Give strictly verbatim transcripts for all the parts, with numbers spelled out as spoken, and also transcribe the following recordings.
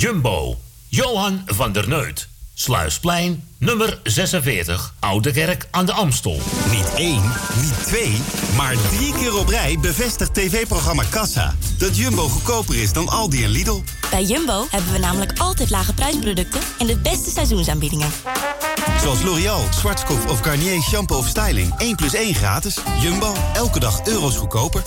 Jumbo, Johan van der Neut. Sluisplein, nummer zesenveertig, Oude Kerk aan de Amstel. Niet één, niet twee, maar drie keer op rij bevestigt tv-programma Kassa dat Jumbo goedkoper is dan Aldi en Lidl. Bij Jumbo hebben we namelijk altijd lage prijsproducten en de beste seizoensaanbiedingen. Zoals L'Oréal, Schwarzkopf of Garnier shampoo of styling. één plus één gratis. Jumbo, elke dag euro's goedkoper.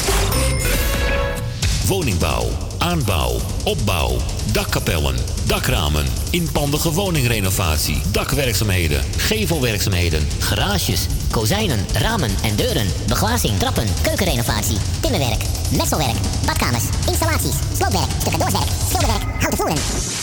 Woningbouw, aanbouw, opbouw, dakkapellen, dakramen, inpandige woningrenovatie, dakwerkzaamheden, gevelwerkzaamheden, garages, kozijnen, ramen en deuren, beglazing, trappen, keukenrenovatie, timmerwerk, messelwerk, badkamers, installaties, sloopwerk, stucadoorswerk, schilderwerk, houten voeren.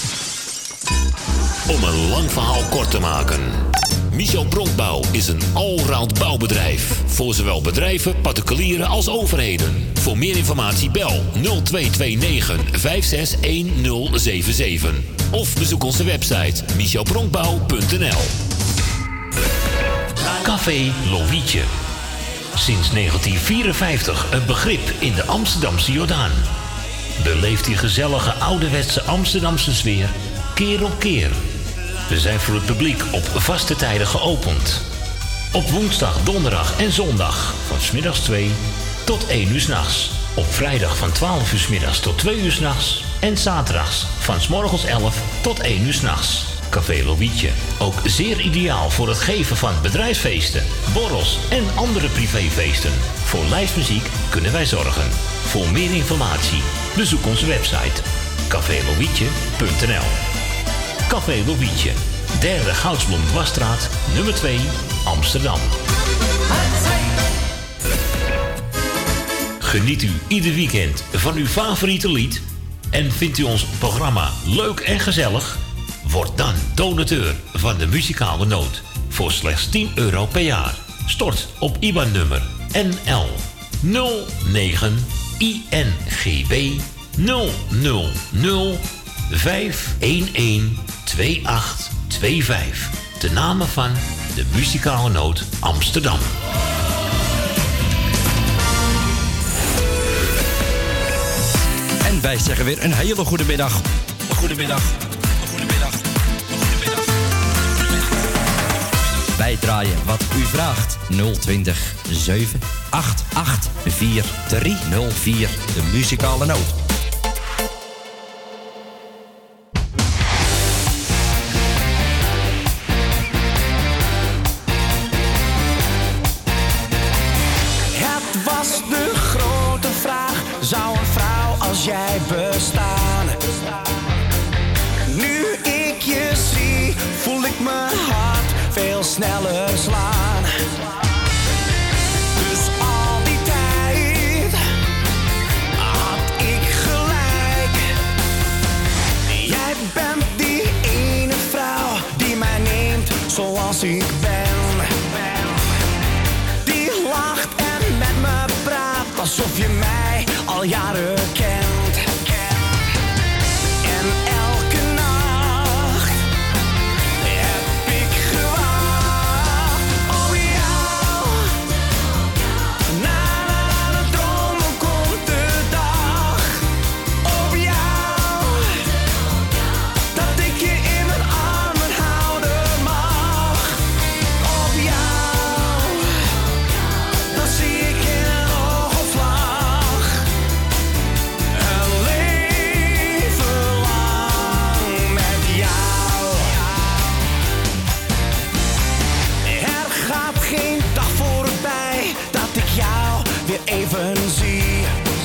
Om een lang verhaal kort te maken. Michel Bronkbouw is een allround bouwbedrijf. Voor zowel bedrijven, particulieren als overheden. Voor meer informatie bel nul twee twee negen vijf zes een nul zeven zeven. Of bezoek onze website michel bronkbouw punt n l. Café Lovietje. Sinds negentien vierenvijftig een begrip in de Amsterdamse Jordaan. Beleeft die gezellige ouderwetse Amsterdamse sfeer keer op keer. We zijn voor het publiek op vaste tijden geopend. Op woensdag, donderdag en zondag van 's middags twee tot één uur 's nachts. Op vrijdag van twaalf uur 's middags tot twee uur 's nachts. En zaterdags van 's morgens elf tot één uur 's nachts. Café Lovietje. Ook zeer ideaal voor het geven van bedrijfsfeesten, borrels en andere privéfeesten. Voor lijstmuziek kunnen wij zorgen. Voor meer informatie bezoek onze website café lovietje punt n l. Café Lovietje, derde Goudsblom Dwarsstraat, nummer twee, Amsterdam. Geniet u ieder weekend van uw favoriete lied en vindt u ons programma leuk en gezellig? Word dan donateur van de muzikale noot voor slechts tien euro per jaar. Stort op I B A N-nummer N L nul negen I N G B nul nul nul vijf een een twee acht twee vijf. De namen van de muzikale noot Amsterdam. En wij zeggen weer een hele goede middag. Goedemiddag. Goedemiddag. Goedemiddag. Wij draaien wat u vraagt. nul twintig zeven acht acht vier drie nul vier. De muzikale noot. Zou een vrouw als jij bestaan? Nu ik je zie, voel ik mijn hart veel sneller slaan. Dus al die tijd had ik gelijk. Jij bent die ene vrouw die mij neemt zoals ik ben. Die lacht en met me praat alsof je mij al jaren kent. En elke nacht heb ik gewacht op jou. Na, na, na de dromen komt de dag op jou. Dat ik je in mijn armen houden mag. Op jou, dan zie ik in een oogopslag. Een leven lang met jou. Er gaat geen dag voorbij dat ik jou weer even zie.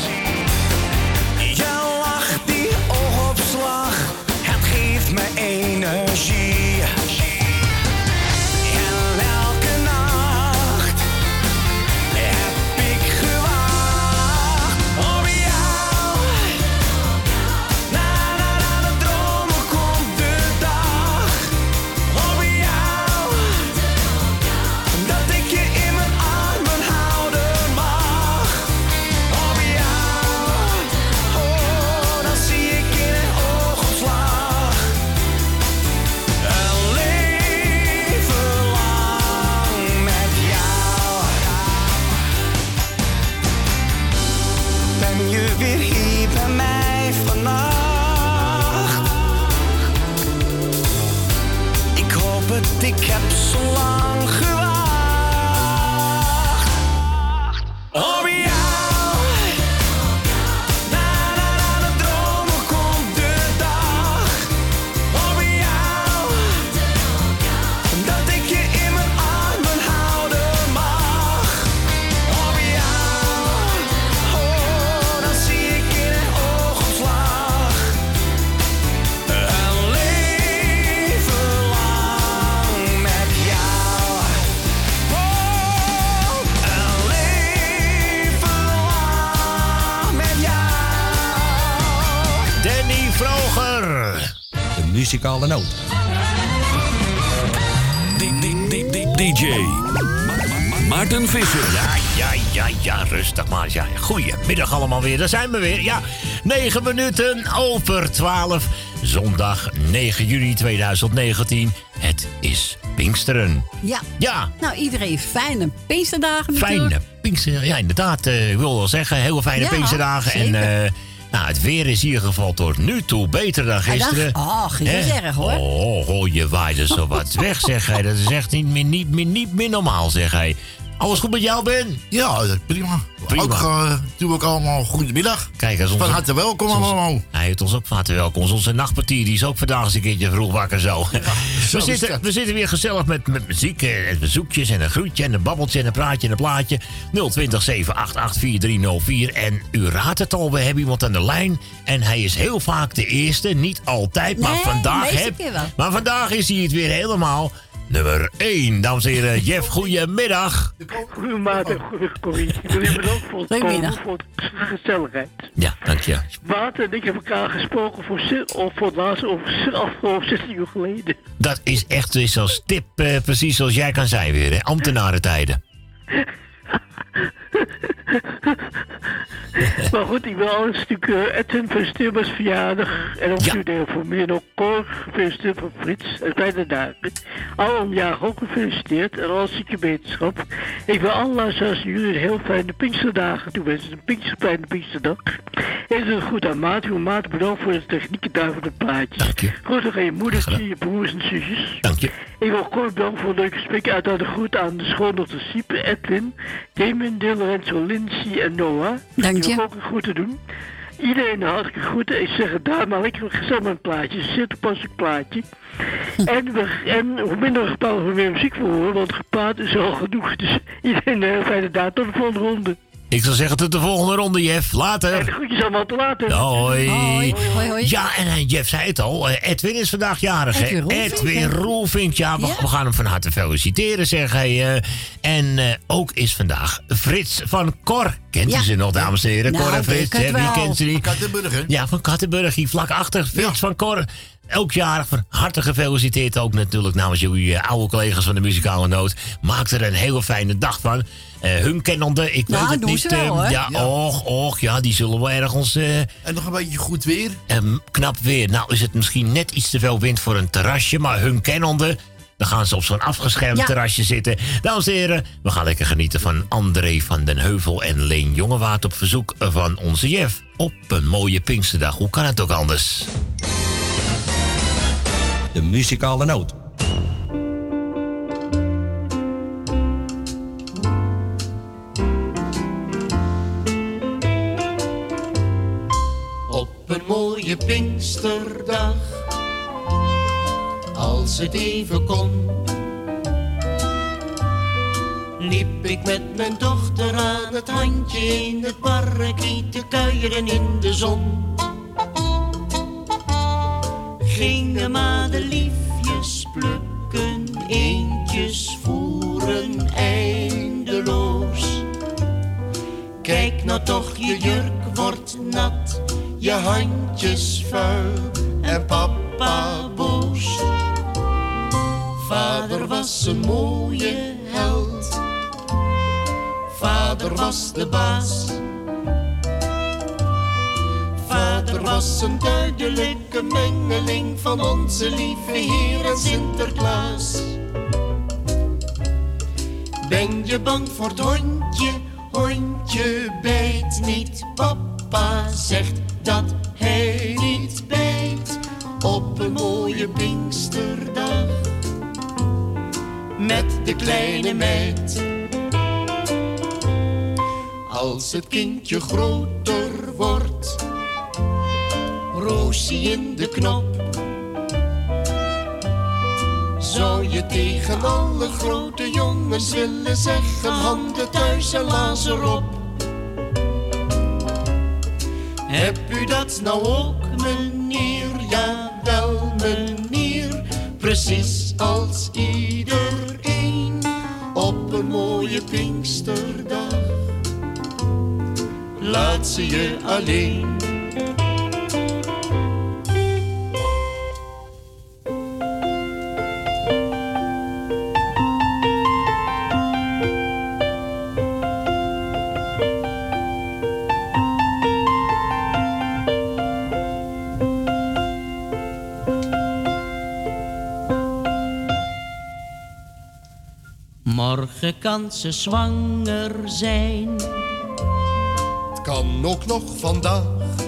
Je lacht, die oogopslag, het geeft me energie. En elke nacht heb ik gewacht op jou. Na, na, na de dromen komt de dag op jou. Dat ik je in mijn armen houden mag. Op jou. Oh, dan zie ik in een oogopslag. Een leven lang met jou. Ben je weer hier bij mij vannacht? het, ik heb zo lang gewacht. Op jou. Muzikale noot. D J Maarten Visser. Ja, ja, ja, ja, rustig maar. Ja, goedemiddag allemaal weer. Daar zijn we weer. Ja, negen minuten over twaalf. Zondag negen juni tweeduizend negentien. Het is Pinksteren. Ja. Ja. Nou, iedereen fijne Pinksterdagen natuurlijk. Fijne Pinksterdagen. Ja, inderdaad. Uh, ik wil wel zeggen, heel fijne ja, Pinksterdagen. Zeker. En uh, nou, het weer is in ieder geval tot nu toe beter dan gisteren. Oh, gisteren is erg, hoor. Oh, oh, je waaide zo wat weg, zeg hij. Dat is echt niet meer, niet meer, niet meer normaal, zeg hij. Alles goed met jou, Ben? Ja, prima. prima. Ook uh, doe ik allemaal goedemiddag. Kijk, als onze, van harte welkom allemaal. Hij heeft ons ook van harte welkom. Onze nachtpartier die is ook vandaag eens een keertje vroeg wakker zo. Ja, we, zitten, we zitten weer gezellig met, met muziek en bezoekjes en een groetje en een babbeltje en een praatje en een plaatje. nul twintig zeven acht acht vier drie nul vier. En u raadt het al, we hebben iemand aan de lijn. En hij is heel vaak de eerste, niet altijd, maar nee, vandaag heb, maar vandaag is hij het weer helemaal. Nummer één, dames en heren. Jeff, goedemiddag. Goedemiddag, Corrie. Ik wil je bedanken voor het komen, voor de gezelligheid. Ja, dank je. Maarten en ik hebben elkaar gesproken voor, of voor het laatst over afgelopen zestien uur geleden. Dat is echt zoals tip, uh, precies zoals jij kan zijn weer, hè? Ambtenarentijden. Maar goed, ik wil alles natuurlijk uh, Edwin gefeliciteerd met zijn verjaardag. En ook ja. de familie en ook Cor gefeliciteerd van Frits. En bijna dagen. Alle jaar ook gefeliciteerd. En alle zieke wetenschap. Ik wil alle luisteraars jullie een heel fijne Pinksterdagen toewensen. Een Pinkster, fijne Pinksterdag. En het goed aan Maarten. Uw Maarten bedankt voor de technieken daar voor de plaatjes. Dank je. Groet aan je moedertje, je broers en zusjes. Dank je. Ik wil Cor bedanken voor een leuk gesprek. Uit de groet aan de schoondochter Siepe, Edwin, Damon, Dylan, Renzo, Lindsay en Noah. Dank je. Ik wil ook een groeten doen. Iedereen hartelijk groeten. Ik zeg het daar, maar lekker gezellig met een plaatje. Een zeer toepasselijk plaatje. en, we, en hoe minder we gepraat, hoe meer muziek we horen, want gepraat is al genoeg. Dus iedereen een fijne dag. Tot de volgende ronde. Ik zal zeggen tot de volgende ronde, Jeff. Later. En de groetjes allemaal te later. Hoi. Hoi. Hoi, hoi. Ja, en uh, Jeff zei het al. Uh, Edwin is vandaag jarig, hè? Edwin Roelvink. Edwin Roelvink. Ja, we, ja, we gaan hem van harte feliciteren, zeg hij. Uh, en uh, ook is vandaag Frits van Cor. Kent ja. u ze nog, dames en heren? Nou, Cor en Frits, hè? Wie kent ze niet? Kattenburg, hè? Ja, van Kattenburg, hier vlak achter. Frits ja. van Cor. Elk jaar van harte gefeliciteerd ook natuurlijk namens jullie uh, oude collega's van de muzikale noot. Maak er een hele fijne dag van. Uh, hun kennende, ik nou, weet het doen niet. Ze wel, uh, ja, ja, och, och, ja, die zullen wel ergens... Uh, en nog een beetje goed weer. Um, knap weer. Nou is het misschien net iets te veel wind voor een terrasje, maar hun kennende... Dan gaan ze op zo'n afgeschermd ja. terrasje zitten. Dames en heren, we gaan lekker genieten van André van den Heuvel en Leen Jongewaard op verzoek van onze Jeff. Op een mooie Pinksterdag. Hoe kan het ook anders? De muzikale noot. Op een mooie Pinksterdag, als het even kon, liep ik met mijn dochter aan het handje in het parkie te kuieren in de zon. Gingen madeliefjes plukken, eendjes voeren eindeloos. Kijk nou toch, je jurk wordt nat, je handjes vuil en papa boos. Vader was een mooie held, vader was de baas. Vader was een duidelijke mengeling van onze lieve Heer en Sinterklaas. Ben je bang voor het hondje? Hondje bijt niet. Papa zegt dat hij niet bijt. Op een mooie Pinksterdag, met de kleine meid. Als het kindje groter wordt, Roosie in de knop, zou je tegen alle grote jongens willen zeggen: handen thuis en lazen op. Heb u dat nou ook, meneer? Jawel, meneer. Precies als iedereen op een mooie Pinksterdag. Laat ze je alleen. Morgen kan ze zwanger zijn. Het kan ook nog vandaag.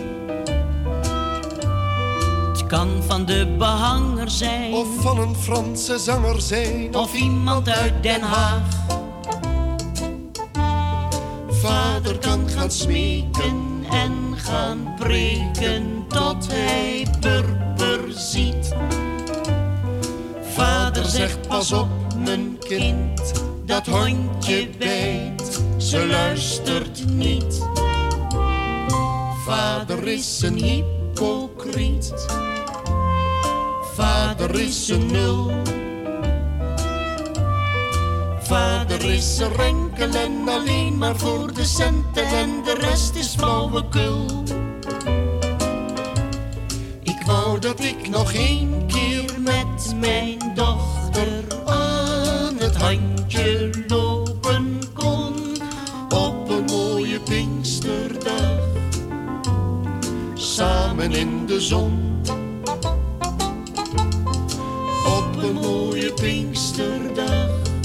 Het kan van de behanger zijn. Of van een Franse zanger zijn. Of iemand uit Den Haag. Vader kan gaan smeken en gaan preken tot hij purper ziet. Vader zegt: pas op, mijn kind, dat hondje bijt, ze luistert niet. Vader is een hypocriet, vader is een nul. Vader is een renkel en alleen maar voor de centen en de rest is flauwekul. Ik wou dat ik nog één keer met mijn dochter aan het handje lopen kon op een mooie Pinksterdag, samen in de zon. Op een mooie Pinksterdag,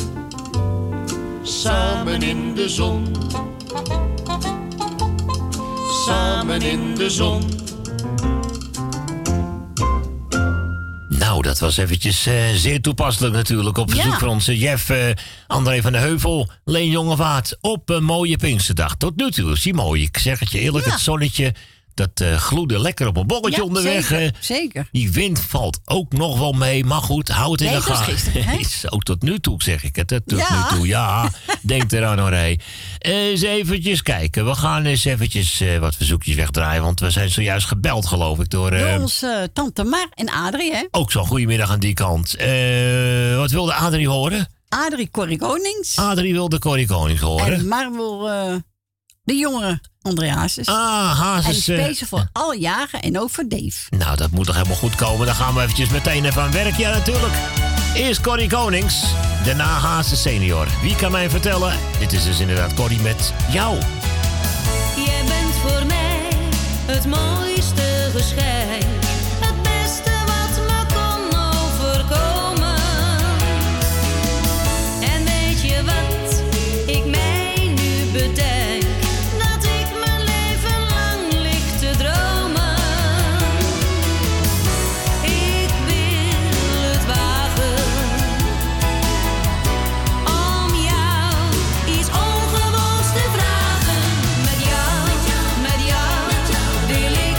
samen in de zon. Samen in de zon. Nou, dat was eventjes uh, zeer toepasselijk natuurlijk. Op verzoek Ja. van onze Jeff, uh, André van de Heuvel, Leen Jongewaard. Op een mooie Pinksterdag. Tot nu toe is die mooi. Ik zeg het je eerlijk, Ja. het zonnetje, dat uh, gloedde lekker op een bolletje Ja, onderweg. zeker, uh, zeker. Die wind valt ook nog wel mee. Maar goed, houd het in de Beter als gaten. gisteren, hè? Zo, tot nu toe zeg ik het. Tot Ja. nu toe, ja. Denk eraan hoor, hé. Uh, eens eventjes kijken. We gaan eens eventjes uh, wat verzoekjes wegdraaien. Want we zijn zojuist gebeld, geloof ik, door... Uh, Door onze uh, tante Mar en Adrie, hè? ook zo'n goedemiddag aan die kant. Uh, wat wilde Adrie horen? Adrie Corrie Konings. Adrie wilde Corrie Konings horen. En Mar wil uh, de jongere André Hazes. Ah, Hazes. En uh, speciaal voor alle jagen en ook voor Dave. Nou, dat moet toch helemaal goed komen. Dan gaan we eventjes meteen even aan het werk. Ja, natuurlijk. Eerst Corrie Konings. Daarna Hazes senior. Wie kan mij vertellen? Dit is dus inderdaad Corrie met jou. Jij bent voor mij het mooiste geschenk. Het beste wat me kon overkomen. En weet je wat ik mij nu bedenk? Dat ik mijn leven lang lig te dromen. Ik wil het wagen om jou iets ongewoons te vragen. Met jou, met jou wil ik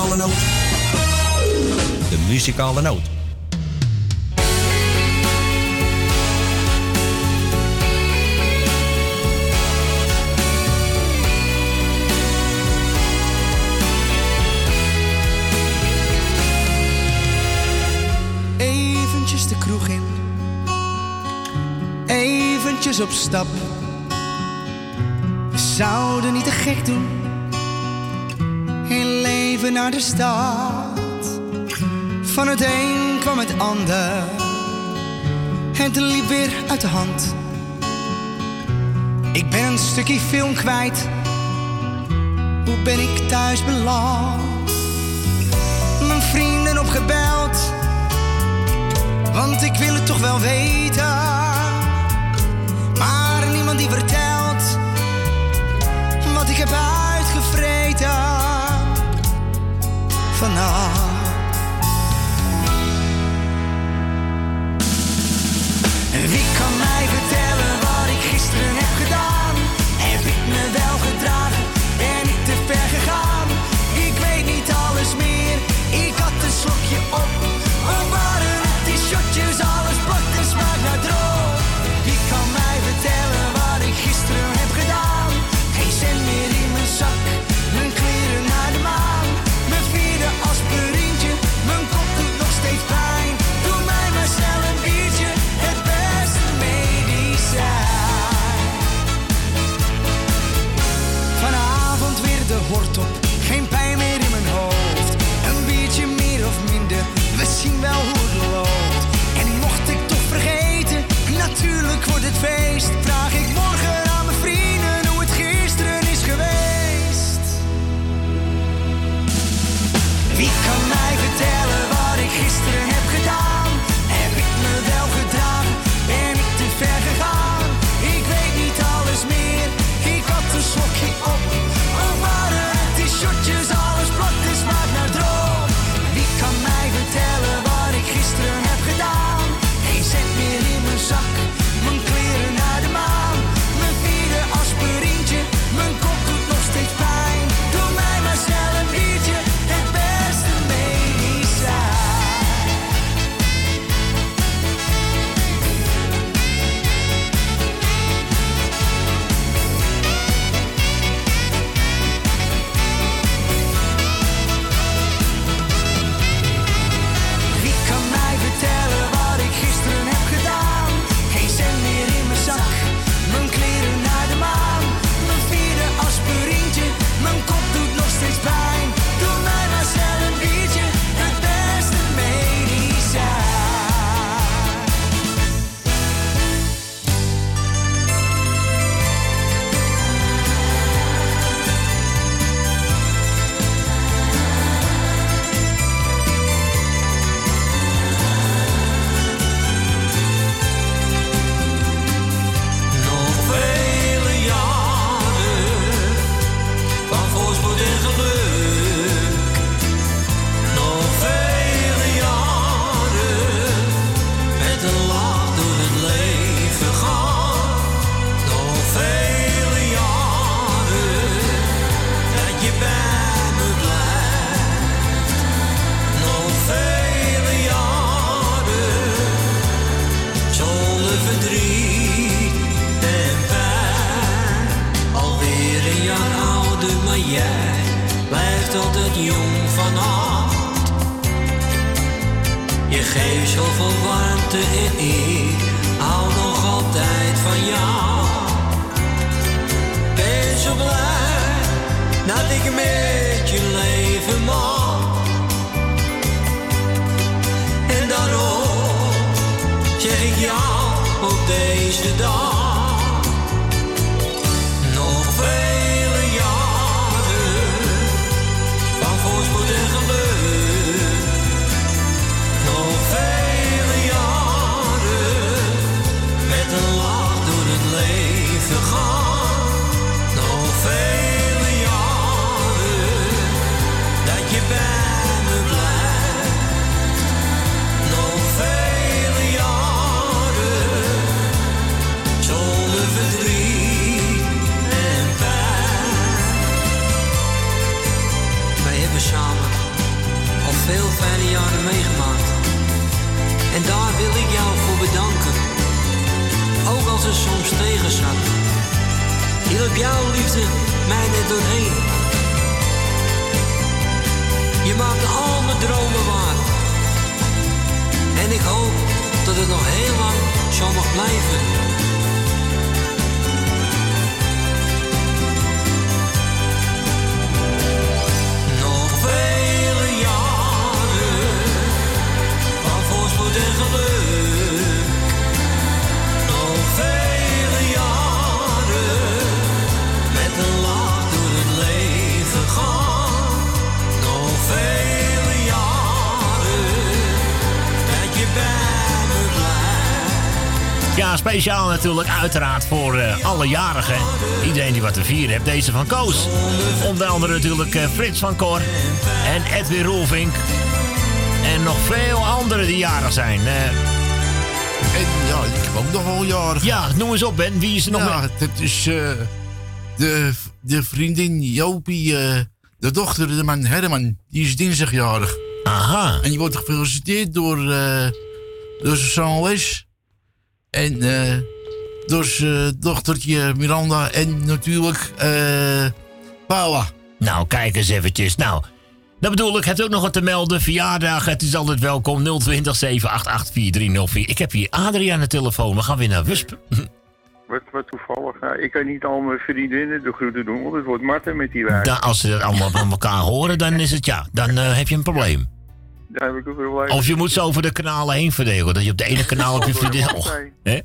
muzikale noot. De muzikale noot. Eventjes de kroeg in, eventjes op stap. We zouden niet te gek doen, heel leven naar de stad. Van het een kwam het ander, het liep weer uit de hand. Ik ben een stukje film kwijt, hoe ben ik thuis beland? Mijn vrienden opgebeld, want ik wil het toch wel weten. Maar niemand die vertelt wat ik heb uitgevreten vannacht. En wie kan mij vertellen wat ik gisteren heb gedaan? Heb ik me wel gedragen? Ben ik te ver gegaan? Ik weet niet alles meer, ik had een slokje op. Of waren het die shotjes, alles plakt en smaakt naar droog? Wie kan mij vertellen wat ik gisteren heb gedaan? Geen cent meer in mijn zak, mijn kleren naar de maan. Mijn vierde aspirintje, mijn kop doet nog steeds pijn. Doe mij maar snel een biertje, het beste medicijn. Vanavond weer de hort op, geen pijn meer in mijn hoofd. Een biertje meer of minder, we zien wel hoe het loopt. En mocht ik toch vergeten, natuurlijk wordt het feest. Vraag ik morgen aan mijn vrienden hoe het gisteren is geweest. Wie kan mij vertellen wat ik gisteren heb gedaan? Heb ik me wel gedragen? Ben ik te ver gegaan? Ik weet niet alles meer, ik had een slokje op. Of waren het die shotjes, alles plakt en smaakt naar droom? Wie kan mij vertellen wat ik gisteren heb gedaan? Geen cent meer in mijn zak, mijn kleren naar de maan. Mijn vierde aspirintje, mijn kop doet nog steeds pijn. Doe mij maar snel een biertje, het beste medicijn. Wie kan mij vertellen wat ik gisteren heb gedaan? Geen cent meer in mijn zak, mijn kleren naar de maan. Mijn vierde aspirintje, mijn kop doet nog steeds pijn. Doe mij maar snel een biertje, het beste medicijn. Nog vele jaren van voorspoed en geluk. Nog vele jaren met een lach door het leven gaan. Nog vele jaren dat je bij me blijft. Nog vele jaren zonder verdriet en pijn. Alweer een jaar ouder, maar jij blijft altijd jong van hart. Je geeft zoveel warmte en ik hou nog altijd van jou. Ben zo blij dat ik met je leven mag. En daarom zeg ik jou op deze dag. Nog vele jaren van voorspoed en geluk. Nog vele jaren met een lach door het leven gaan. Nog vele jaren dat je bij me blijft. Nog vele jaren ik jou voor bedanken. Ook als het soms tegen zat. Hielp jouw liefde mij net doorheen. Je maakt al mijn dromen waar. En ik hoop dat het nog heel lang zo mag blijven. Nog vele jaren van voorspoed en geluk. Nog vele jaren met een lach door het leven gaan. Nog vele jaren dat je bij me blijft. Ja, speciaal natuurlijk uiteraard voor uh, alle jarigen. Iedereen die wat te vieren heeft. Deze van Koos. Onder andere natuurlijk uh, Frits van Cor. En Edwin Roelvink. En nog veel anderen die jarig zijn. Uh, en ja, ik heb ook nog wel jarig. Ja, noem eens op, Ben. Wie is er nog Ja, meer? dat is uh, de, de vriendin Jopie, uh, de dochter, de man Herman. Die is dinsdagjarig. Aha. En die wordt gefeliciteerd door, uh, door zijn zoon Les. En uh, door zijn dochtertje Miranda. En natuurlijk uh, Paula. Nou, kijk eens eventjes. Nou, dat bedoel ik. Hebt u ook nog wat te melden? Verjaardag, het is altijd welkom. nul twintig, zeven acht acht, vier drie nul vier. Ik heb hier Adrie aan de telefoon. We gaan weer naar Wusp. Wat, wat toevallig. Nou, ik kan niet al mijn vriendinnen de groeten doen, want het wordt Marten met die wijk. Da, als ze dat allemaal van elkaar horen, dan is het ja. Dan uh, heb je een probleem. Daar heb ik een probleem. Of je moet ze over de kanalen heen verdelen. Dat je op de ene kanaal op je vriendin... Oh, hè?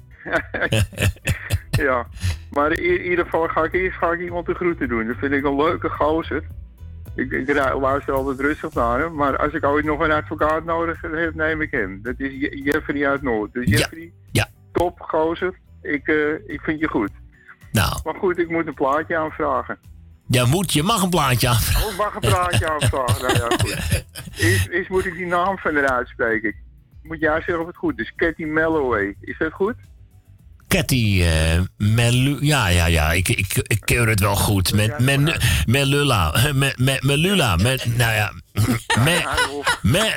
Ja, maar in ieder geval ga ik eerst ga ik iemand de groeten doen. Dat vind ik een leuke gozer. Ik, ik luister altijd rustig naar hem. Maar als ik ooit nog een advocaat nodig heb, neem ik hem. Dat is Je- Jeffrey uit Noord. Dus Jeffrey, ja. Ja. top gozer. Ik, uh, ik vind je goed. Nou. Maar goed, ik moet een plaatje aanvragen. Ja, moet. Je mag een plaatje aanvragen. Oh, ik mag een plaatje aanvragen. Nou ja, goed. Eerst, eerst moet ik die naam van haar uitspreken. Moet jij zeggen of het goed is. Cathy Melloway. Is dat goed? Cathy uh, Melu... Ja, ja, ja. Ik, ik, ik keur het wel goed. Met men, Melula. Met, met Melula. Met... Nou ja. Met... Met...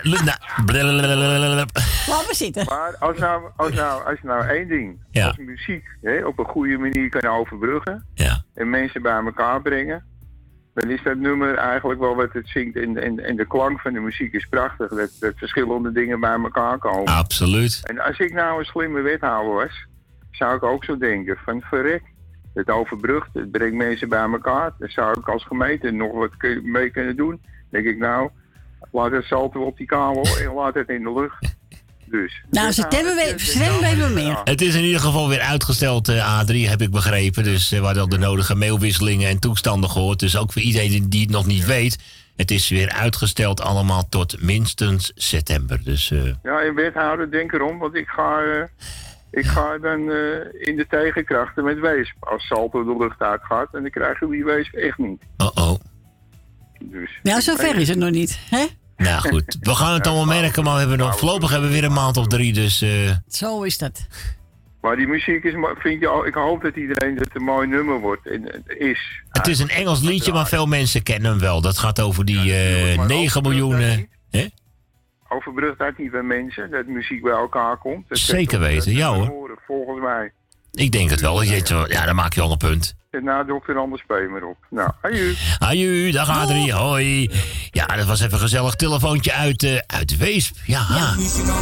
Nou, Laat me zitten. Maar als nou, als nou, als nou één ding, Ja. als muziek hè, op een goede manier kan overbruggen ja. en mensen bij elkaar brengen, dan is dat nummer eigenlijk wel wat het zingt. En, en, en de klank van de muziek is prachtig, dat, dat verschillende dingen bij elkaar komen. Absoluut. En als ik nou een slimme wethouder was, zou ik ook zo denken van verrek, het overbrugt, het brengt mensen bij elkaar. Dan zou ik als gemeente nog wat kun- mee kunnen doen. Dan denk ik nou, laat het salto op die kabel en laat het in de lucht. Dus. Nou, ze hebben we, ze hebben we meer. Het is in ieder geval weer uitgesteld, uh, A drie, heb ik begrepen. Dus uh, we hadden al de nodige mailwisselingen en toestanden gehoord. Dus ook voor iedereen die het nog niet weet. Het is weer uitgesteld allemaal tot minstens september. Dus, uh, Ja, en wethouder, denk erom, want ik ga, uh, ik ga dan uh, in de tegenkrachten met Weesp. Als salto de lucht uitgaat, en dan krijgen we die Weesp echt niet. oh-oh. Dus, Ja, zover is het nog niet, hè? Nou goed, we gaan het allemaal merken, maar we hebben nog, voorlopig hebben we weer een maand of drie, dus... Uh... Zo is dat. Maar die muziek is, mo- vind je, al- ik hoop dat iedereen dat het een mooi nummer wordt. En het is. Het is een Engels liedje, maar veel mensen kennen hem wel. Dat gaat over die uh, negen miljoen... Uh, hè? Overbrugt dat niet bij mensen, dat muziek bij elkaar komt. Dat Zeker weten, ja hoor. Horen, volgens mij. Ik denk het wel. Ja, dan maak je al een punt. En nou, dokter Anders P. maar op. Nou, aju. Aju, dag Adrie, hoi. Ja, dat was even een gezellig telefoontje uit, uh, uit Weesp. Ja. De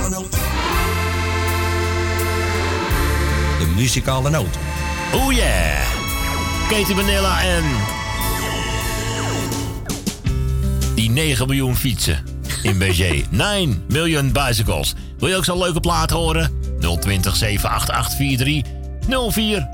muzikale noot. Oh yeah. Katie Manila en... die negen miljoen fietsen in B G. nine million bicycles. Wil je ook zo'n leuke plaat horen? nul twintig, zeven acht acht, vier drie nul vier.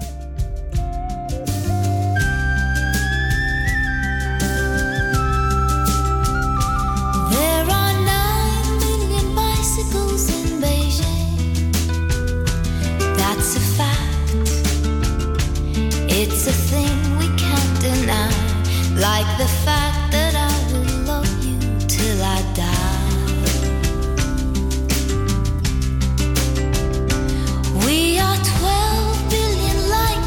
There are nine million bicycles in Beijing. That's a fact. It's a thing we can't deny. Like the fact that I will love you till I die. We are twelve billion light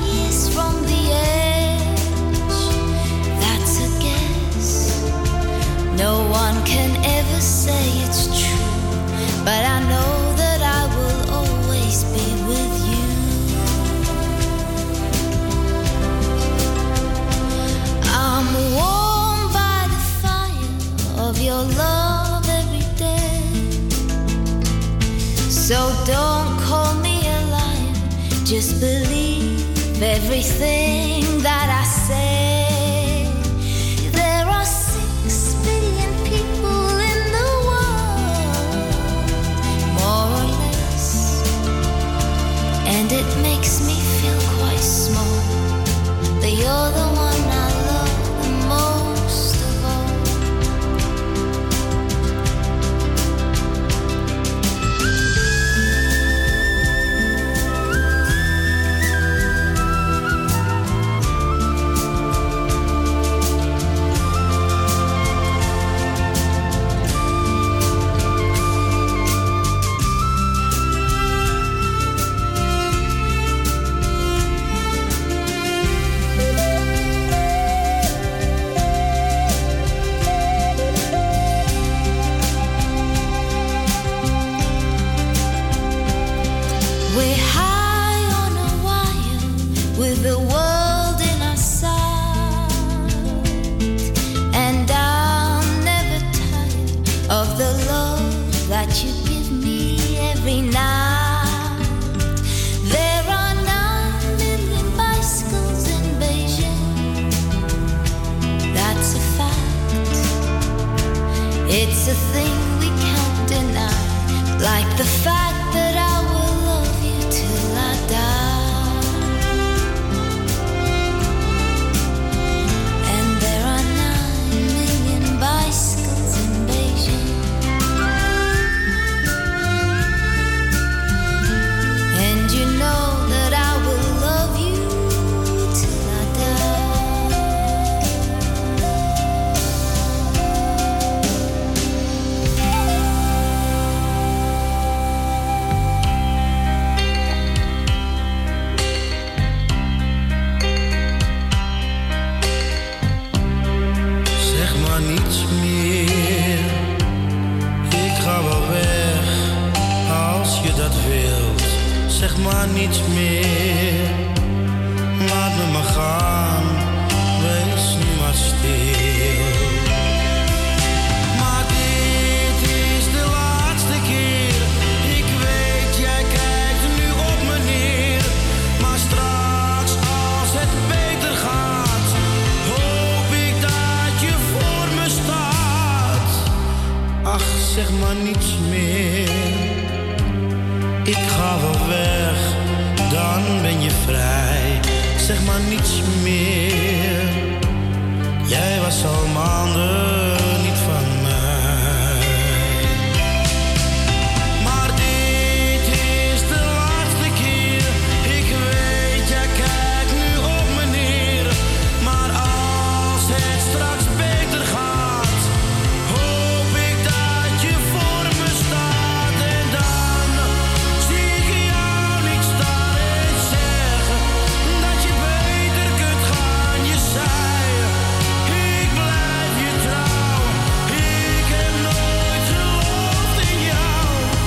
Just believe everything that I say. There are six billion people in the world, more or less, and it makes me feel quite small. But you're the one I love the most of all. We're high on a wire with the world in our sight, and I'm never tired of the love that you give me every night. There are nine million bicycles in Beijing. That's a fact. It's a thing we can't deny, like the fact that I will love you till I die. And there are nine million bicycles in Beijing. And you know that I will love you till I die. Zeg maar niets meer, ik ga wel weg als je dat wilt. Zeg maar niets meer, laat me maar gaan, wees nu maar stil. Maar dit is de laatste keer, ik weet jij kijkt nu op me neer. Maar straks als het beter gaat, hoop ik dat je voor me staat. Ach, zeg maar niets meer, ik ga wel weg, dan ben je vrij. Zeg maar niets meer, jij was al maanden niet van mij. Maar dit is de laatste keer, ik weet jij kijkt nu op me neer. Maar als het straks beter gaat, hoop ik dat je voor me staat. En dan zie ik jou niet staan en zeggen dat je beter kunt gaan. Je zei, ik blijf je trouw, ik heb nooit geloofd in jou.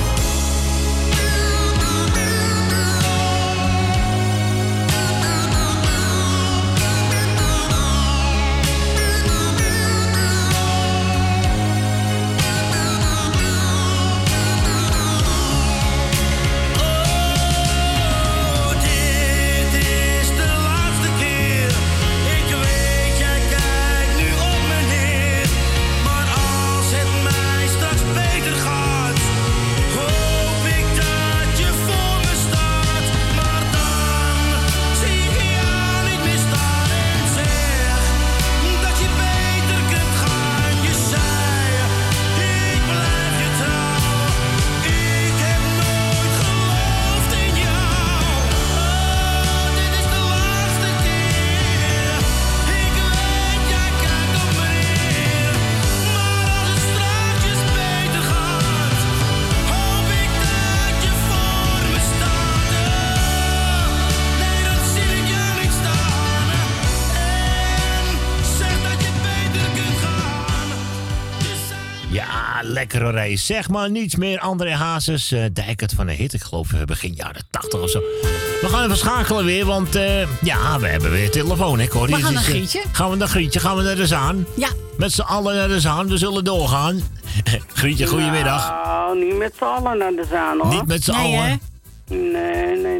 Oh, dit is de laatste keer, ik weet jij kijkt nu op me neer. Maar als het mij straks beter gaat, hoop ik dat je voor me staat. Maar dan zie ik jou niet meer staan en zeg dat je beter kunt gaan. Je zei, ik blijf je trouw, ik heb nooit geloofd in jou. Oh, dit is de laatste keer, ik weet jij kijkt op me neer. Maar als het straks beter gaat, hoop ik dat je voor me staat. Nee, dan zie ik jou niet staan en zeg dat je beter kunt gaan. Ja, lekker hoor. Hey. Zeg maar niets meer. André Hazes, uh, Dijkert van de Hit. Ik geloof uh, begin jaren tachtig of zo. We gaan even schakelen weer, want uh, ja, we hebben weer telefoon. Ik hoor. We Hier gaan is, naar uh, Grietje. Gaan we naar Grietje? Gaan we naar de Zaan? Ja. Met z'n allen naar de Zaan. We zullen doorgaan. Grietje, goedemiddag. Nou, niet met z'n allen naar de Zaan, hoor. Niet met z'n Nee, allen. hè? Nee, nee, nee.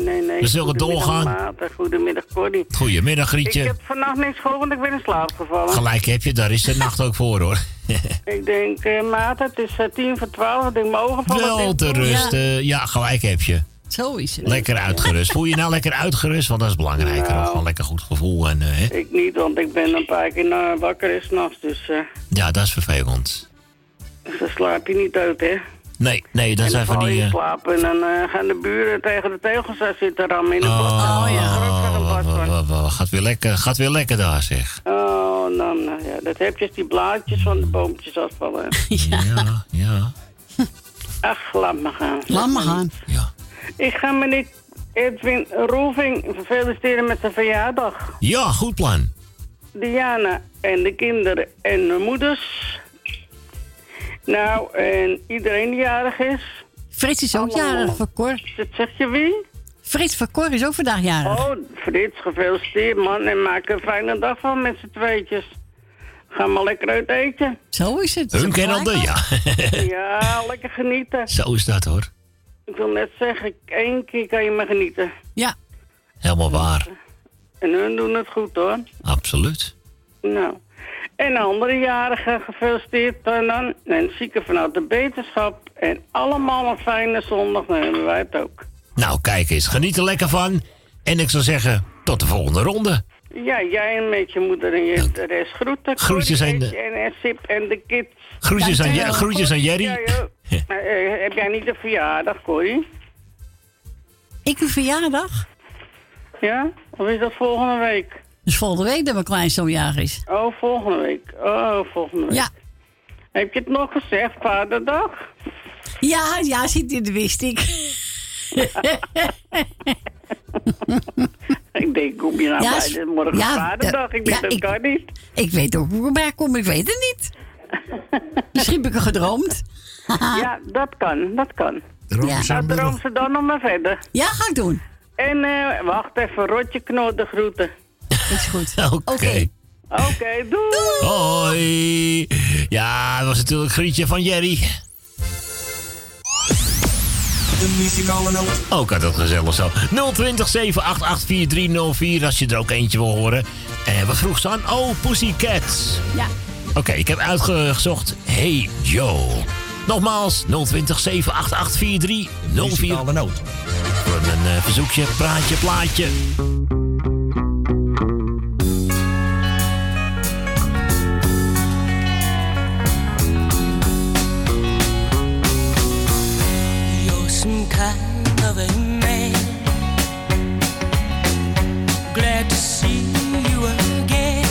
nee, nee. We zullen doorgaan. Maarten. Goedemiddag, Corrie. Goedemiddag, Grietje. Ik heb vannacht niks gehoord, want ik ben in slaap gevallen. Gelijk heb je, daar is de nacht ook voor, hoor. Ik denk, uh, Maarten, het is uh, tien voor twaalf. Ik denk, mijn ogen vallen Wel te rusten. Ja. ja, gelijk heb je. Zo is het. Lekker uitgerust. Voel je je nou lekker uitgerust? Want dat is belangrijker. Nou, gewoon lekker goed gevoel. En, uh, hè? Ik niet, want ik ben een paar keer uh, wakker en s'nachts. Dus, uh, ja, dat is vervelend. Dus dan slaap je niet uit, hè? Nee, nee, dat zijn van die... En dan uh... slapen en dan uh, gaan de buren tegen de tegels zitten rammen in de oh, bos. Oh, ja. Gaat weer lekker, gaat weer lekker daar, zeg. Oh, nou, nou ja, dat heb je als die blaadjes van de boompjes afvallen. ja, ja. ja. Ach, laat me gaan. Laat me gaan. Ja. Ik ga meneer Edwin Roelving feliciteren met zijn verjaardag. Ja, goed plan. Diana en de kinderen en de moeders. Nou, en iedereen die jarig is. Frits is ook Allemaal. jarig, van Cor. Dat zeg je wie? Frits van Cor is ook vandaag jarig. Oh, Frits, gefeliciteerd man. En maak er een fijne dag van met z'n tweetjes. Ga maar lekker uit eten. Zo is het. Hun kennende, ja. Ja, lekker genieten. Zo is dat, hoor. Ik wil net zeggen, één keer kan je maar genieten. Ja. Helemaal waar. En hun doen het goed, hoor. Absoluut. Nou. En andere jarigen gefeliciteerd en dan. En zieken vanuit de beterschap. En allemaal een fijne zondag. Dan hebben wij het ook. Nou, kijk eens. Geniet er lekker van. En ik zou zeggen, tot de volgende ronde. Ja, jij en met je moeder en je de rest groeten. Groetjes aan de... En, en Sip en de kids. Groetjes aan, je, groetjes aan Jerry. Ja, ja. Maar, uh, heb jij niet een verjaardag, Corrie? Ik een verjaardag? Ja? Of is dat volgende week? Dus volgende week dat mijn kleinzoon jarig is. Oh, volgende week. Oh, volgende week. Ja. Heb je het nog gezegd, vaderdag? Ja, ja, zit in de wist ik. Ik denk, kom je nou ja, bij de morgen ja, vaderdag? Ik denk, ja, dat ik, kan niet. Ik weet ook hoe ik erbij kom, ik weet het niet. Misschien heb ik er gedroomd. Ja, dat kan, dat kan. Ja. Nou, droom ze dan nog maar verder. Ja, ga ik doen. En uh, wacht even, Rotje Knoot de groeten. Is goed. Oké. Okay. Oké, okay, doei. Hoi. Ja, dat was natuurlijk Grietje van Jerry. De muzikale noot. Ook had dat gezellig zo. nul twintig, zeven acht acht, vier drie nul vier als je er ook eentje wil horen. En wat vroeg ze aan? Oh, Pussycats. Ja. Oké, okay, ik heb uitgezocht Hey Joe. Nogmaals, nul twintig, zeven acht acht, vier drie nul vier. Muzikale noot. Voor een uh, verzoekje, praatje, plaatje. Some kind of a man. Glad to see you again.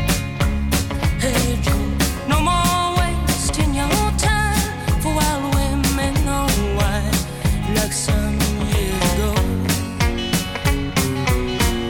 Hey Joe, no more wasting your time for wild women on wine like some years ago.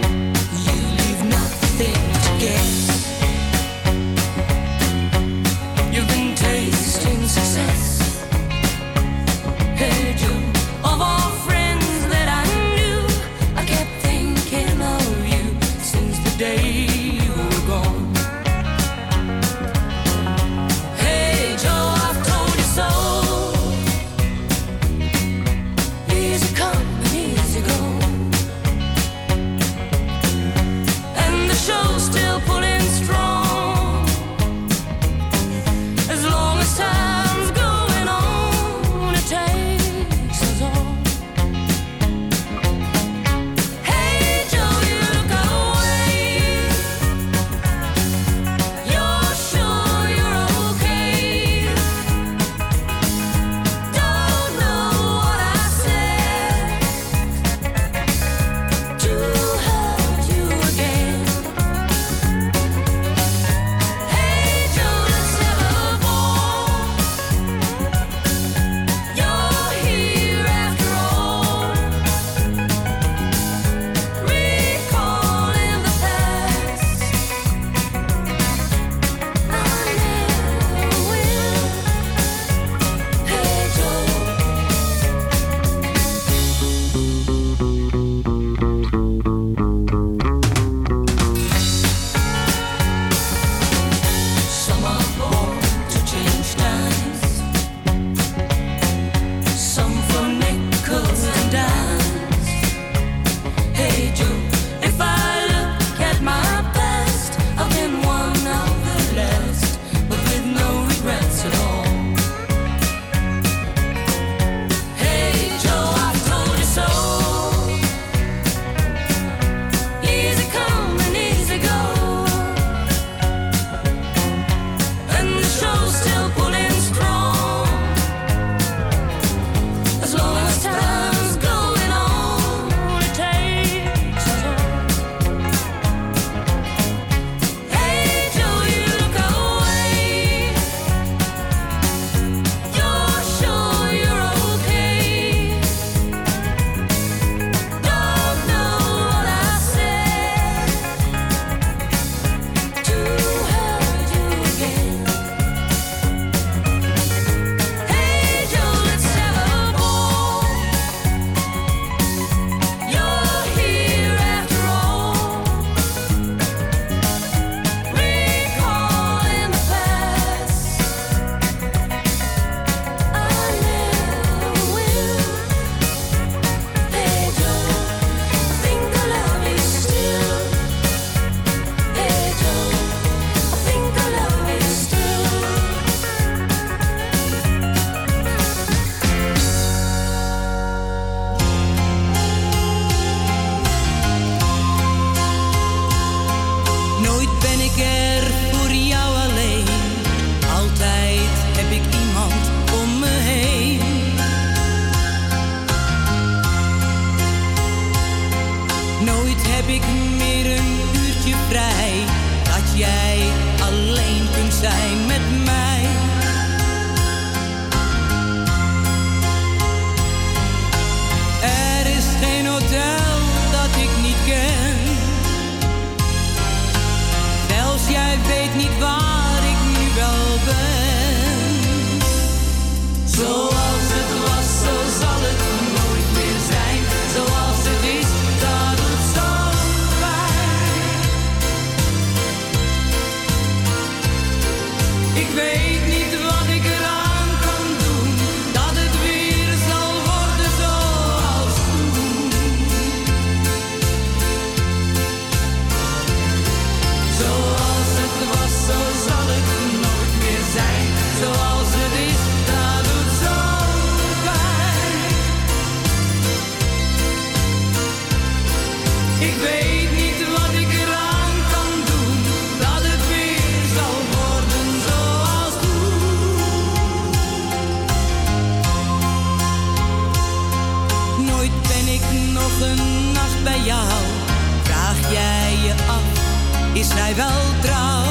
heb ik meer een uurtje vrij. Dat jij alleen kunt zijn met mij. Er is geen hotel dat ik niet ken. Zelfs jij weet niet waar ik nu wel ben. Zoals het was, zo zal het nooit meer zijn. Zoals het is, dat doet zo pijn. Ik weet niet wat ik eraan kan doen, dat het weer zal worden zoals toen. Zoals het was, zo zal het nooit meer zijn. Zoals het is, dat doet zo pijn. Ik weet niet wat ik eraan kan doen, dat het weer zal worden zoals toen. Nooit ben ik nog een nacht bij jou. Vraag jij je af, is hij wel trouw?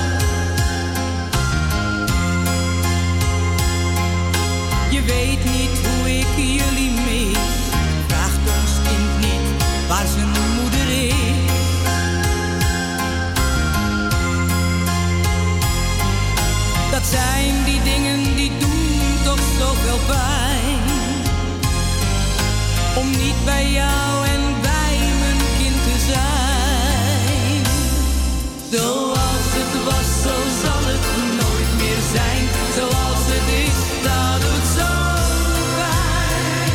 Je weet niet hoe ik jullie mis. Vraagt ons kind niet waar zijn moeder is. Dat zijn die dingen die doen toch zoveel pijn. Om niet bij jou en bij mijn kind te zijn. Zoals het was, zo zal het nooit meer zijn. Zoals het is, dat doet zo pijn.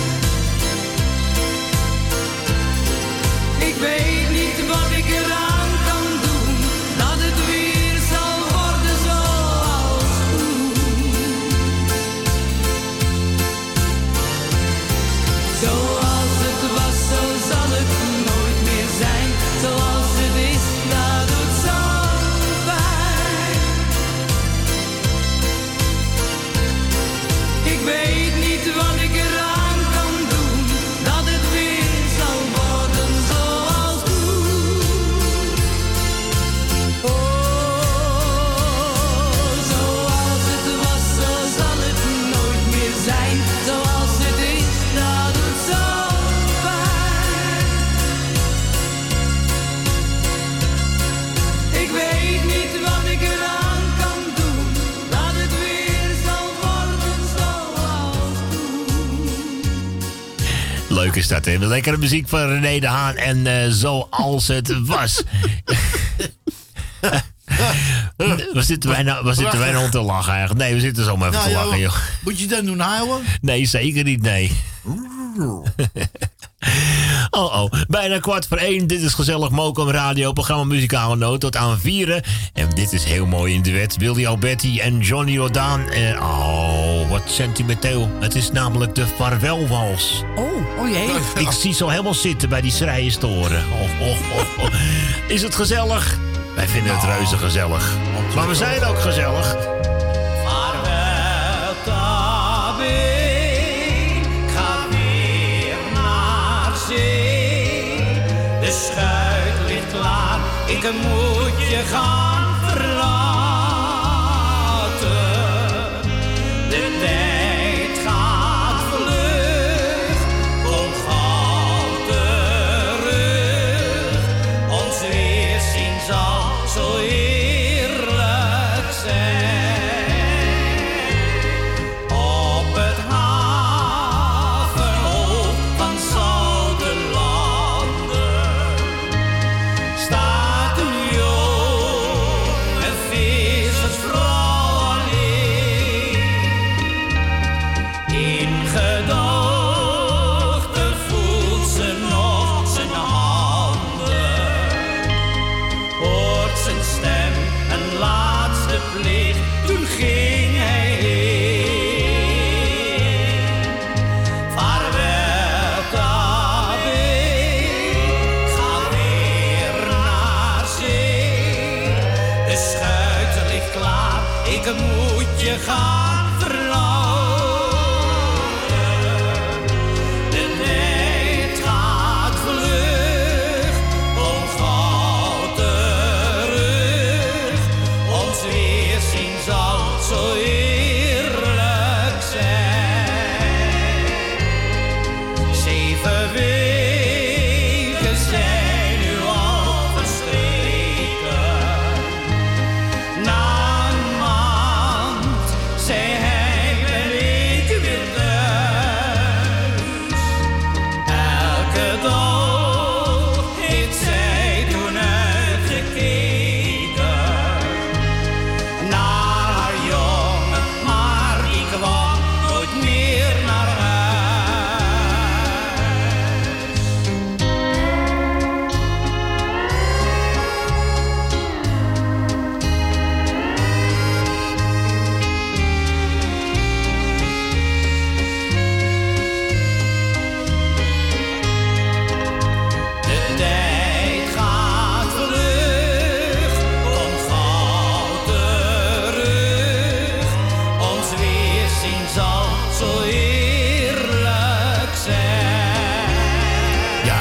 Ik weet niet wat ik eraan kan doen, dat het weer zal worden zoals toen. Zoals het was, zo zal het nooit meer zijn. Zoals het is, dat doet zo pijn. Ik weet niet wat ik eraan kan doen, dat het weer zal worden zoals toen. Oh, zoals het was, zo zal het nooit meer zijn. Zoals het is, dat doet zo pijn. Ik weet niet wat ik eraan kan doen, dat het weer zal worden zoals toen. Leuk is dat, hè? Lekkere muziek van René de Haan en eh, Zoals het was. Waar zitten wij nou, waar zitten wij nou te lachen eigenlijk? Nee, we zitten zo maar even Nou, te ja, lachen, joh. Moet je dat doen, houden? Nee, zeker niet, nee. Oh oh, bijna kwart voor één. Dit is Gezellig Mokum Radio, programma Muzikale Noot tot aan vieren. En dit is heel mooi in duet. Willy Alberti en Johnny Jordaan. En oh, wat sentimenteel. Het is namelijk de vaarwelwals. Oh, oh jee. Ik zie zo helemaal zitten bij die schrijenstoren. Oh, oh, oh, oh. Is het gezellig? Wij vinden het reuze gezellig. Maar we zijn ook gezellig. Vaarwel, Tabé, ga weer naar zee. De schuit ligt klaar, ik moet je gaan verlaten. De tijd gaat vlug, kom gauw terug. Ons weerzien zal zo heerlijk zijn. Op het havenhoofd van Zouderlanden staat een jonge vis.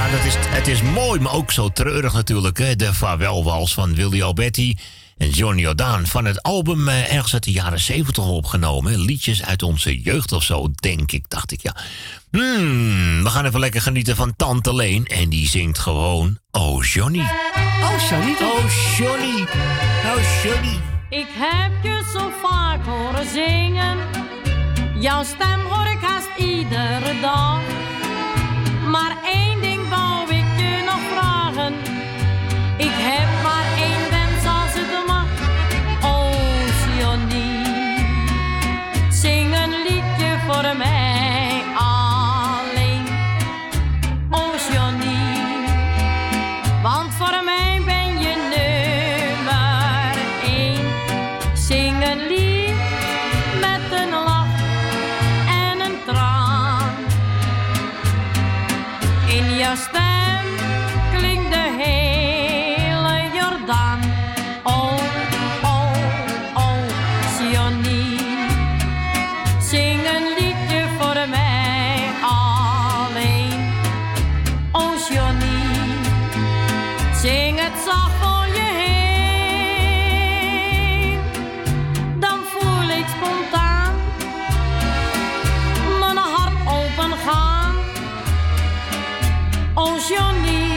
Ja, dat is, het is mooi, maar ook zo treurig natuurlijk. Hè? De vaarwelwals van Willy Alberti en Johnny Jordaan. Van het album eh, ergens uit de jaren zeventig opgenomen. Liedjes uit onze jeugd of zo, denk ik, dacht ik, ja. Hmm, we gaan even lekker genieten van Tante Leen. En die zingt gewoon Oh Johnny. Oh Johnny. Oh Johnny. Oh Johnny. Ik heb je zo vaak horen zingen. Jouw stem hoor ik haast iedere dag. Maar één ding wou ik je nog vragen. Ik heb maar één wens als het mag. Oh Johnny, zing een liedje voor mij alleen. Oh Johnny, want voor mij ben je nummer één. Zing een lied met een lach en een traan. In jouw stem klinkt de hele Jordaan. Oh, oh, oh, Johnny, zing een liedje voor mij alleen. Oh Johnny, zing het zacht voor je heen. Dan voel ik spontaan mijn hart open gaan. Oh Johnny,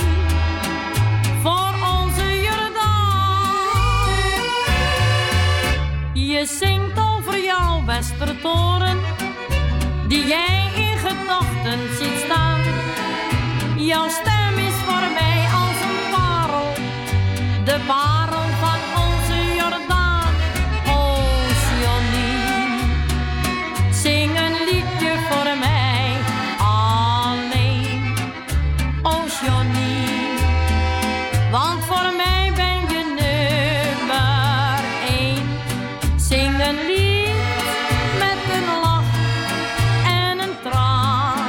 voor onze Jordaan. Je zingt over jouw Westertoren, die jij in gedachten ziet staan. Jouw stem is voor mij als een parel, de parel van onze Jordaan. Oh Johnny, zing een liedje voor mij alleen. Oh Johnny, want voor mij ben je nummer één. Zing een lied met een lach en een traan.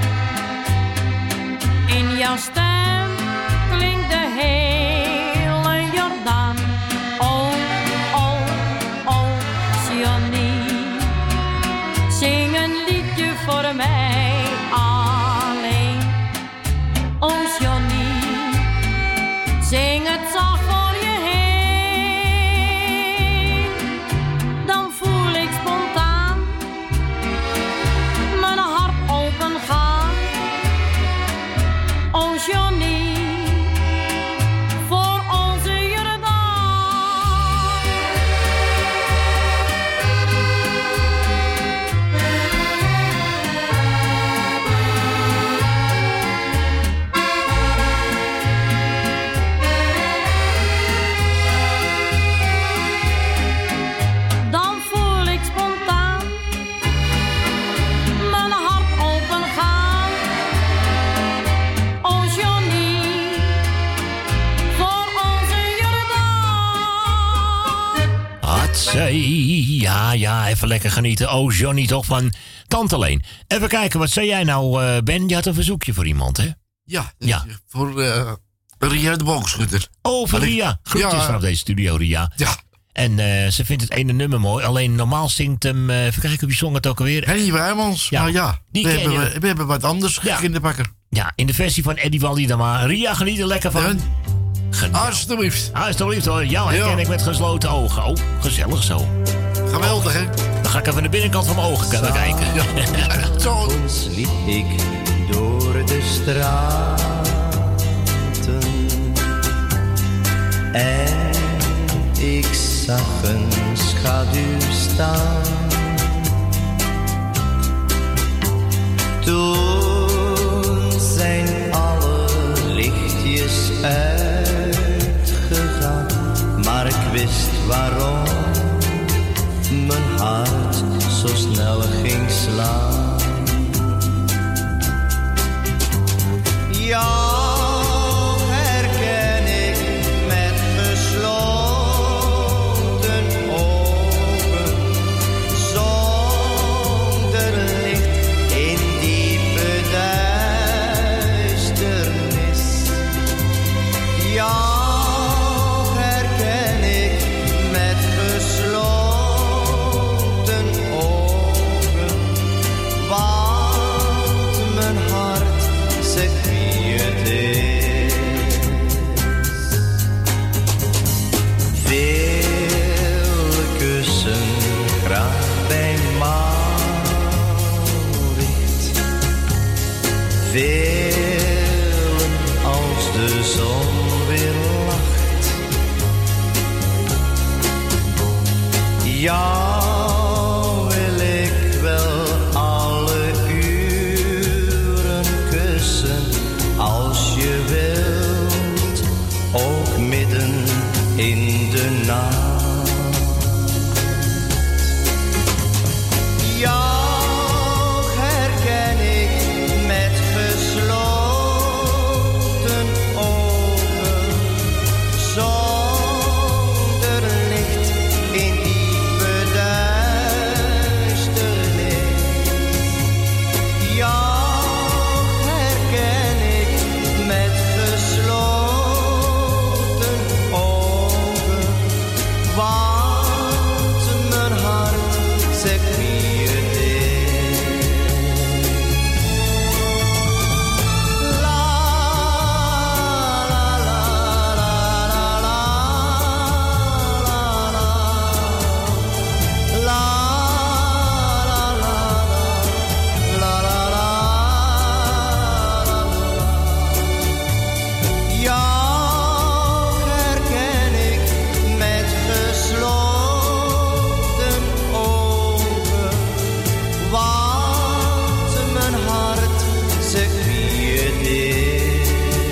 In jouw stem klinkt de hele Jordaan. Oh, oh, oh, Johnny, zing een liedje voor mij alleen. Oh Johnny, zing het zacht voor je heen. Dan voel ik spontaan mijn hart open gaan. Oh Johnny, voor onze Jordaan. Dan voel ik spontaan mijn hart open gaan. Oh Johnny, voor onze Jordaan. Hatsé, ja, ja, even lekker genieten. Oh Johnny toch van Tante Leen. Even kijken, wat zei jij nou, eh, Ben? Je had een verzoekje voor iemand, hè? Ja, Ja. voor eh, Ria de Boogschutter. Oh, voor Maar ik- Ria. Groetjes Ja. vanaf deze studio, Ria. Ja. En eh, ze vindt het ene nummer mooi. Alleen normaal zingt hem... eh, even kijken, wie zong het ook alweer? Henny Wijmans. Ja, Maar ja, die we ken hebben, je. we, we hebben wat anders Ja. kinderbakker. Ja, in de versie van Eddie Waldidama. Ria, geniet er lekker van. Geniet. Alsjeblieft. Alsjeblieft hoor. Jou herken Ja. ik met gesloten ogen. Oh, gezellig zo. Geweldig, hè? Dan ga ik even de binnenkant van mijn ogen kunnen kijken. S'avonds liep ik door de straten en ik zag een schaduw staan. Toen zijn alle lichtjes uitgegaan, maar ik wist waarom mijn hart zo snel ging slaan. Jou herken ik met gesloten ogen, zonder licht in diepe duisternis. Jou herken ik met gesloten ogen, Jou wil ik wel alle uren kussen, als je wilt, ook midden in de nacht. Jou herken ik met gesloten ogen, zonder licht in diepe duisternis. Jou herken ik met gesloten ogen, want mijn hart zegt wie het is. La la la la la la la la la la la. Jou herken ik met gesloten ogen, want mijn hart zegt wie het is.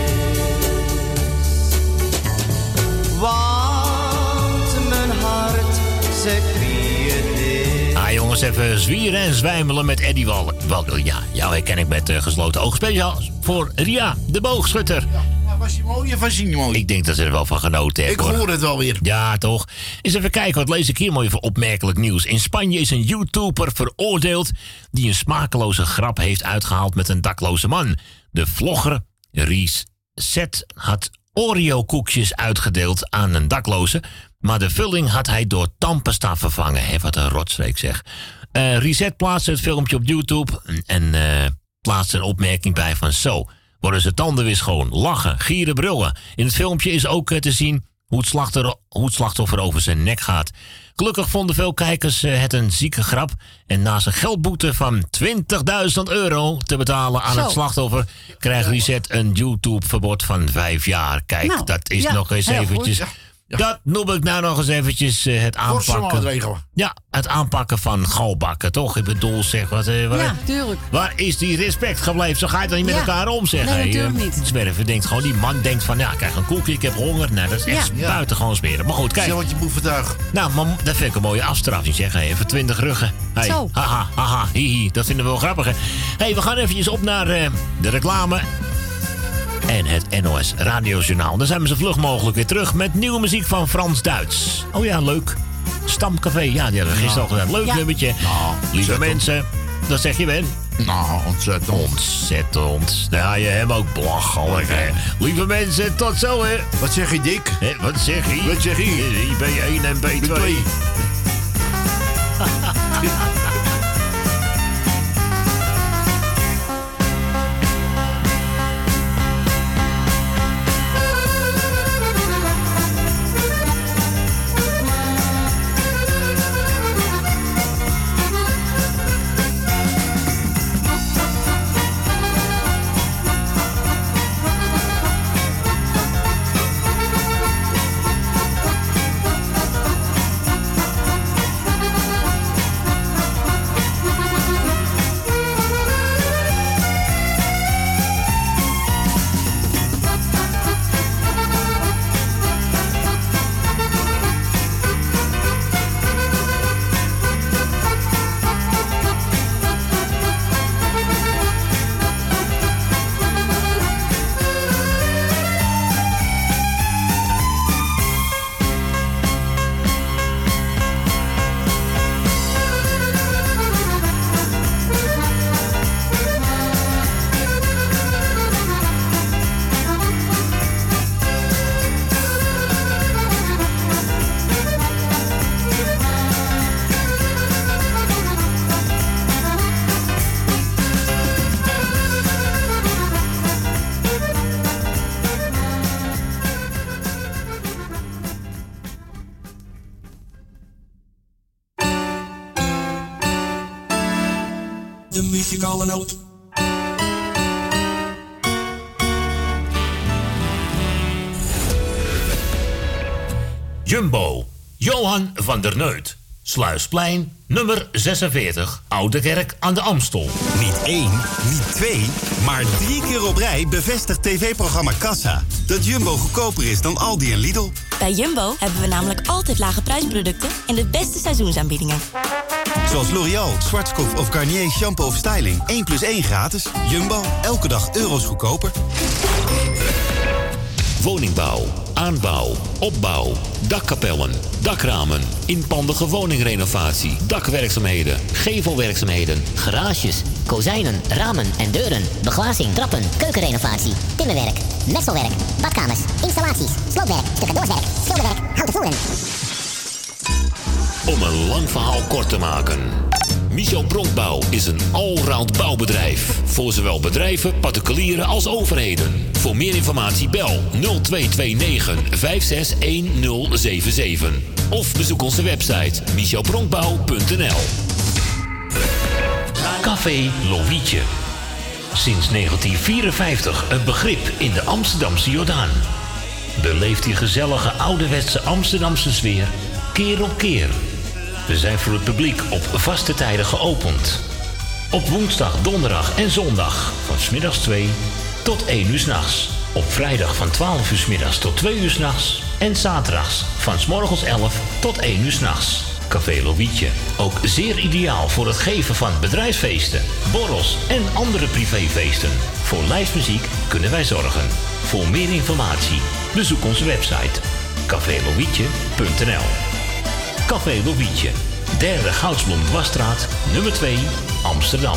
Want mijn hart zegt wie het is. Ah jongens, even zwieren en zwijmelen met Eddie Wal. Wal ja, jou herken ik met uh, gesloten ogen. Speciaal voor Ria, de boogschutter. Ja, was hij mooi of was hij niet mooi? Ik denk dat ze er wel van genoten hebben. Ik hoor het wel weer. Ja, toch? Eens even kijken, wat lees ik hier mooi voor opmerkelijk nieuws. In Spanje is een YouTuber veroordeeld die een smakeloze grap heeft uitgehaald met een dakloze man. De vlogger Reset had Oreo-koekjes uitgedeeld aan een dakloze, maar de vulling had hij door tandpasta vervangen. Hé, wat een rotstreek zeg. Eh Reset plaatste het filmpje op YouTube en eh plaatste een opmerking bij van zo, worden zijn tanden weer schoon. Lachen, gieren, brullen. In het filmpje is ook eh, te zien hoe het, slachtoffer, hoe het slachtoffer over zijn nek gaat. Gelukkig vonden veel kijkers eh, het een zieke grap. En naast een geldboete van twintigduizend euro te betalen aan Zo. het slachtoffer, krijgt Reset een YouTube-verbod van vijf jaar. Kijk, Nou, dat is ja, nog eens heel eventjes. goed. Dat noem ik nou nog eens eventjes eh, het Forse aanpakken. maatregelen. Ja, het aanpakken van galbakken, toch? Ik bedoel, zeg, wat, eh, waar, Ja, tuurlijk. waar is die respect gebleven? Zo ga je dan niet met Ja. elkaar om, zeg. Nee, hè? natuurlijk Eh, niet. Zwerven denkt gewoon, die man denkt van, ja, ik krijg een koekje, ik heb honger. Nou, dat is echt Ja. buitengewoon smeren. Maar goed, kijk. Zeg wat je moet vandaag. Nou, maar dat vind ik een mooie afstraffing, zeg. Hey, even twintig ruggen. Hey, Zo. haha, haha, hihi. Dat vinden we wel grappig, hè. Hey, we gaan eventjes op naar eh, de reclame en het N O S Radiojournaal. Dan zijn we zo vlug mogelijk weer terug met nieuwe muziek van Frans Duits. Oh ja, leuk. Stamcafé, ja, die hadden we gisteren al gedaan. Leuk Ja. nummertje. Nou, Lieve ontzettend. mensen, dat zeg je, Ben. Nou, ontzettend. Ontzettend. Ja, je hem ook belachelijk, hè. Lieve mensen, tot zo, hè. Wat zeg je, Dick? Hé, wat zeg je? Wat zeg je? B één en B twee. twee. De muzikale noot. Jumbo, Johan van der Neut. Sluisplein, nummer zesenveertig, Oude Kerk aan de Amstel. Niet één, niet twee, maar drie keer op rij bevestigt tv-programma Kassa dat Jumbo goedkoper is dan Aldi en Lidl. Bij Jumbo hebben we namelijk altijd lage prijsproducten en de beste seizoensaanbiedingen. Zoals L'Oréal, Schwarzkopf of Garnier shampoo of styling. één plus één gratis. Jumbo, elke dag euro's goedkoper. Woningbouw, aanbouw, opbouw, dakkapellen, dakramen, inpandige woningrenovatie, dakwerkzaamheden, gevelwerkzaamheden, Garages, kozijnen, ramen en deuren, beglazing, trappen, keukenrenovatie, timmerwerk, messelwerk, badkamers, installaties, sloopwerk, stucadoorswerk, schilderwerk, houten voeren. Om een lang verhaal kort te maken. Michel Bronkbouw is een allround bouwbedrijf. Voor zowel bedrijven, particulieren als overheden. Voor meer informatie bel nul twee twee negen vijf zes een nul zeven zeven. Of bezoek onze website michel bronkbouw punt n l. Café Lovietje. Sinds negentien vierenvijftig een begrip in de Amsterdamse Jordaan. Beleeft die gezellige ouderwetse Amsterdamse sfeer keer op keer. We zijn voor het publiek op vaste tijden geopend. Op woensdag, donderdag en zondag van 's middags twee tot één uur 's nachts. Op vrijdag van twaalf uur 's middags tot twee uur 's nachts. En zaterdags van 's morgens elf tot één uur 's nachts. Café Lovietje. Ook zeer ideaal voor het geven van bedrijfsfeesten, borrels en andere privéfeesten. Voor lijstmuziek kunnen wij zorgen. Voor meer informatie bezoek onze website café lovietje punt n l. Café Lovietje, derde Goudsblom Dwarsstraat, nummer twee, Amsterdam.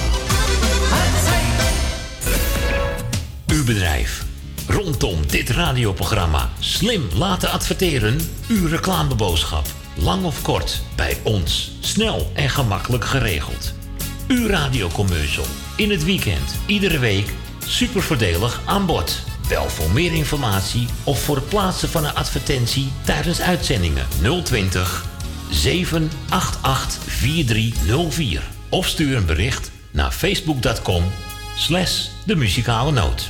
Uw bedrijf. Rondom dit radioprogramma slim laten adverteren. Uw reclameboodschap. Lang of kort, bij ons. Snel en gemakkelijk geregeld. Uw radiocommercial. In het weekend, iedere week. Super voordelig aan bod. Bel voor meer informatie of voor het plaatsen van een advertentie tijdens uitzendingen nul twintig zeven acht acht vier drie nul vier. Of stuur een bericht naar facebook punt com slash de muzikale noot.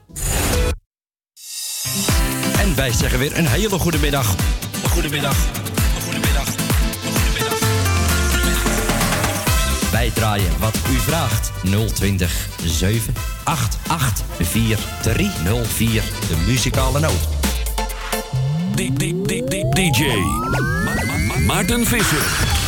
En wij zeggen weer een hele goede middag. Goedemiddag. Goedemiddag. Goedemiddag. Wij draaien wat u vraagt. nul twintig zeven acht acht vier drie nul vier. De muzikale noot. D J Maarten Visser.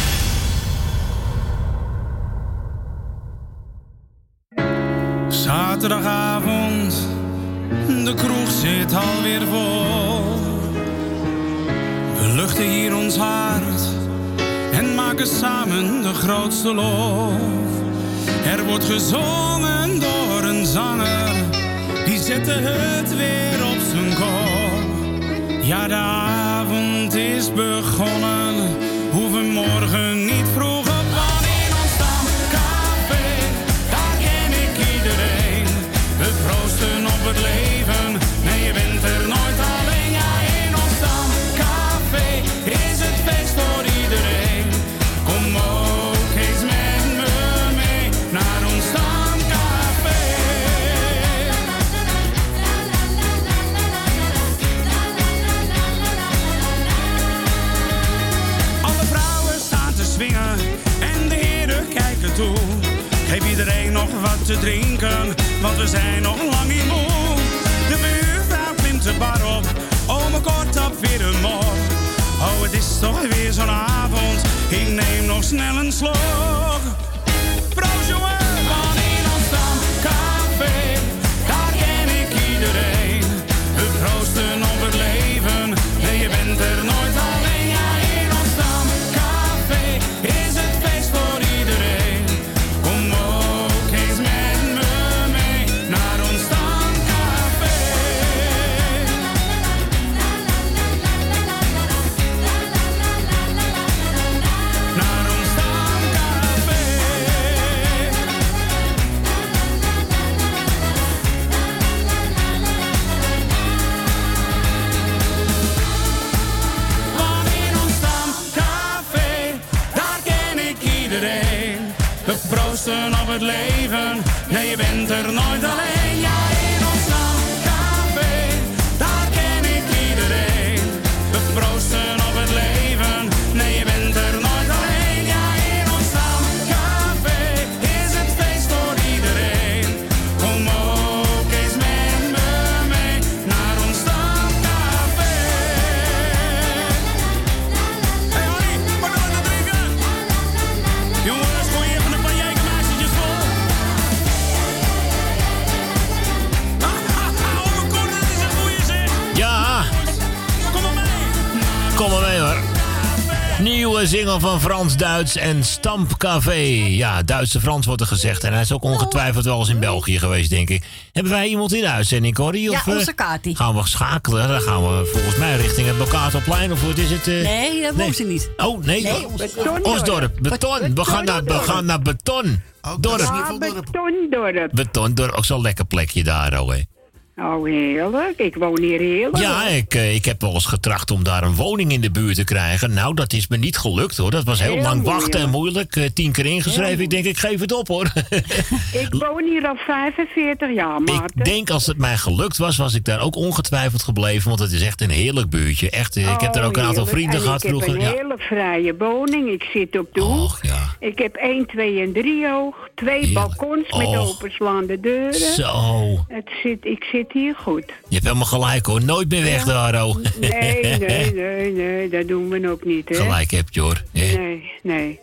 Zaterdagavond, de kroeg zit alweer vol. We luchten hier ons hart en maken samen de grootste lof. Er wordt gezongen door een zanger, die zette het weer op zijn kop. Ja, de avond is begonnen, hoeven morgen niet vroeg op. Want in ons stamcafé, daar ken ik iedereen. We proosten op het leven, nee je bent er nooit alleen. Ja, in ons stamcafé is het feest voor iedereen. Kom ook eens met me mee naar ons stamcafé. Alle vrouwen staan te swingen en de heren kijken toe. Geef iedereen nog wat te drinken, want we zijn nog lang niet moe. De buurvrouw klimt de bar op, ome kort op weer een mop. Oh, het is toch weer zo'n avond, ik neem nog snel een slok. Proost jongen, want in ons stamcafé, daar ken ik iedereen. We proosten op het leven, nee je bent er nooit alleen. Ja, in ons stamcafé is het feest voor iedereen. Kom ook eens met me mee naar ons stamcafé. Naar ons stamcafé. Want in ons stamcafé, daar ken ik iedereen. We proosten op het leven, nee je bent er nooit alleen. Ja, in ons stamcafé, daar ken ik iedereen. We proosten op het leven, nee je bent er nooit alleen. Kom maar mee hoor. Nieuwe single van Frans Duits en Stampcafé. Ja, Duitse Frans wordt er gezegd. En hij is ook ongetwijfeld wel eens in België geweest, denk ik. Hebben wij iemand in de uitzending, Corrie? Of, ja, onze Kati. Uh, gaan we schakelen? Dan gaan we volgens mij richting het Bokaaterplein. Of wat is het? Uh... Nee, dat woont ze niet. Oh, nee. nee Osdorp. Beton. We gaan naar, we gaan naar Beton. Dorp. Ja, Betondorp. Betondorp. Ook zo'n lekker plekje daar, oh, hè. Oh, heerlijk. Ik woon hier heerlijk. Ja, ik, ik heb wel eens getracht om daar een woning in de buurt te krijgen. Nou, dat is me niet gelukt, hoor. Dat was heel, heel lang moeilijk. wachten en moeilijk. Uh, tien keer ingeschreven. Heel ik denk, ik geef het op, hoor. Ik woon hier al vijfenveertig jaar, Maarten. Ik denk, als het mij gelukt was, was ik daar ook ongetwijfeld gebleven. Want het is echt een heerlijk buurtje. Echt, uh, oh, ik heb daar ook een aantal vrienden en gehad vroeger. Ik heb een ja. hele vrije woning. Ik zit op de hoek. Och, ja. Ik heb één, twee en drie oog. Twee heerlijk. balkons met oh. openslaande deuren. Zo. Het zit, ik zit hier goed. Je hebt helemaal gelijk, hoor. Nooit meer weg, ja. daar, oh. Nee, nee, nee, nee. Dat doen we ook niet, hè. Gelijk heb je, hoor. Ja. Nee, nee.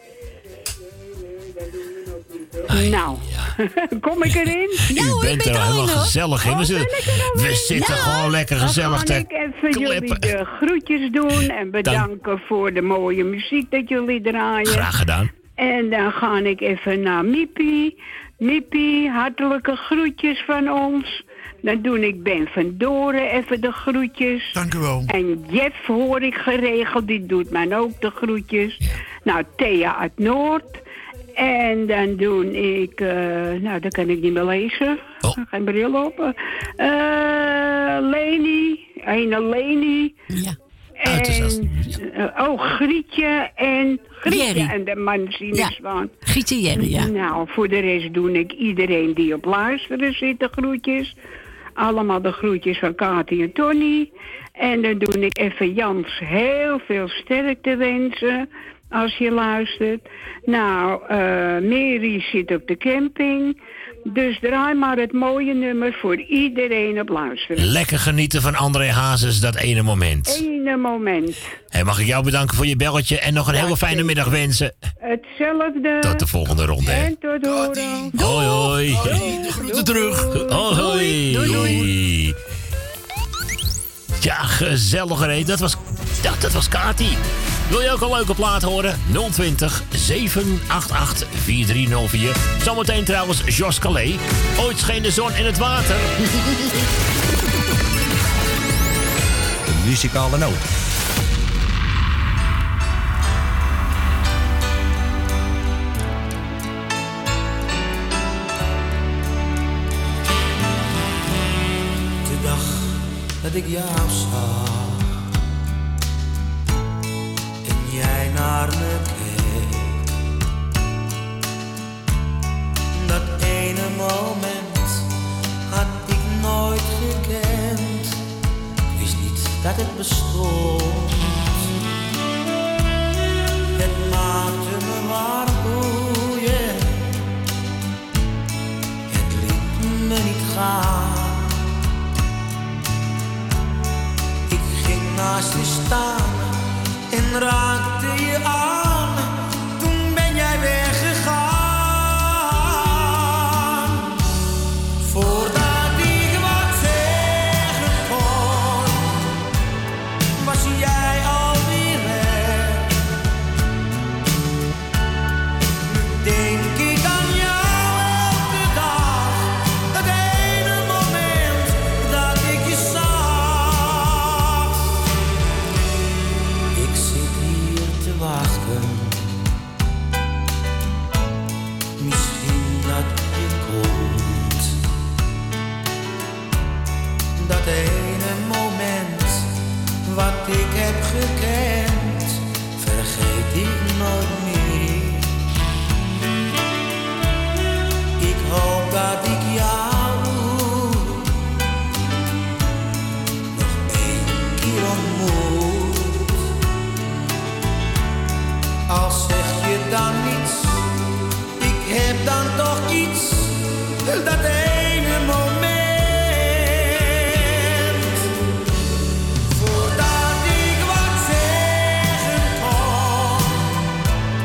Ai, nou, ja. Kom ik erin? U ja, hoor, bent er wel helemaal gezellig in. Oh, we zitten, we zitten ja. gewoon lekker gezellig te klippen. Dan ga ik even jullie de groetjes doen en bedanken dan. voor de mooie muziek dat jullie draaien. Graag gedaan. En dan ga ik even naar Miepie. Miepie, hartelijke groetjes van ons. Dan doe ik Ben van Doren even de groetjes. Dank u wel. En Jeff hoor ik geregeld, die doet mij ook de groetjes. Ja. Nou, Thea uit Noord. En dan doe ik, uh, nou, dat kan ik niet meer lezen. Oh. Geen bril op. Uh, Leni, ene Leni. Ja. En, uh, oh, Grietje en Grietje Jerry. en de man zien ja. van. Grietje Jerry, ja. Nou, voor de rest doe ik iedereen die op luisteren zit de groetjes. Allemaal de groetjes van Kati en Tony. En dan doe ik even Jans heel veel sterkte wensen. Als je luistert. Nou, uh, Mary zit op de camping. Dus draai maar het mooie nummer voor iedereen op luisteren. Lekker genieten van André Hazes, dat ene moment. Ene moment. Hey, mag ik jou bedanken voor je belletje en nog een ja, hele fijne zeker. middag wensen. Hetzelfde. Tot de volgende ronde. En tot horen. Hoi, hoi. Hoi, de groeten terug. Hoi, hoi. Doei, doei. Ja, gezellig, hè. Dat was, dat, dat was Kati. Wil je ook een leuke plaat horen? nul twintig, zeven acht acht, vier drie nul vier. Zometeen trouwens Jos Calais. Ooit scheen de zon in het water. De muzikale noot. De dag dat ik jou zag jij naar me keek, dat ene moment had ik nooit gekend. Ik wist niet dat het bestond. Het maakte me warm, oh yeah. Het liet me niet gaan. Ik ging naast je staan en raakte je aan, toen ben jij weggegaan. Voordat ik wat zeggen kon, was jij alweer weg. Nu denk ik aan jou elke dag, het ene moment dat ik je zag. Ik zit hier te wachten, misschien dat je komt. Dat ene moment wat ik heb gekend, vergeet ik nooit meer. Ik hoop dat ik jou nog één keer ontmoet. Al zeg je dan niets, ik heb dan toch iets, dat ene moment. Voordat ik wat zeggen kon,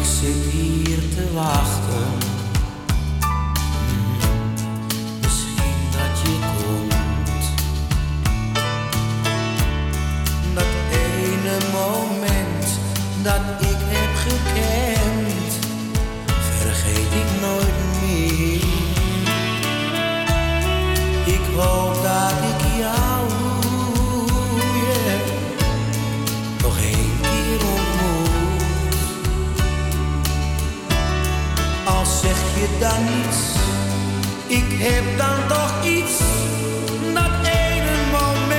Ik zit hier te wachten. Hmm, misschien dat je komt. Dat ene moment dat ik heb gekend, vergeet ik nooit meer. Ik hoop dat ik jou, yeah, nog één keer ontmoet. Al zeg je dan niets, ik heb dan toch iets. Dat ene moment,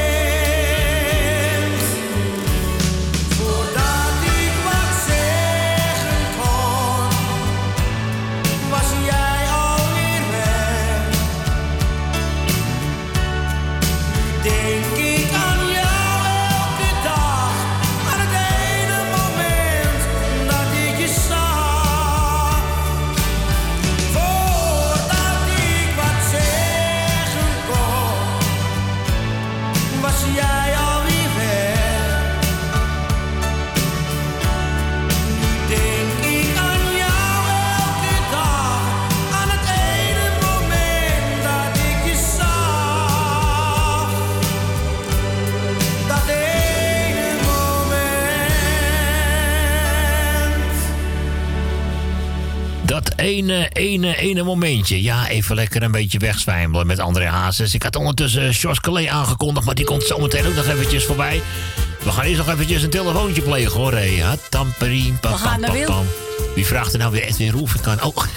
voordat ik wat zeggen kon, was jij alweer weg. Denk ik aan jou elke dag, aan het ene moment dat ik je zag. Voordat ik wat zeggen kon, was jij alweer weg. Nu denk ik aan jou elke dag, aan het ene moment dat ik je zag. Dat ene moment. Dat ene, ene, ene momentje. Ja, even lekker een beetje wegzwijmelen met André Hazes. Ik had ondertussen George Calais aangekondigd, maar die komt zometeen ook nog eventjes voorbij. We gaan eerst nog eventjes een telefoontje plegen, hoor. Hey, ja, tamperiem, pam, We gaan pam, naar pam, Wil. pam. Wie vraagt er nou weer Edwin Roelvink aan? Oh.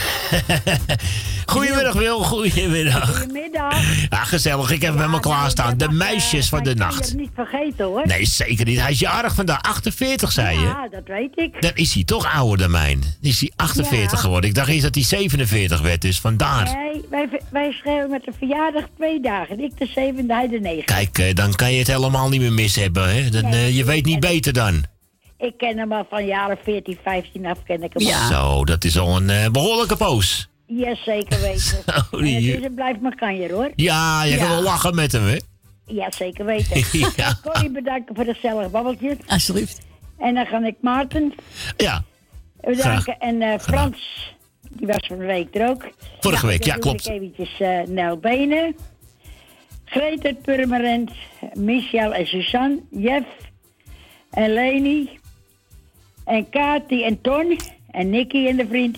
Goedemiddag, Wil. Goedemiddag. Goedemiddag. Ja, gezellig. Ik heb hem met me klaarstaan. De meisjes van de Ik nacht. kan je niet vergeten hoor. Nee, zeker niet. Hij is jarig vandaag. achtenveertig, zei je. Ja, dat weet ik. Dan is hij toch ouder dan mij. Dan is hij achtenveertig Ja. geworden. Ik dacht eerst dat hij zevenenveertig werd, dus vandaar. Nee, wij, wij schreeuwen met de verjaardag twee dagen. Ik de zevende, hij de negende. Kijk, eh, dan kan je het helemaal niet meer mis hebben. Hè? Dan, eh, je weet niet beter dan. Ik ken hem al van jaren veertien, vijftien af, ken ik hem al. Zo, dat is al een eh, behoorlijke poos. Ja, zeker weten. Zo, En het die- is en blijft maar kanjer hoor. Ja, je kan wel lachen met hem, hè? Ja, zeker weten. Ja. Corrie bedanken voor het gezellig babbeltje. Alsjeblieft. En dan ga ik Maarten Ja. bedanken. En eh, Frans, die was van de week er ook. Vorige week, ja, dan klopt. doe ik eventjes eh Nel Benen. Greet uit Purmerend. Michel en Suzanne. Jeff. En Leni. En Kati en Ton. En Nicky en de vriend.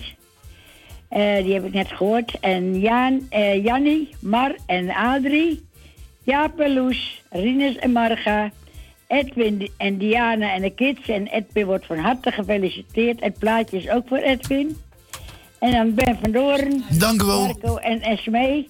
Eh, die heb ik net gehoord. En Jan, eh, Jannie, Mar en Adrie. Jaap en Loes. Rinus en Marga. Edwin en Diana en de kids. En Edwin wordt van harte gefeliciteerd. Het plaatje is ook voor Edwin. En dan Ben van Doorn. Dank u wel. Marco en Esmee.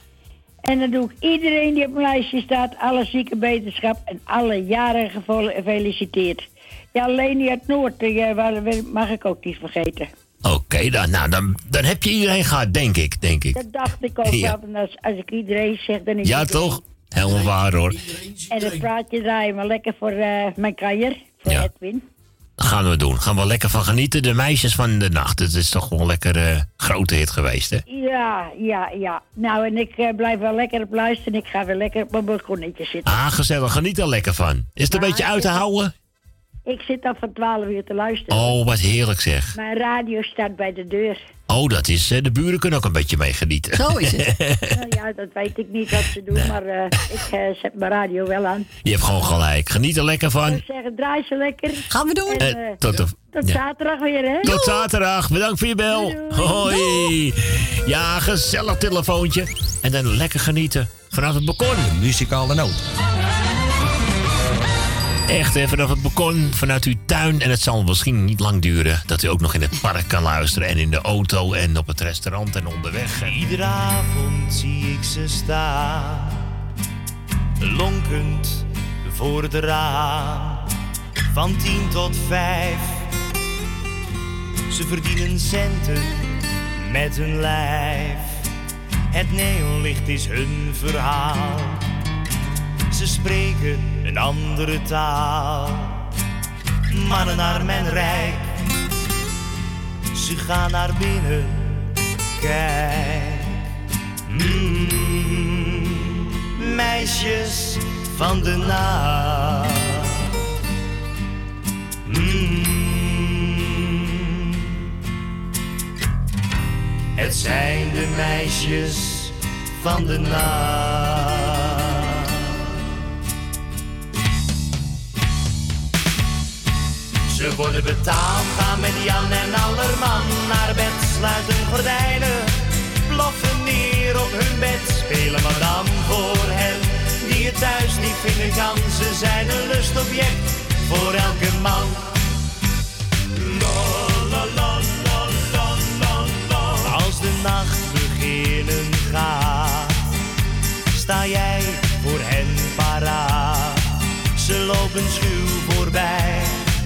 En dan doe ik iedereen die op mijn lijstje staat, alle zieke beterschap en alle jaren gefeliciteerd. Ja, Leni uit Noord, die eh, waar- mag ik ook niet vergeten. Oké, dan, nou, dan, dan heb je iedereen gehad, denk ik, denk ik. Dat dacht ik ook Ja. wel. En als, als ik iedereen zeg, dan is Ja, het- toch? Helemaal waar, hoor. En het praatje draaien we lekker voor eh, mijn kanjer, voor Ja. Edwin. Dat gaan we doen. Gaan we lekker van genieten. De meisjes van de nacht. Het is toch wel een lekker eh, grote hit geweest, hè? Ja, ja, ja. Nou, en ik eh, blijf wel lekker op luisteren. Ik ga weer lekker op mijn balkonnetje zitten. Ah, gezellig. Geniet er lekker van. Is het een Ja, beetje uit te ik- houden? Ik zit al van twaalf uur te luisteren. Oh, wat heerlijk zeg. Mijn radio staat bij de deur. Oh, dat is... eh, de buren kunnen ook een beetje mee genieten. Zo is het. Nou ja, dat weet ik niet wat ze doen, maar eh, ik eh, zet mijn radio wel aan. Je hebt gewoon gelijk. Geniet er lekker Ik van. zou zeggen, draai ze lekker. Gaan we doen. En, Eh, eh, tot de- tot ja. zaterdag weer, hè? Tot zaterdag. Bedankt voor je bel. Hoi. Ja, gezellig telefoontje. En dan lekker genieten vanaf het balkon. De muzikale noot. Echt, hè, vanaf het balkon, vanuit uw tuin. En het zal misschien niet lang duren dat u ook nog in het park kan luisteren. En in de auto en op het restaurant en onderweg. En... Iedere avond zie ik ze staan, lonkend voor het raam. Van tien tot vijf, ze verdienen centen met hun lijf. Het neonlicht is hun verhaal, ze spreken een andere taal. Mannen naar mijn rijk, ze gaan naar binnen, kijk. Mm, meisjes van de nacht. Mm, Het zijn de meisjes van de nacht. Ze worden betaald, gaan met Jan en Allerman naar bed, sluiten gordijnen, ploffen neer op hun bed, spelen madame voor hen die het thuis niet vinden kan. Ze zijn een lustobject voor elke man. La, la, la, la, la, la, la. Als de nacht beginnen gaat, sta jij voor hen paraat. Ze lopen schuw voorbij,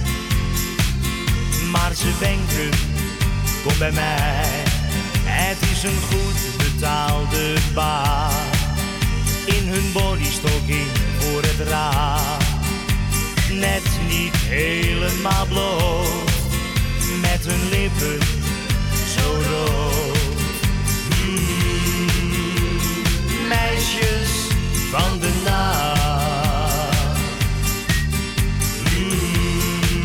maar ze denken, kom bij mij. Het is een goed betaalde baan, in hun bodystocking voor het raam. Net niet helemaal bloot, met hun lippen zo rood. Mm, meisjes van de nacht. Mm,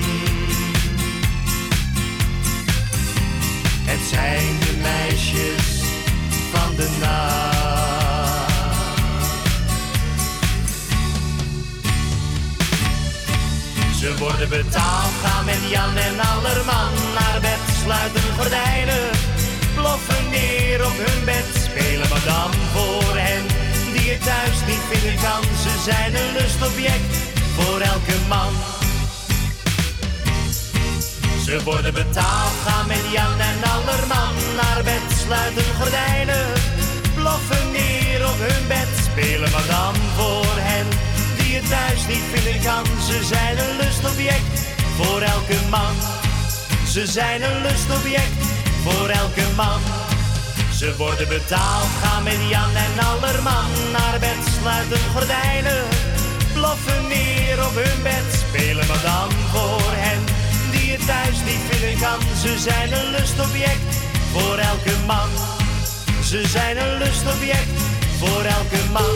het zijn de meisjes van de nacht. Ze worden betaald, gaan met Jan en Allerman naar bed, sluiten gordijnen, ploffen neer op hun bed, spelen madame voor hen die het thuis niet vinden kan. Ze zijn een lustobject voor elke man. Ze worden betaald, gaan met Jan en Allerman naar bed, sluiten gordijnen, ploffen neer op hun bed, spelen madame voor hen die het thuis niet vinden kan. Ze zijn een lustobject voor elke man. Ze zijn een lustobject voor elke man. Ze worden betaald, gaan met Jan en Allerman naar bed, sluiten gordijnen, ploffen neer op hun bed, spelen madame voor hen die het thuis niet vinden kan. Ze zijn een lustobject voor elke man. Ze zijn een lustobject voor elke man.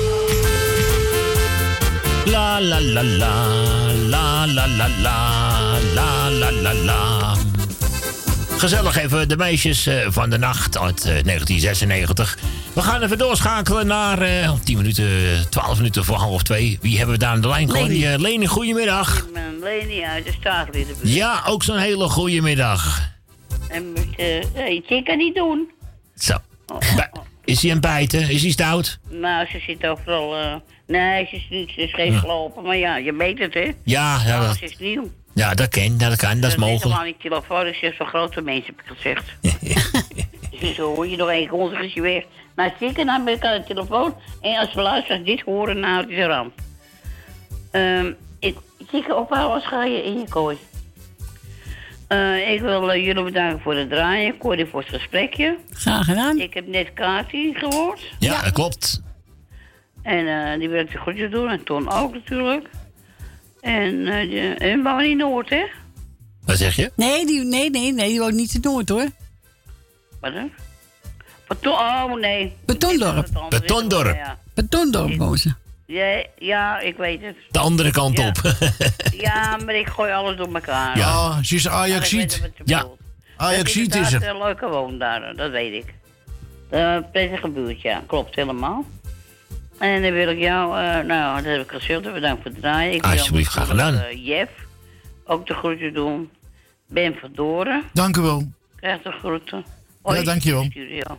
La la la la, la la la la, la la la la. Gezellig even de meisjes uh, van de nacht uit uh, negentien zesennegentig. We gaan even doorschakelen naar uh, tien minuten, twaalf minuten voor half twee. Wie hebben we daar aan de lijn? Leni, uh, Leni, goedemiddag. Ik ben Leni uit de Staatliedenbuurt. Ja, ook zo'n hele goede middag. En moet uh, je zeker niet doen. Zo. Bij- is hij aan het bijten? Is hij stout? Nou, ze zit overal... Uh, nee, ze is, niet, ze is geen Ja. gelopen, maar ja, je weet het, hè? Ja, ja, Alles dat, is nieuw. ja, dat kan, dat kan, dat is mogelijk. aan die telefoon, ik zeg van grote mensen, heb ik gezegd. Dus zo hoor je nog één kondig is je weg. Nou, zeker naar ben ik aan de telefoon. En als we luisteren dit horen, nou, het is een ramp. Um, ik zeker ophouden, als ga je in je kooi. Uh, ik wil uh, jullie bedanken voor het draaien. Corrie voor het gesprekje. Graag gedaan. Ik heb net Kati gehoord. Ja, dat klopt. En uh, die wil ik de groetjes doen. En Ton ook natuurlijk. En uh, die, en wonen in Noord, hè? Wat zeg je? Nee, die, nee, nee, nee, die woont niet in Noord, hoor. Wat dan? Beton, oh, nee. Betondorp. Betondorp. Ja, Betondorp woont ze. ja, ja, ik weet het. De andere kant Ja. op. Ja, maar ik gooi alles door elkaar. Ja, ze is Ajaxiet. Ja. Ajaxiet is Het ze. een leuke woon daar, dat weet ik. Uh, prettige buurt, ja. Klopt helemaal. En dan wil ik jou, uh, nou, dat heb ik gezegd, bedankt voor het draaien. Ik wil Alsjeblieft, graag gedaan. Uh, Jeff, ook de groeten doen. Ben Verdoren. Dank u wel. Krijg de groeten. Ja, dank je wel. Studio.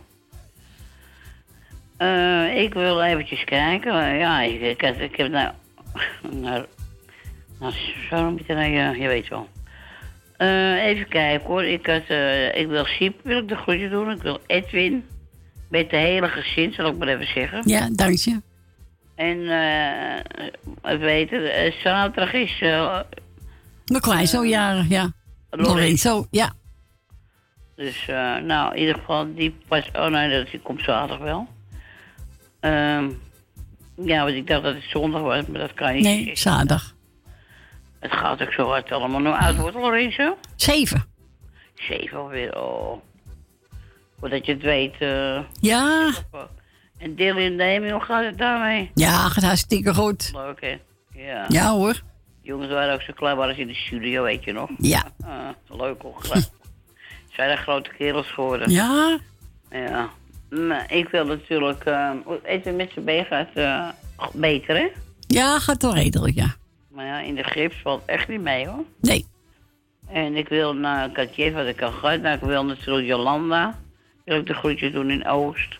Uh, ik wil eventjes kijken. Uh, ja, ik, ik, heb- ik heb nou... nou, nou zo moet je, nou, ja, je weet wel. Uh, even kijken hoor. Ik, had, uh, ik wil Siep, wil ik de groetje doen. Ik wil Edwin. Met de hele gezin, zal ik maar even zeggen. Ja, dank je. En, eh, uh, weet het, uh, zaterdag is... Uh, Mijn kleinzoon jarig, ja. Lorenzo, ja. Dus, uh, nou, in ieder geval, die pas... Oh nee, dat die komt zaterdag wel. Ehm ja, want ik dacht dat het zondag was, maar dat kan niet. Nee, zaterdag. Het gaat ook zo hard allemaal. Hoe oud wordt Lorenzo? Zeven. Zeven alweer, oh. Voordat je het weet... Uh, Ja. en Dylan Demi, hoe gaat het daarmee? Ja, gaat hartstikke goed. Leuk, hè? Ja. Ja, hoor. Jongens waren ook zo klaar, waren ze in de studio, weet je nog? Ja. Ah, leuk hoor. Ze zijn er grote kerels geworden. Ja. Ja. Nou, ik wil natuurlijk... Uh, eten met z'n been gaat uh, beter, hè? Ja, gaat wel redelijk, ja. Maar ja, in de gips valt echt niet mee, hoor. Nee. En ik wil naar Katje, wat ik al gehad. Nou, ik wil natuurlijk Jolanda. Wil ik de groetjes doen in Oost.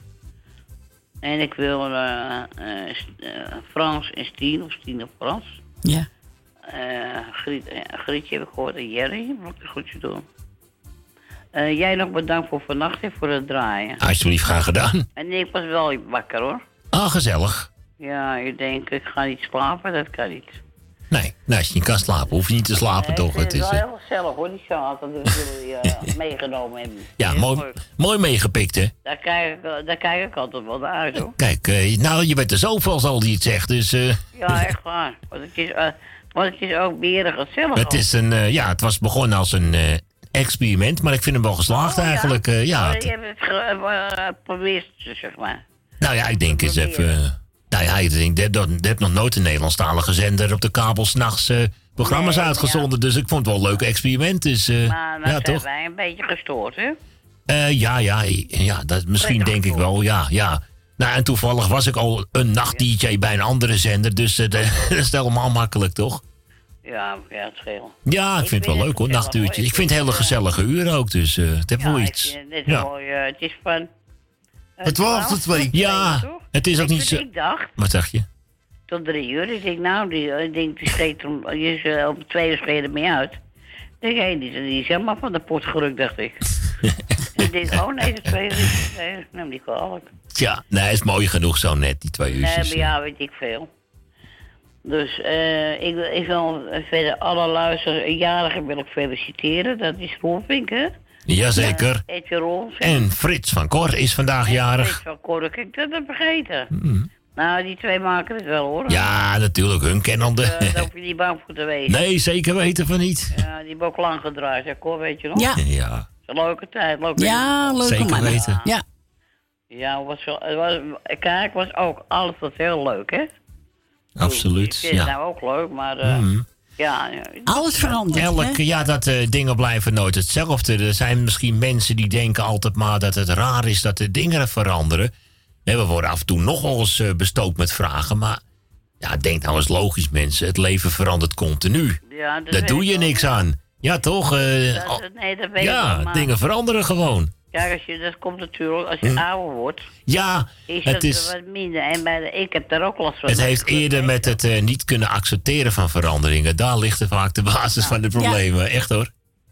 En ik wil uh, uh, uh, Frans en Stien, of Stien of Frans. Ja. Uh, Griet, uh, Grietje heb ik gehoord en Jerry. Wil ik de groetjes doen. Uh, jij nog bedankt voor vannacht en voor het draaien. Alsjeblieft, graag gedaan. En ik was wel wakker, hoor. Ah, gezellig. Ja, je denkt, ik ga niet slapen, dat kan niet. Nee, nou, als je niet kan slapen, hoef je niet te slapen, nee, toch? Het is wel uh... heel gezellig, hoor, die zaal dat jullie uh, meegenomen hebben. Ja, heel mooi, mooi meegepikt, hè? Daar kijk, ik, daar kijk ik altijd wel naar uit, hoor. Kijk, uh, nou, je bent er zoveel als al die het zegt, dus... Uh... Ja, echt waar. Want het is, uh, want het is ook meer gezellig. Het is een, uh, ja, het was begonnen als een... Uh, experiment, maar ik vind hem wel geslaagd oh, ja? eigenlijk. Uh, ja, oh, je hebt het geprobeerd, uh, zeg maar. Nou ja, ik denk eens even... Uh, nou ja, ik denk, er heb nog nooit een Nederlandstalige zender op de kabel 's nachts uh, programma's nee, uitgezonden. Ja. Dus ik vond het wel een leuk experiment. Dus, uh, maar dan ja, zijn toch? wij een beetje gestoord, hè? Uh, ja, ja, ja, dat misschien denk ik wel, ja, ja. Nou, en toevallig was ik al een nacht-D J bij een andere zender, dus uh, dat is helemaal makkelijk, toch? Ja, ja, het scheelt. Ja, ik, ik vind het wel leuk hoor, nachtuurtjes. Ik vind het hele gezellige uren ook, dus uh, het heeft ja, wel iets. Ik, dit ja. mooi, uh, het is van... Uh, het twaalf tot twee. Ja, het is ook niet zo... Ik dacht... Wat zeg je? Tot drie uur. Ik denk, nou, die, ik denk, die scheet om, die is uh, op twee uur scheet er mee uit. Ik denk, hé, hey, die, die is helemaal van de pot gerukt, dacht ik. En ik denk, oh nee, de twee uur is... Nee, neem die kwalijk. Ja, nee, is mooi genoeg zo net, die twee uurtjes. Nee, maar ja, weet ik veel. Dus uh, ik, ik wil verder alle luisterjarigen wil ik feliciteren. Dat is Rolfink, hè? Jazeker. Ja, Etje Rolf. En Frits van Cor is vandaag en jarig. Frits van Cor, kijk, dat heb ik vergeten. Mm. Nou, die twee maken het wel, hoor. Ja, natuurlijk, hun kennende. Dus, uh, daar hoef je niet bang voor te wezen. Nee, zeker weten van niet. Ja, die hebben ook lang gedraaid, hè, Cor, weet je nog? Ja. Ja. Dat is een leuke tijd, leuke Ja, leuke zeker mannen. weten. Ja. Ja, was wel, het was, kijk, was ook alles was heel leuk, hè? Absoluut, ik vind het ja. nou ook leuk, maar uh, mm. ja... Alles verandert, Elke, ja, dat uh, dingen blijven nooit hetzelfde. Er zijn misschien mensen die denken altijd maar dat het raar is dat de dingen veranderen. Nee, we worden af en toe nogal eens uh, bestookt met vragen, maar ja, denk nou eens logisch, mensen. Het leven verandert continu. Ja, dat Daar doe je wel, niks ja. aan. Ja, toch? Uh, dat, nee, dat weet ja, ik wel, maar... dingen veranderen gewoon. Kijk, als je, dat komt natuurlijk als je hm. ouder wordt. Ja, is het dat is... wat minder. En bij de, ik heb daar ook last van. Het heeft eerder met het uh, niet kunnen accepteren van veranderingen. Daar ligt er vaak de basis nou, van de problemen. Ja. Echt hoor.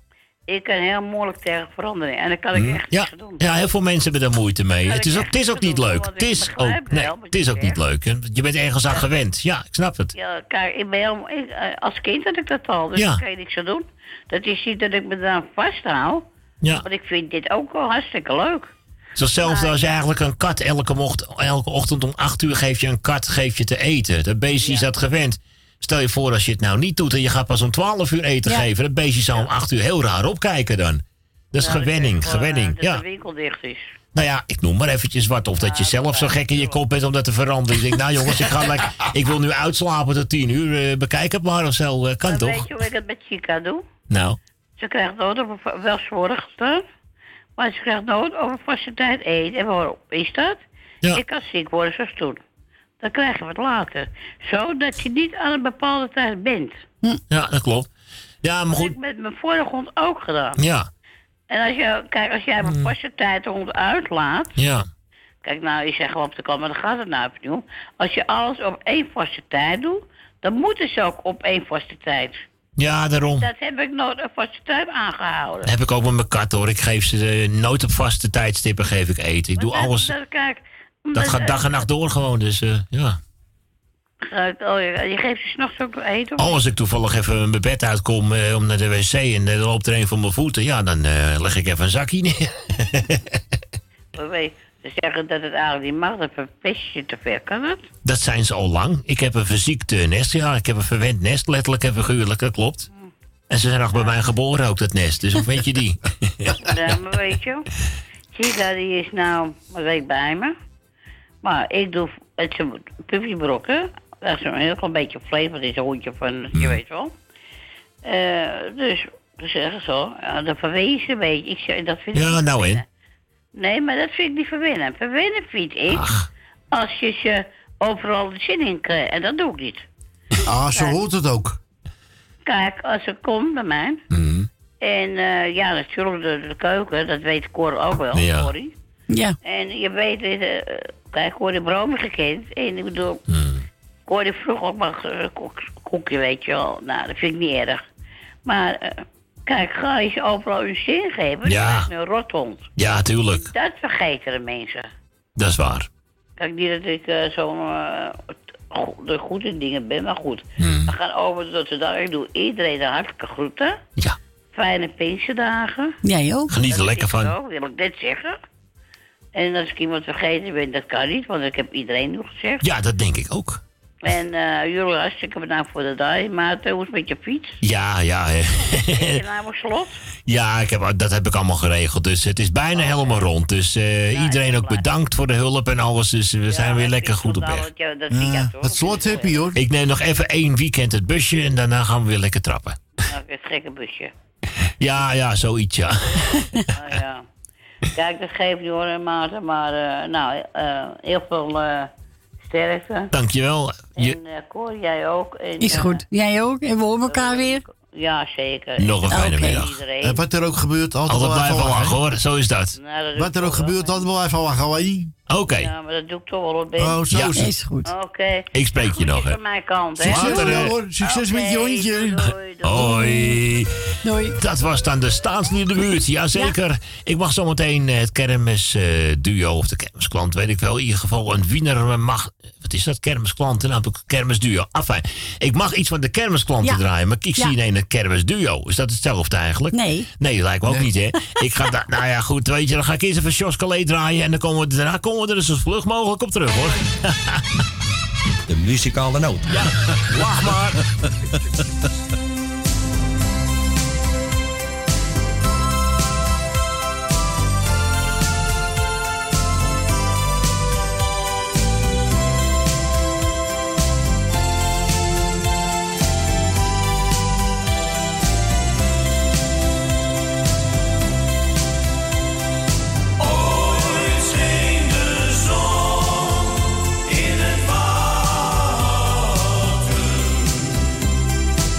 Ik kan heel moeilijk tegen verandering. En daar kan ik hm. echt ja. niks doen. Ja, heel veel mensen hebben daar moeite mee. Het is ook, het is ook niet leuk. Het is ook, nee, het is ook niet leuk. Je bent ergens aan gewend. Ja, ik snap het. Ja, kijk, ik ben heel, ik, als kind had ik dat al. Dus ja. daar kan je niks aan doen. Dat is niet dat ik me daar vasthoud. Ja. Want ik vind dit ook wel hartstikke leuk. Het is hetzelfde als je eigenlijk een kat elke, mocht, elke ochtend om acht uur geef je een kat geef je te eten. Dat beestje is ja. dat gewend. Stel je voor als je het nou niet doet en je gaat pas om twaalf uur eten ja. geven. Dat beestje zou om acht uur heel raar opkijken dan. Dat is ja, gewenning, dat gewenning. Dat ja. de winkel dicht is. Nou ja, ik noem maar eventjes wat. Of ja, dat je zelf dat zo gek in je kop bent om dat te veranderen. Ik denk, nou jongens, ik, ga lekker, ik wil nu uitslapen tot tien uur. Uh, bekijk het maar of zo. Uh, kan maar toch? Weet je hoe ik het met Chica doe? Nou? Ze krijgt nooit op een, wel zorg staan. Maar ze krijgt nooit op een vaste tijd eten. En waarom is dat? Ja. Ik kan ziek worden zoals toen. Dan krijg je wat later. Zodat je niet aan een bepaalde tijd bent. Hm. Ja, dat klopt. Ja, maar goed. Dat heb ik met mijn vorige hond ook gedaan. Ja. En als je, kijk, als jij op een vaste tijd de hond uitlaat. Ja. Kijk, nou, je zegt wel op de kant, maar dan gaat het nou even doen. Als je alles op één vaste tijd doet, dan moeten ze ook op één vaste tijd. Ja, daarom. Dat heb ik nooit een vaste tijd aangehouden. Dat heb ik ook met mijn kat hoor. Ik geef ze uh, nooit op vaste tijdstippen geef ik eten. Ik doe dat, alles. Dat, kijk, dat gaat dag en nacht door gewoon, dus uh, ja. Oh, je, je geeft ze 's nachts ook eten? Oh, als ik toevallig even mijn bed uitkom uh, om naar de wc en er loopt er een van mijn voeten, ja, dan uh, leg ik even een zakje neer. Ze zeggen dat het eigenlijk niet mag, dat verpest je te ver, kan het? Dat zijn ze al lang. Ik heb een verziekt uh, nest, ja. Ik heb een verwend nest, letterlijk en figuurlijk, dat klopt. En ze zijn nog bij mij geboren ook, dat nest. Dus hoe weet je die? Ja, maar weet je. Chica, die is nou een week bij me. Maar ik doe het zijn puffybrokken. Dat is een heel klein beetje vlees, want het is een hondje van, je weet wel. Uh, dus, ze zeggen zo, ja, dat verwezen een beetje. Ik zeg, dat vind ja, ik nou in. Nee, maar dat vind ik niet verwennen. Verwennen vind ik als je ze overal de zin in krijgt. En dat doe ik niet. Ah, zo hoort het ook. Kijk, als ze komt bij mij. Mm. En uh, ja, natuurlijk de, de keuken, dat weet Cor ook wel, Ja. Corrie. Ja. En je weet, uh, kijk, Cor de Bromen gekend. En ik bedoel, mm. Cor die vroeg ook maar een koek, koekje, weet je wel. Nou, dat vind ik niet erg. Maar uh, kijk, ga je ze overal hun zin geven, Ja. dat is een rothond. Ja, tuurlijk. Dat vergeten de mensen. Dat is waar. Kijk, niet dat ik uh, zo'n uh, de goede dingen ben, maar goed. Mm. We gaan over tot de dag. Ik doe iedereen de hartelijke groeten. Ja. Fijne Pinksterdagen. Jij ook. Geniet er Dat lekker vind ik van. ook, dat wil ik net zeggen. En als ik iemand vergeten ben, dat kan niet, want ik heb iedereen nu gezegd. Ja, dat denk ik ook. En uh, jullie hartstikke bedankt voor de dag. Maar hoe is het met je fiets? Ja, ja. Is je nou op slot? Ja, ik heb, dat heb ik allemaal geregeld. Dus het is bijna helemaal rond. Dus uh, iedereen ook bedankt voor de hulp en alles. Dus we zijn weer lekker goed op weg. Ja, dat weekend, hoor. Het slot heb je, hoor. Ik neem nog even één weekend het busje en daarna gaan we weer lekker trappen. Nou, het gekke busje. Ja, ja, zoiets, ja. Nou ja. Kijk, dat geeft niet hoor, Maarten. Maar uh, nou, uh, heel veel uh, sterkte. Dankjewel. Je... En uh, Cor, jij ook. En, Is goed. Jij ook. En we horen elkaar weer. Ja, zeker. Nog een fijne Okay. middag. Iedereen. En wat er ook gebeurt, altijd, Altijd wel blijven even lachen, hoor. Zo is dat. Nou, dat doe Wat ik er ook toch wel, gebeurt, hè. altijd wel even lachen. Oké. Okay. Ja, maar dat doe ik toch wel hoor, Ben. Oh, zo Ja. is het. Is goed. Oké. Okay. Ik spreek je nog, hè. Van mijn kant, hè. Succes, Later, ja, hè. hoor. Succes met je Oké, hondje. doei, doei, doei. Hoi. Doei. Dat was dan de staatsliefde buurt. Jazeker. Ja. Ik mag zometeen het kermisduo uh, of de kermisklant, weet ik wel. In ieder geval een Wiener mag... Wat is dat? Kermisklant en dan heb ik kermisduo. Enfin, ik mag iets van de kermisklanten Ja. draaien, maar ik Ja. zie ineens een kermisduo. Is dat hetzelfde eigenlijk? Nee. Nee, lijkt me ook Nee. niet, hè? Ik ga da- nou ja, goed, weet je, dan ga ik eerst even Jos Calais draaien en dan komen we, daarna komen we er dus zo vlug mogelijk op terug, hoor. De muzikale noot. Ja, lach maar. Ooit scheen de zon in het water.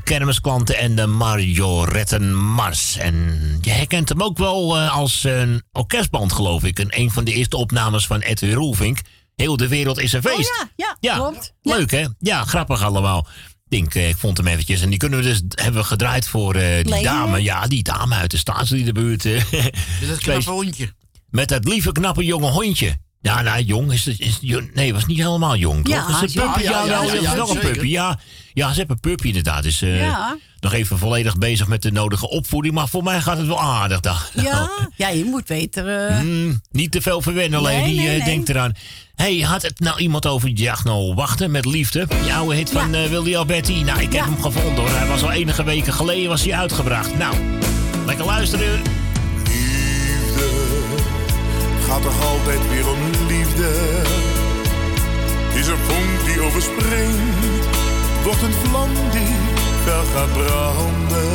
kermisklanten en de Majorettenmars. En je herkent hem ook wel uh, als een orkestband, geloof ik. En een van de eerste opnames van Edwin Roelvink. Heel de wereld is een feest. Oh ja, ja, klopt. Leuk, hè? Ja, grappig allemaal. Ik denk, ik vond hem eventjes. En die kunnen we dus, hebben we gedraaid voor uh, die Lene? dame. Ja, die dame uit de staatsliedenbuurt. Uh, Met dat knappe hondje. Met dat lieve, knappe, jonge hondje. Ja, nou, jong is het. Is, nee, was niet helemaal jong. Ja, toch? Is het puppy? ja, Ja, ja, ja, ja, ja, ja, nog een zeker. puppy. Ja, ja, ze hebben een puppy inderdaad. Dus uh, Ja. nog even volledig bezig met de nodige opvoeding. Maar voor mij gaat het wel aardig. Dan. Ja, ja, je moet weten. uh, Mm, niet te veel verwennen, alleen Nee, die nee, uh, nee. denkt eraan. Hé, hey, had het nou iemand over Jacht nou wachten met liefde? Die oude hit van uh, Willy Alberti. Nou, ik heb hem gevonden hoor. Hij was al enige weken geleden was hij uitgebracht. Nou, lekker luisteren. Gaat toch altijd weer om liefde. Is een vonk die overspringt, wordt een vlam die fel gaat branden.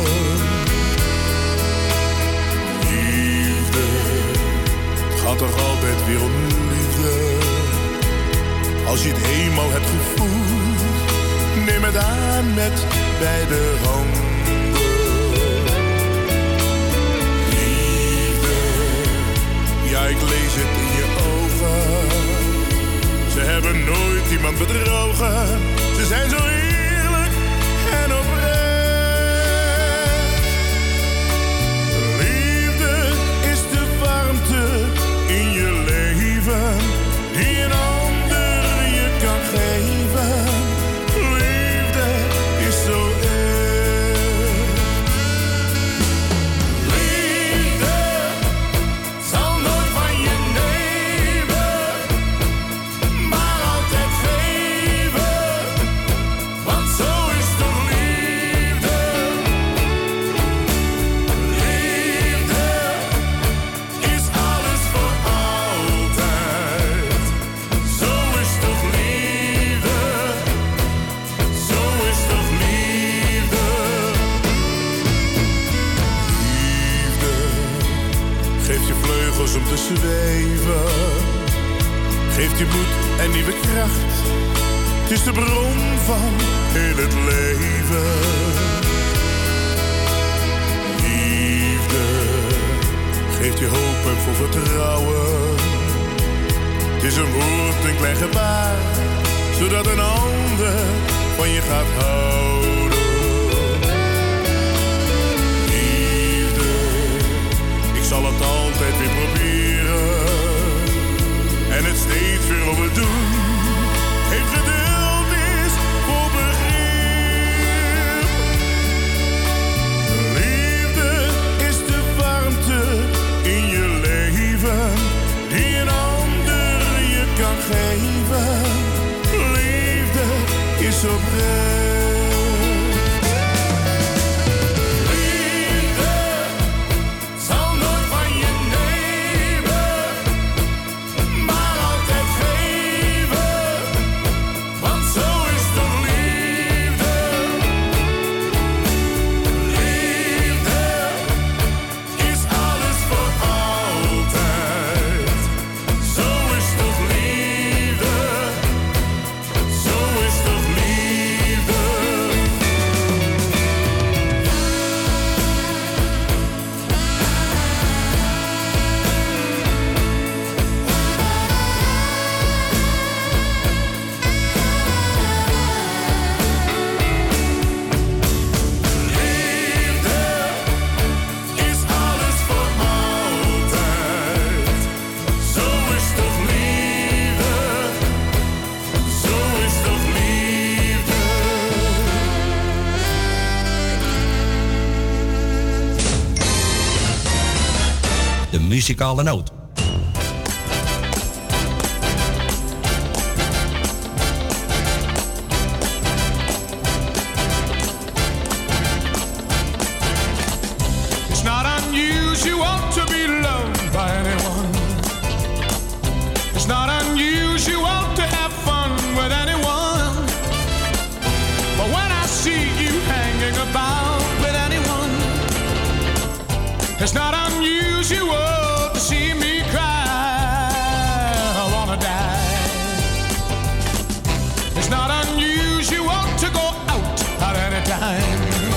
Liefde, gaat toch altijd weer om liefde. Als je het eenmaal hebt gevoeld, neem het aan met beide handen. Ja, ik lees het in je ogen. Ze hebben nooit iemand bedrogen. Ze zijn zo eerlijk en oprecht. Liefde is de warmte in je leven die een ander je kan geven. Liefde is zo echt. Om te zweven, geeft je moed en nieuwe kracht. Het is de bron van heel het leven. Liefde geeft je hoop en vol vertrouwen. Het is een woord, een klein gebaar, zodat een ander van je gaat houden. Ik zal het altijd weer proberen en het steeds weer overdoen. Heeft geduld is voor begrip. Liefde is de warmte in je leven die een ander je kan geven. Liefde is oprecht. Muzikale noot. It's not unusual to be loved by anyone. It's not unusual to have fun with anyone. But when I see you hanging about with anyone, it's not unusual to see me cry. I wanna die. It's not unusual to go out at any time.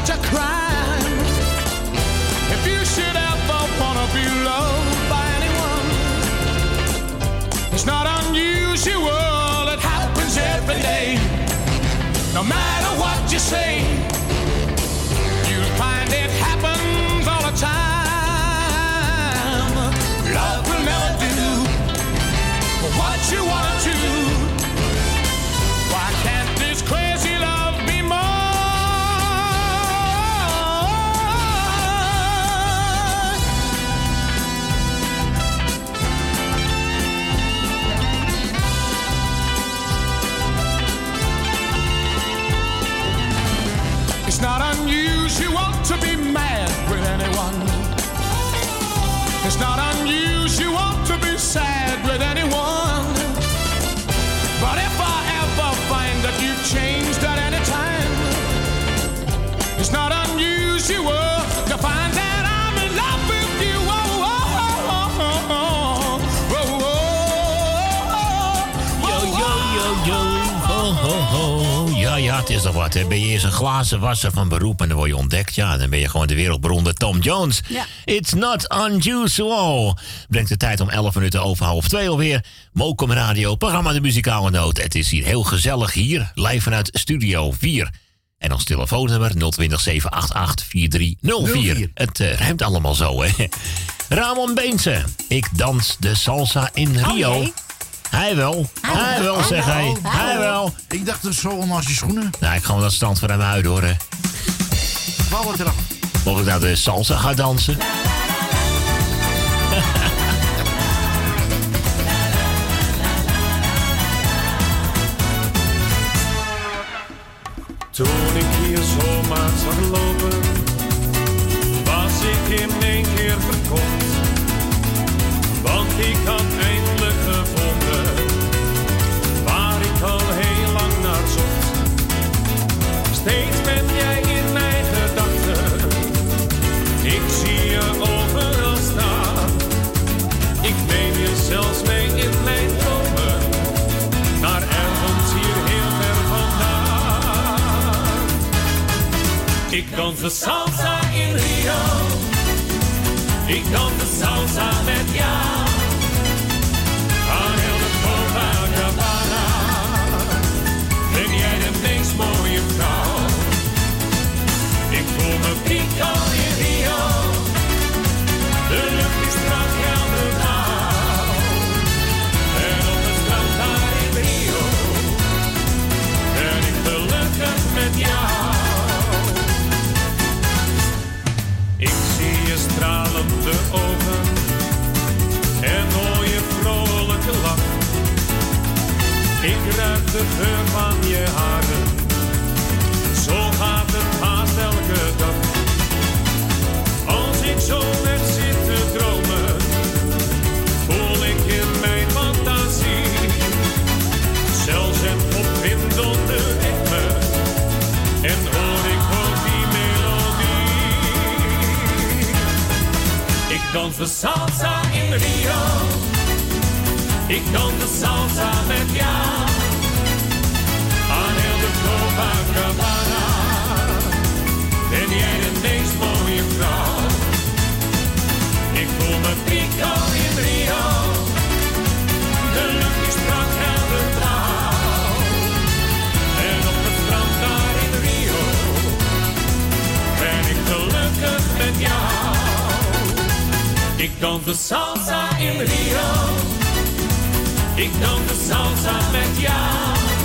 such a crime. If you should ever wanna be loved by anyone, it's not unusual, it happens every day. No matter what you say, you'll find it happens all the time. Love will never do what you wanna do. Why can't this crazy love be more? It's not unusual to be mad with anyone. It's not unusual to be sad with anyone. But if I ever find that you've changed at any time, it's not unusual to find that I'm in love with you. Oh, oh, oh, oh, oh, oh, oh, Yo, yo, yo, yo, ho, ho, ho. Ja, ja, het is toch wat, hè. Ben je eerst een glazenwasser van beroep en dan word je ontdekt. Ja, dan ben je gewoon de wereldberoemde Tom Jones. Ja. It's not unusual. Brengt de tijd om elf minuten over half twee alweer. Mokum Radio, programma De Muzikale Noot. Het is hier heel gezellig hier, live vanuit Studio vier. En ons telefoonnummer nul twintig zeven acht acht vier drie nul vier. Het uh, ruimt allemaal zo, hè. Ramon Beense. Ik dans de salsa in Rio. Oh, nee. Hij wel, hij, hij wel, wel zeg hij. Hij, hij wel. Ik dacht een sol naast je schoenen. Nou, ik ga wel dat stand voor hem uit, hoor. Val het eraf. Of ik nou de salsa ga dansen? Toen ik hier zomaar zag lopen, was ik in één keer verkocht. Want ik had eindelijk gevonden waar ik al heel lang naar zocht. Steeds ben jij in mijn gedachten, ik zie je overal staan. Ik neem je zelfs mee in mijn dromen, naar ergens hier heel ver vandaan. Ik dans de salsa in Rio, ik dans de salsa met jou. Aan heel de Copacabana ben jij de meest mooie vrouw. Ik voel me pico in Rio, de lucht is strak helder blauw. En op het strand daar in Rio ben ik gelukkig met jou. Ik zie je stralende ogen en hoor je vrolijke lach. Ik ruik de geur van je haren, zo gaat het haast elke dag. Als ik zo weg zit te dromen, voel ik in mijn fantasie zelfs een opwindende ritme en hoor ik ook die melodie. Ik dans de salsa in Rio, ik dans de salsa met jou. Aan heel de Copacabana ben jij de meest mooie vrouw. Ik voel me pico in Rio, de lucht is strak helder blauw. En op het strand daar in Rio ben ik gelukkig met jou. Ik dans de salsa in Rio, ik dans de salsa met jou.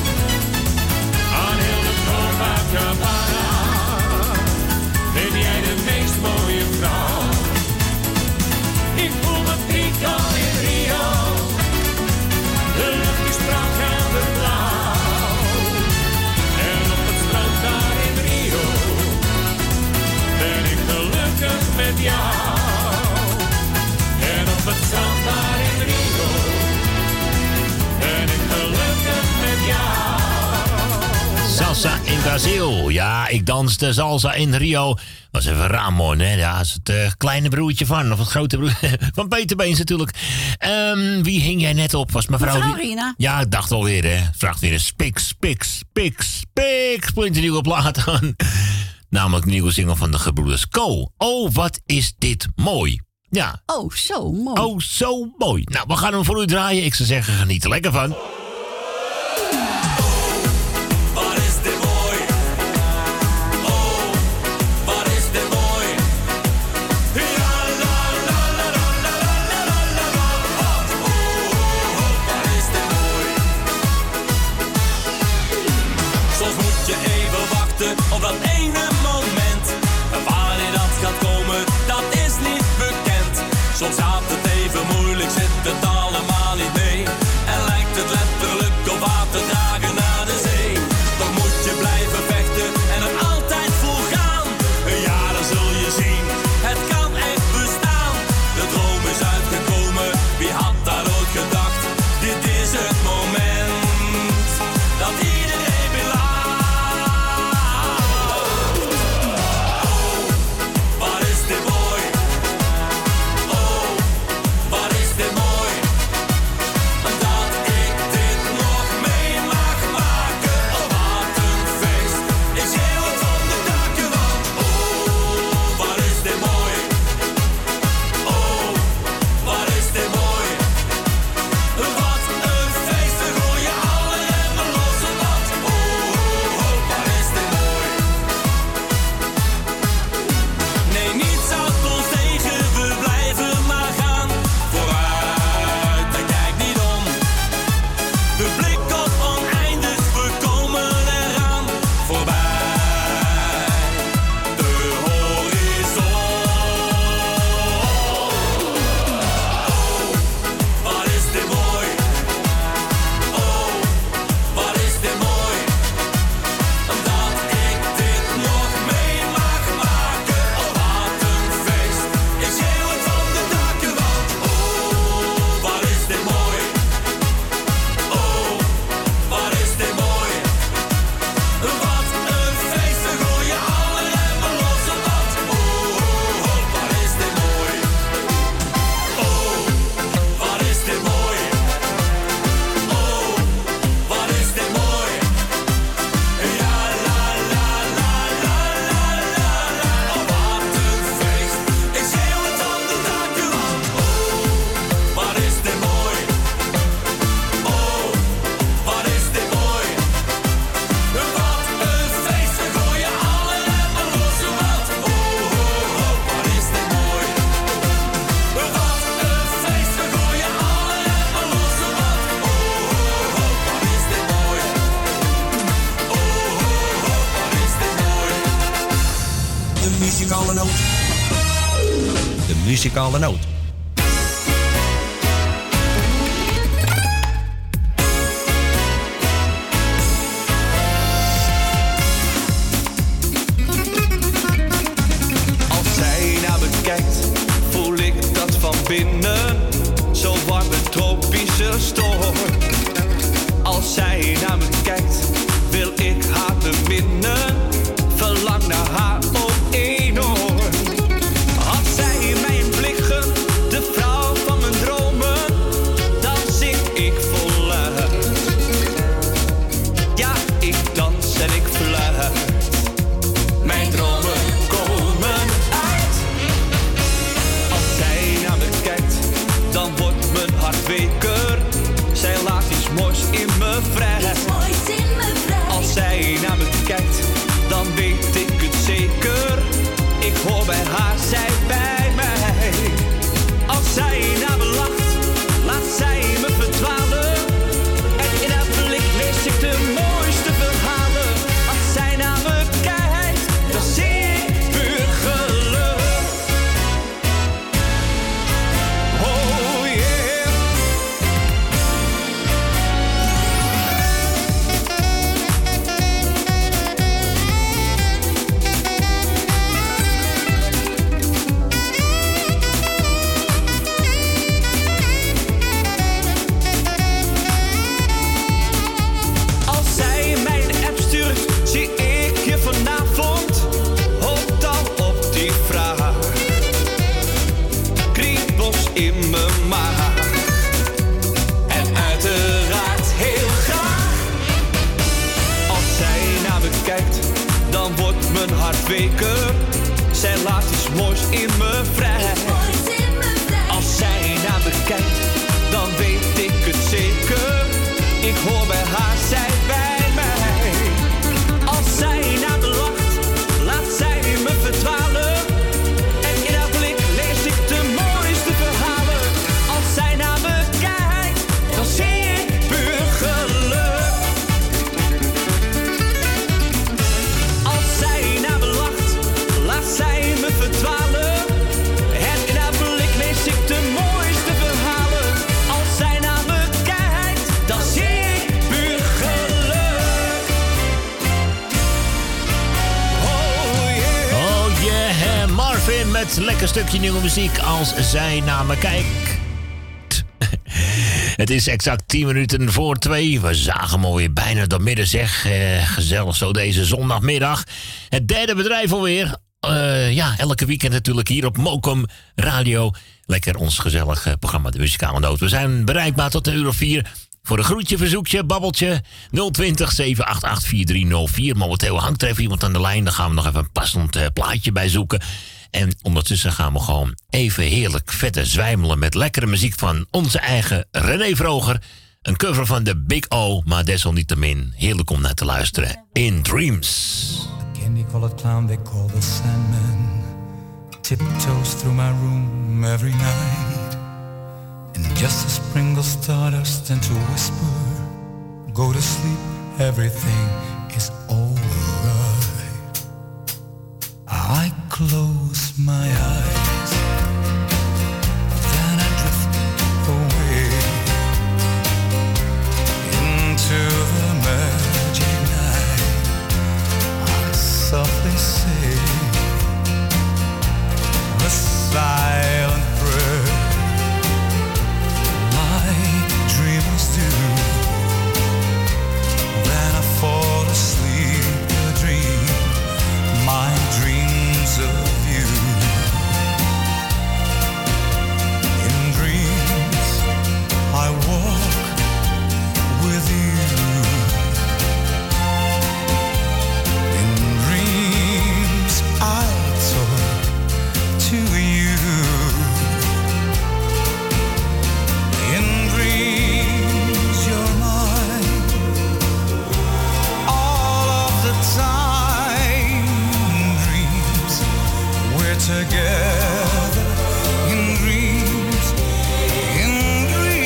Aan heel de Copacabana ben jij de meest mooie vrouw. Ik voel me pico in Rio, de lucht is strak helder blauw. En op het strand daar in Rio ben ik gelukkig met jou. En op het strand daar in Rio ben ik gelukkig met jou. Salsa in Brazil. Ja, ik danste salsa in Rio. Was even Ramon, hè. Ja, dat is het uh, kleine broertje van. Of het grote broertje van Peter Beens natuurlijk. Um, wie hing jij net op? Was mevrouw... Mevrouw Rina. Ja, ik dacht alweer, hè. Vraagt weer een spiks, spiks, spiks, spiks. Splinter nieuwe plaat aan. Namelijk de nieuwe single van de gebroeders Ko. Oh, wat is dit mooi. Ja. Oh, zo mooi. Oh, zo mooi. Nou, we gaan hem voor u draaien. Ik zou zeggen, geniet er lekker van. Op dat ene moment, wanneer dat gaat komen, dat is niet bekend. Soms gaat het even moeilijk, zit het allemaal niet mee. En lijkt het letterlijk op water dragen naar de zee. Dan moet je blijven vechten en er altijd voor gaan. Ja, dan zul je zien, het kan echt bestaan. De droom is uitgekomen, wie had dat ooit gedacht? Dit is het moment dat iedereen wil laten. muzikale noot. De muzikale noot. Als zij naar me kijkt, voel ik dat van binnen. Zo warme tropische storm. Als zij naar me kijkt, wil ik haar beminnen. Verlang naar haar ook enorm. Had zij mij een blik gegund, iets moois in me vrij. Als zij naar me kijkt, dan weet ik het zeker. Ik hoor bij haar, zij bij mij. Als zij naar me lacht, laat zij me verdwalen. En in haar blik lees ik de mooiste verhalen. Als zij naar me kijkt, dan zie ik puur geluk. Als zij naar me lacht, laat zij me verdwalen. En in haar blik lees ik de mooiste verhalen. Als zij naar me kijkt, dan zie ik puur geluk. Oh yeah. Oh yeah, Marvin met een lekker stukje nieuwe muziek als zij naar me kijkt. Het is exact tien minuten voor twee. We zagen hem alweer bijna door midden, zeg. Eh, gezellig zo deze zondagmiddag. Het derde bedrijf alweer. Uh, ja, elke weekend natuurlijk hier op Mokum Radio. Lekker ons gezellig uh, programma De Muzikale Noot. We zijn bereikbaar tot een uur of vier. Voor een groetje, verzoekje, babbeltje. nul twintig, zeven acht acht, vier drie nul vier. Momenteel hangt er even iemand aan de lijn. Daar gaan we nog even een passend uh, plaatje bij zoeken. En ondertussen gaan we gewoon even heerlijk vette zwijmelen met lekkere muziek van onze eigen René Vroger. Een cover van de Big O, maar desalniettemin heerlijk om naar te luisteren. In Dreams. Candy-colored clown they call the Sandman tiptoes through my room every night. And just as sprinkle stardust tend to whisper, go to sleep, everything is alright. I close my eyes, then I drift away into the magic night. I softly say a silent prayer, like dreamers do. Then I fall asleep in a dream, my dreams of you. In dreams I walk with you. In dreams I talk to you. In dreams you're mine all of the time. In dreams we're together. In dreams, in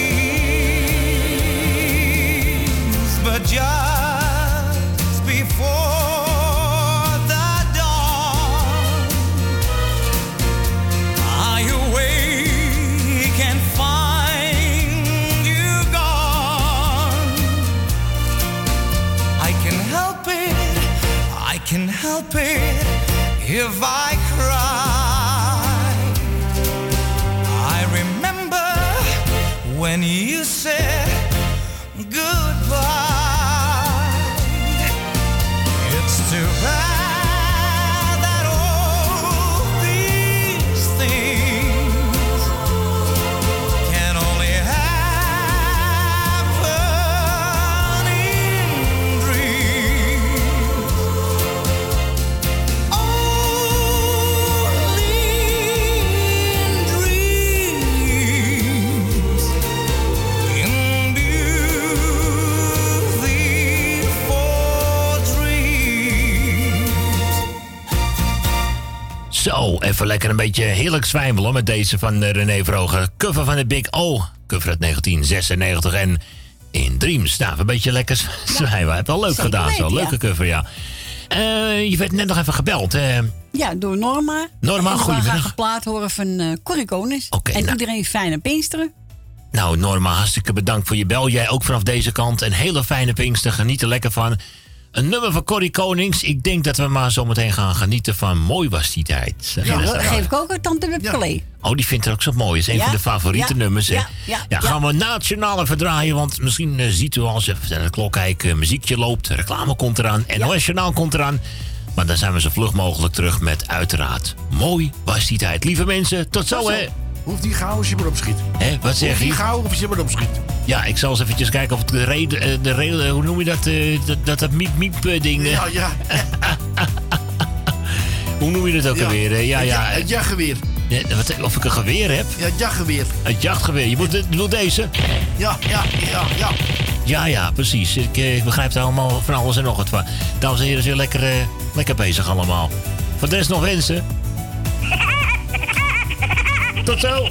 dreams, but just before the dawn, I awake and find you gone. I can help it, I can help it if I cry. I remember when you said goodbye. It's too bad that all these things can only happen in dreams. Only in dreams, in beautiful dreams. Zo, even lekker een beetje heerlijk zwijmelen met deze van uh, René Vroger. Cover van de Big O. Cover uit negentien zesennegentig. En in Dreams. Nou, een beetje lekker zwijmelen. Ja, het al leuk zeker gedaan weten, zo. Leuke ja. cover, ja. Uh, je werd net nog even gebeld. Uh, Ja, door Norma. Norma, en we goedemiddag. gaan een plaat horen van uh, Corrie Konings. Oké, en nou. iedereen fijne Pinksteren. Nou, Norma, hartstikke bedankt voor je bel. Jij ook vanaf deze kant. Een hele fijne Pinkster. Geniet er lekker van. Een nummer van Corrie Konings. Ik denk dat we maar zo meteen gaan genieten van Mooi was die tijd. Ja, dat geef ik ook aan Tante Wip Calais. Oh, die vindt het ook zo mooi. Is een Ja, van de favoriete ja, nummers. Hè? ja, ja, ja, gaan ja. we nationaal even draaien. Want misschien uh, ziet u als even naar de klok kijken. Muziekje loopt, reclame komt eraan. N O S Journaal komt eraan. Maar dan zijn we zo vlug mogelijk terug met uiteraard Mooi was die tijd. Lieve mensen, tot zo, hè. Hoeft niet gauw als je maar opschiet. Hè, wat zeg Hoeft je? niet gauw als je maar opschiet. Ja, ik zal eens eventjes kijken of de reden, de reden, hoe noem je dat, eh, dat, dat, dat miep miep eh, ding. eh. Ja, ja. Hoe noem je dat ook Ja. alweer? hè? Ja, Het ja. ja- het jachtgeweer. Ja, wat- Of ik een geweer heb? Ja, het jachtgeweer. Het jachtgeweer. Je moet, je bedoelt deze? Ja, ja, ja, ja. Ja, ja, precies. Ik, eh, ik begrijp er allemaal van alles en nog wat van. Dames en heren, zijn lekker, eh, lekker bezig allemaal. Voor de rest nog wensen. Tot zo.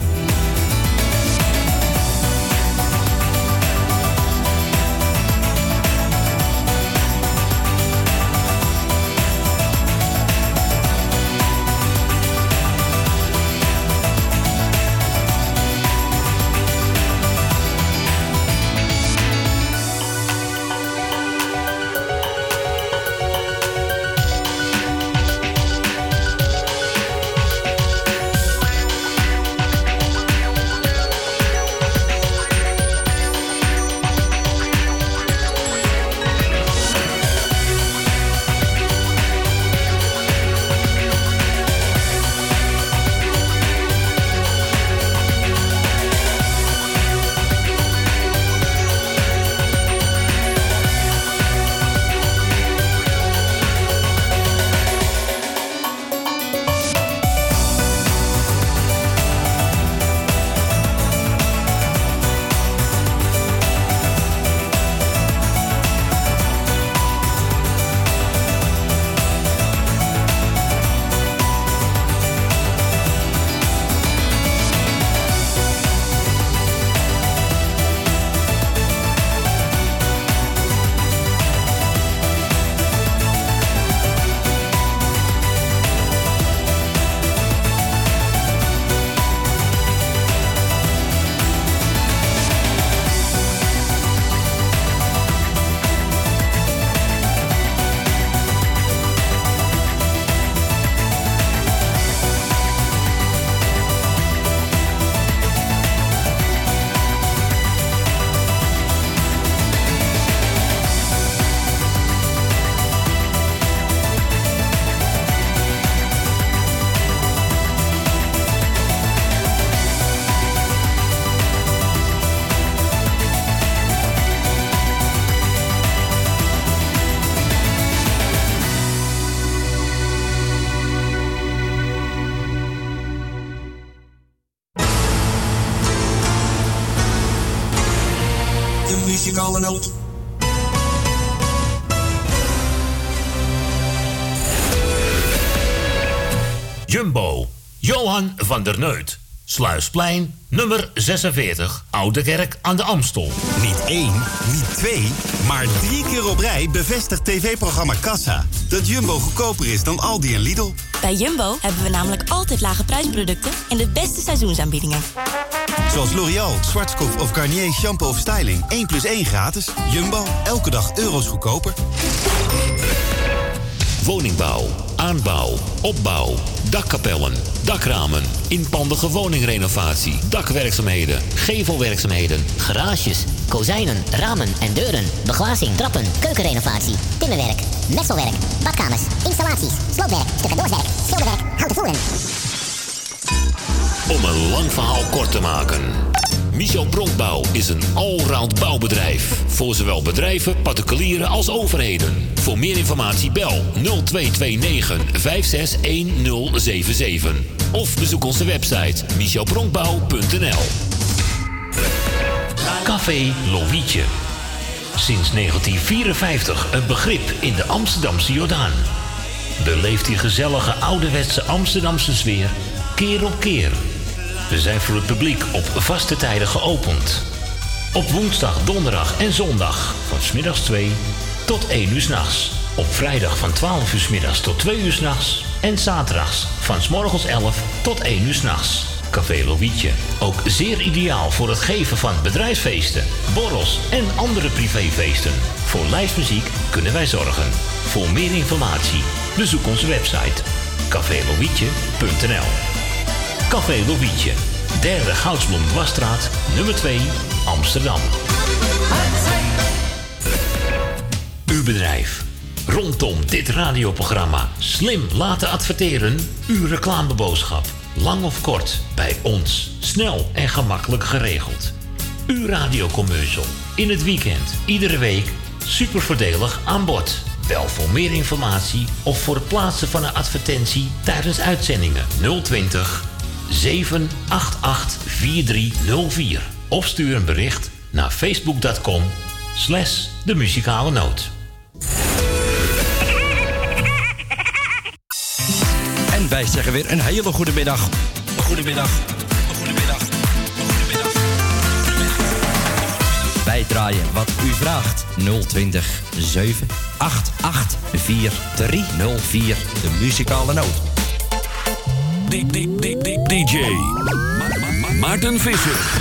muzikale noot. Jumbo, Johan van der Neut. Sluisplein, nummer zesenveertig, Oude Kerk aan de Amstel. Niet één, niet twee, maar drie keer op rij bevestigt tv-programma Kassa dat Jumbo goedkoper is dan Aldi en Lidl. Bij Jumbo hebben we namelijk altijd lage prijsproducten en de beste seizoensaanbiedingen. Zoals L'Oréal, Schwarzkopf of Garnier shampoo of styling. één plus één gratis. Jumbo, elke dag euro's goedkoper. Woningbouw, aanbouw, opbouw, dakkapellen, dakramen, inpandige woningrenovatie, dakwerkzaamheden, gevelwerkzaamheden, Garages, kozijnen, ramen en deuren, beglazing, trappen, keukenrenovatie, timmerwerk, messelwerk, badkamers, installaties, sloopwerk, stucadoorswerk, schilderwerk, houten voeren. Om een lang verhaal kort te maken. Michel Bronkbouw is een allround bouwbedrijf. Voor zowel bedrijven, particulieren als overheden. Voor meer informatie bel nul twee twee negen vijf zes een nul zeven zeven. Of bezoek onze website michel bronkbouw punt n l. Café Lovietje. Sinds negentien vierenvijftig een begrip in de Amsterdamse Jordaan. Beleeft die gezellige ouderwetse Amsterdamse sfeer keer op keer. We zijn voor het publiek op vaste tijden geopend. Op woensdag, donderdag en zondag van 's middags twee tot één uur 's nachts. Op vrijdag van twaalf uur 's middags tot twee uur 's nachts. En zaterdags van 's morgens elf tot één uur 's nachts. Café Lovietje. Ook zeer ideaal voor het geven van bedrijfsfeesten, borrels en andere privéfeesten. Voor live muziek kunnen wij zorgen. Voor meer informatie bezoek onze website café lovietje punt n l. Café Lovietje, derde Goudsblom Dwarsstraat, nummer twee, Amsterdam. Uw bedrijf rondom dit radioprogramma slim laten adverteren. Uw reclameboodschap, lang of kort, bij ons snel en gemakkelijk geregeld. Uw radiocommercial in het weekend, iedere week, super voordelig aan bod. Bel voor meer informatie of voor het plaatsen van een advertentie tijdens uitzendingen nul twintig, zeven acht acht, vier drie nul vier. Of stuur een bericht naar facebook.com slash de muzikale noot. En wij zeggen weer een hele goede middag. Goedemiddag. Goedemiddag. Goedemiddag. Wij draaien wat u vraagt. nul twintig, zeven acht acht, vier drie nul vier. De muzikale noot. D J Maarten Visser.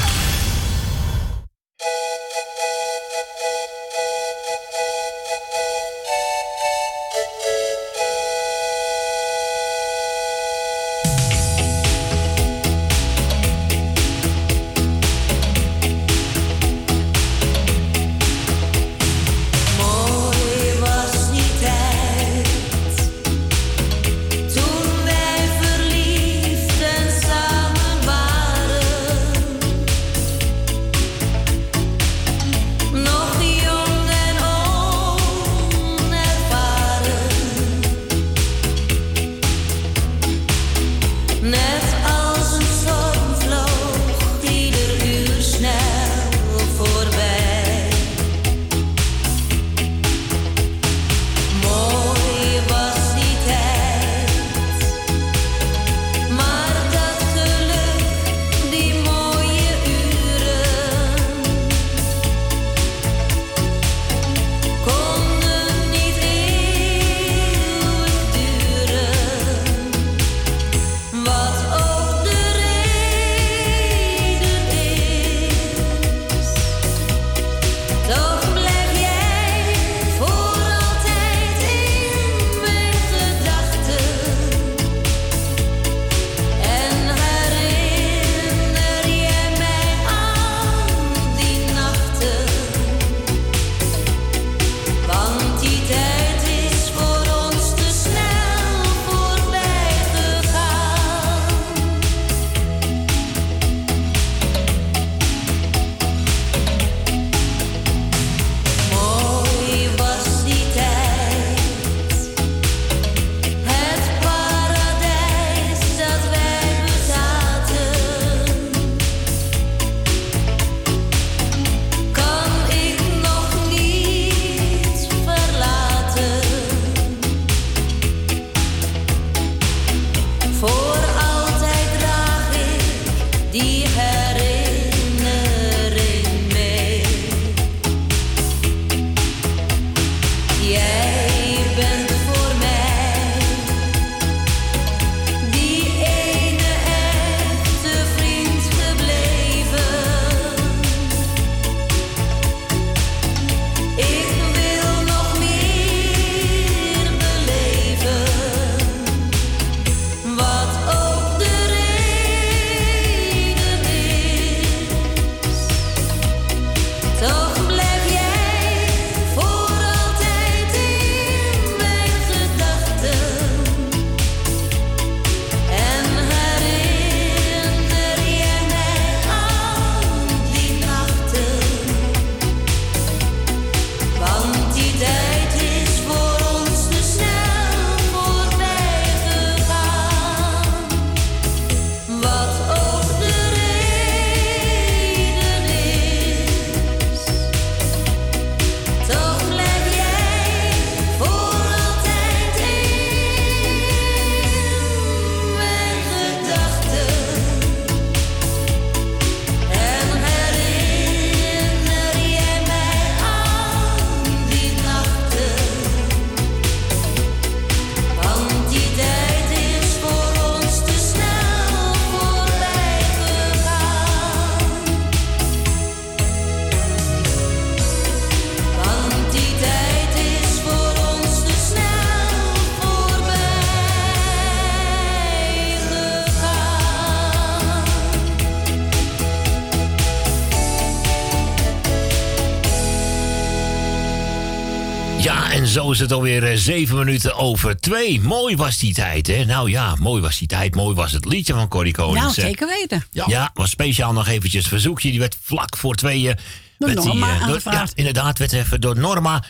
Ja, en zo is het alweer zeven minuten over twee. Mooi was die tijd, hè? Nou ja, mooi was die tijd. Mooi was het liedje van Corrie Konings. Nou, zeker weten. Ja, ja, was speciaal nog eventjes verzoekje. Die werd vlak voor tweeën... Door werd Norma die, uh, door, aangevraagd. ja, inderdaad, werd even door Norma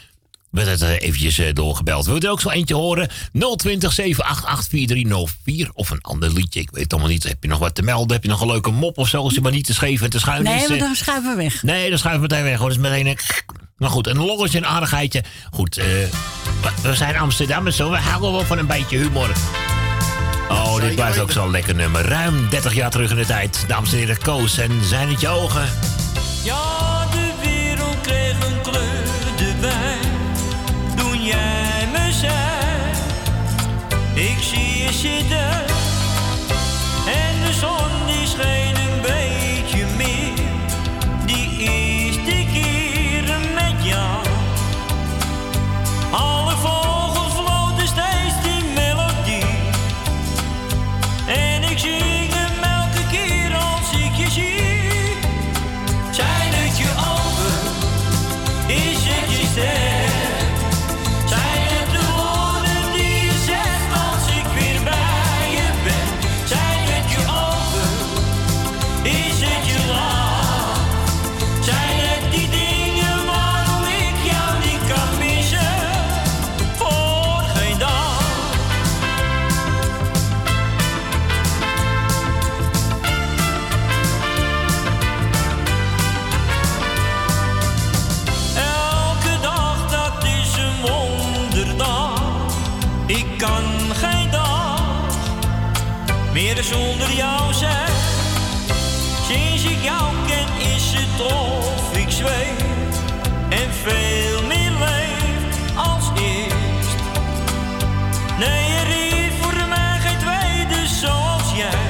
werd het uh, eventjes uh, doorgebeld. Wilt u ook zo eentje horen? nul twintig, zeven acht acht, vier drie nul vier. Of een ander liedje, ik weet het allemaal niet. Heb je nog wat te melden? Heb je nog een leuke mop of zo? Als je maar niet te scheef en te schuin nee, is. Nee, maar dan schuiven we weg. Nee, dan schuiven we meteen weg. Hoor. Dat is meteen een... Maar goed, een lolletje, een aardigheidje. Goed, uh, we zijn Amsterdam en zo. We houden wel van een beetje humor. Oh, dit blijft ook zo'n lekker nummer. Ruim dertig jaar terug in de tijd. Dames en heren, Koos en Zijn het je ogen? Ja, de wereld kreeg een kleur erbij. Toen jij me zei, ik zie je zitten. En de zon die scheen een beetje meer. Die eerste keer met jou. Alle vogels floten steeds die melodie. En ik zing hem elke keer als ik je zie. Zijn het je ogen? Is het je stem? Zijn het de woorden die je zegt als ik weer bij je ben? Zijn het je ogen? Is het je lach? Zijn het die dingen waarom ik jou niet kan missen? Voor geen dag. Elke dag dat is een wonderdag. Ik kan geen dag meer zonder jou zijn. Sinds ik jou ken is het of ik zweef en veel meer leef als eerst. Nee, er is voor mij geen tweede zoals jij.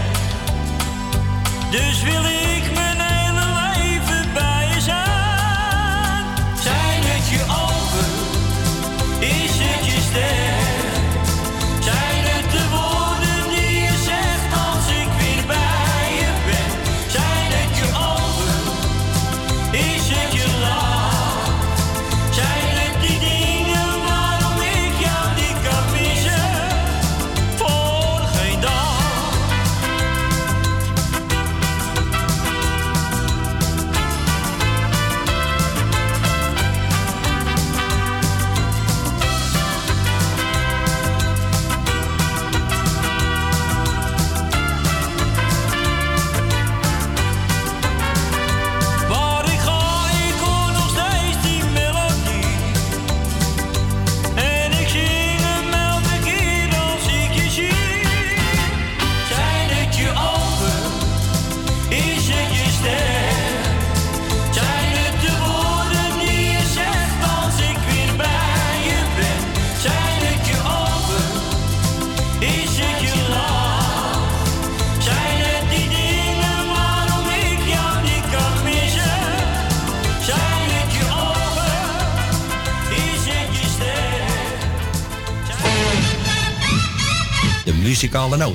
Dus wil ik mijn hele leven bij je zijn. Zijn het je ogen? Is het je stem? Zijn het de woorden die je zegt als ik weer bij je ben? Zijn het je ogen? Is het je lach? Zijn het die dingen waarom ik jou niet kan missen? Voor geen dag. Waar ik ga, ik hoor nog steeds die melodie. En ik zing hem elke keer als ik je zie. Zijn het je ogen? Is het je stem? Zijn het de woorden die je zegt als ik weer bij je ben? Zijn het je ogen? Is het je lach? Zijn het die dingen waarom ik jou niet kan missen? Zijn het je ogen? Is het je stem? De muzikale noot.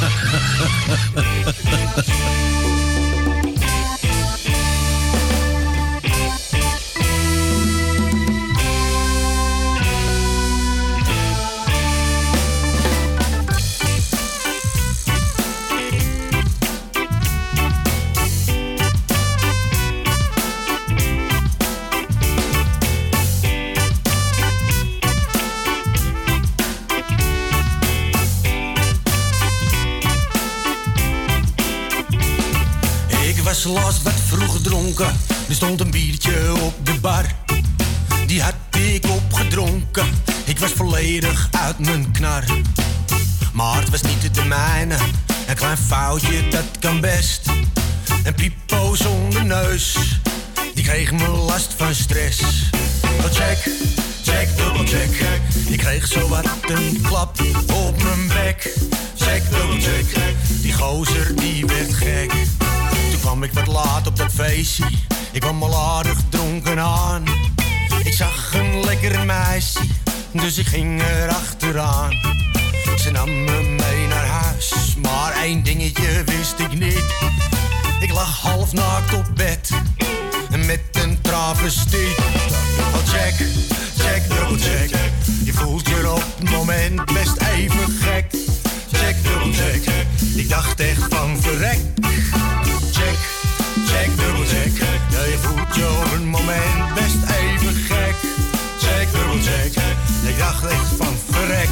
Ik was laatst wat vroeg gedronken. Er stond een biertje op de bar. Die had ik opgedronken. Ik was volledig uit mijn knar. Maar het was niet de mijne. Een klein foutje, dat kan best. Een pipo zonder neus. Die kreeg me last van stress. Oh check, check, dubbel check. Ik kreeg zo wat een klap op mijn bek. Check, dubbel check. Die gozer die werd gek. Toen kwam ik wat laat op dat feestje. Ik kwam al aardig dronken aan. Ik zag een lekker meisje, dus ik ging er achteraan. Ze nam me mee naar huis, maar één dingetje wist ik niet. Ik lag half naakt op bed, met een travestiet. Oh check, check, double check. Je voelt je op het moment best even gek. Check, double check. Ik dacht echt van verrek. Check, check, double check. Ja, je voelt je op een moment best even gek. Check, double check. Ik dacht echt van verrek.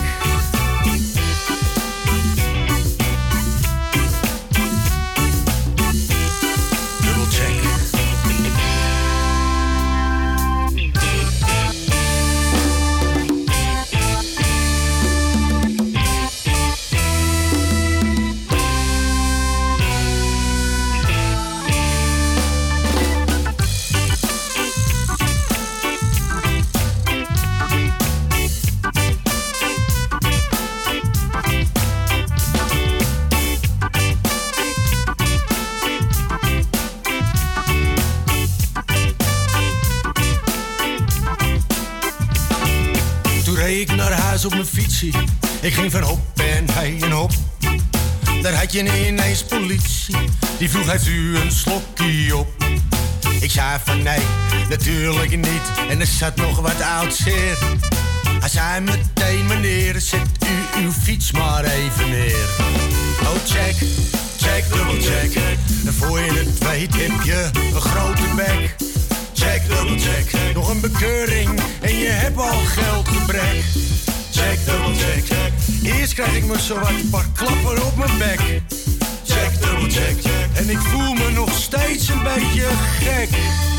Dubbel check. Ik naar huis op mijn fietsie. Ik ging van hop en hij en hop. Daar had je ineens politie. Die vroeg, heeft u een slokkie op? Ik zei van nee, natuurlijk niet. En er zat nog wat oud zeer. Hij zei meteen, meneer, zet u uw fiets maar even neer. Oh check, check, dubbel check. En voor je het weet heb je een grote bek. Check, dubbel check. Nog een bekeuring en je hebt al geldgebrek. Check, dubbel check. Eerst krijg ik me zo wat een paar klappen op mijn bek. Check, dubbel check. En ik voel me nog steeds een beetje gek.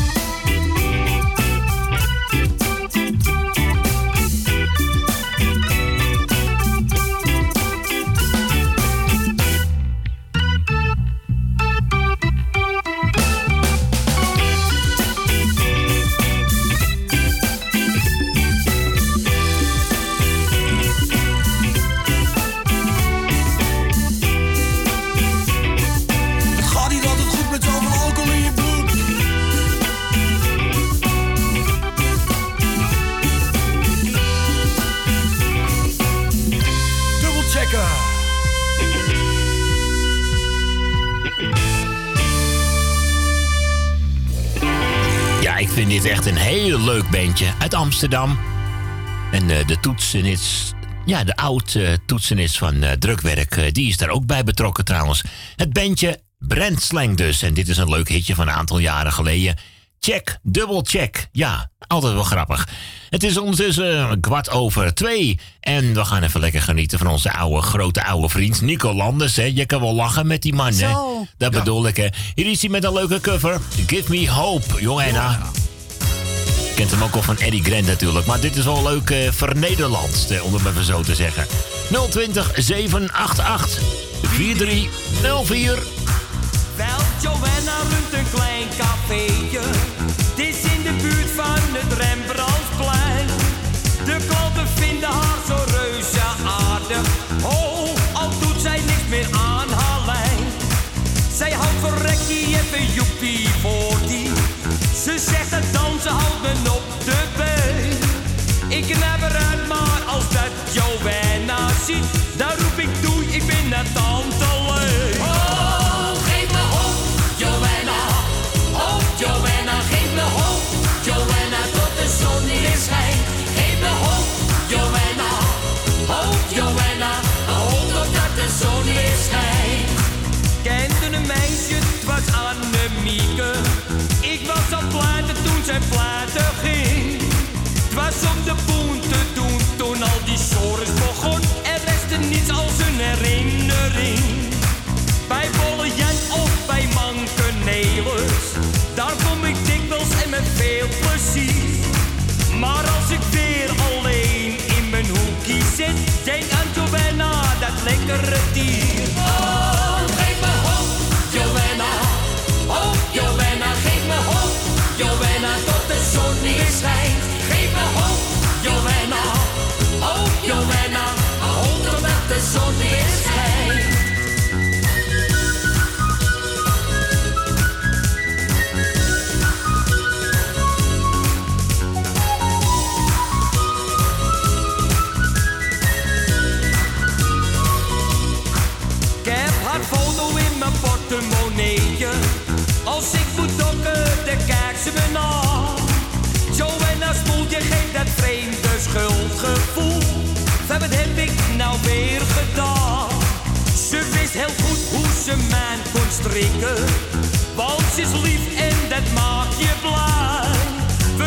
Ik vind dit echt een heel leuk bandje uit Amsterdam. En uh, de toetsenis, ja, de oud-toetsenis van uh, Drukwerk, uh, die is daar ook bij betrokken trouwens. Het bandje Brandslang dus. En dit is een leuk hitje van een aantal jaren geleden. Check, dubbel check. Ja, altijd wel grappig. Het is ondertussen kwart over twee. En we gaan even lekker genieten van onze oude, grote oude vriend Nico Landers. Hè. Je kan wel lachen met die man, hè? Zo. Dat ja. bedoel ik, hè. Hier is hij met een leuke cover. Give Me Hope, Johanna. Je kent hem ook al van Eddie Grant natuurlijk. Maar dit is wel leuk uh, vernederlands, om het even zo te zeggen. nul twintig, zeven acht acht, vier drie nul vier. Wel, Johanna runt een klein cafeetje. Het is in de buurt van het Rembrandtplein. De klanten vinden haar zo reuze aardig. Oh, al doet zij niks meer aan haar lijn. Zij houdt voor rekkie even joepie voor die. Ze zegt dat dansen houdt me op de been. Ik knap eruit, maar als dat Johanna ziet, dan roep ik doei, ik ben naar tante Lee. Oh, geef me hoop, Johanna. Oh, Johanna, geef me hoop. Johanna, tot de zon weer schijnt. Geef me hoop, Johanna. Hoop, Johanna. Hoop totdat de zon weer schijnt. Kende een meisje, het was Annemieke. Ik was al platen toen zij platen ging. Het was om de boen te doen toen al die sores begon. Er restte niets als een herinnering. Bij Bolle Jan of bij Manke Nelis, daar kom ik dikwijls en met veel plezier. Maar als ik weer alleen in mijn hoekje zit, denk aan Johanna, dat lekkere dier. Oh, geef me hoop, Johanna. Oh, Johanna, geef me hoop. Johanna, tot de zon weer schijnt. Geef me hoop, Johanna. Oh, Johanna, hoop totdat de zon weer schijnt. Ik heb haar foto in mijn portemonneetje. Als ik moet dokken, dan kijkt ze me na. Johanna spoelt, je geeft dat vreemde schuldgevoel. Wat heb ik nou weer gedaan? Ze wist heel goed hoe ze mij kon strikken. Want ze is lief en dat maakt je blij. We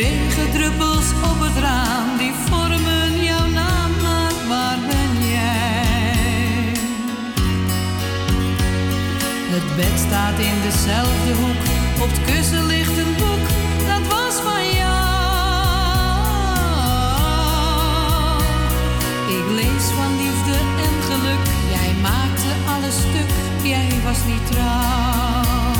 Regendruppels op het raam, die vormen jouw naam, maar waar ben jij? Het bed staat in dezelfde hoek, op het kussen ligt een boek, dat was van jou. Ik lees van liefde en geluk, jij maakte alles stuk, jij was niet trouw.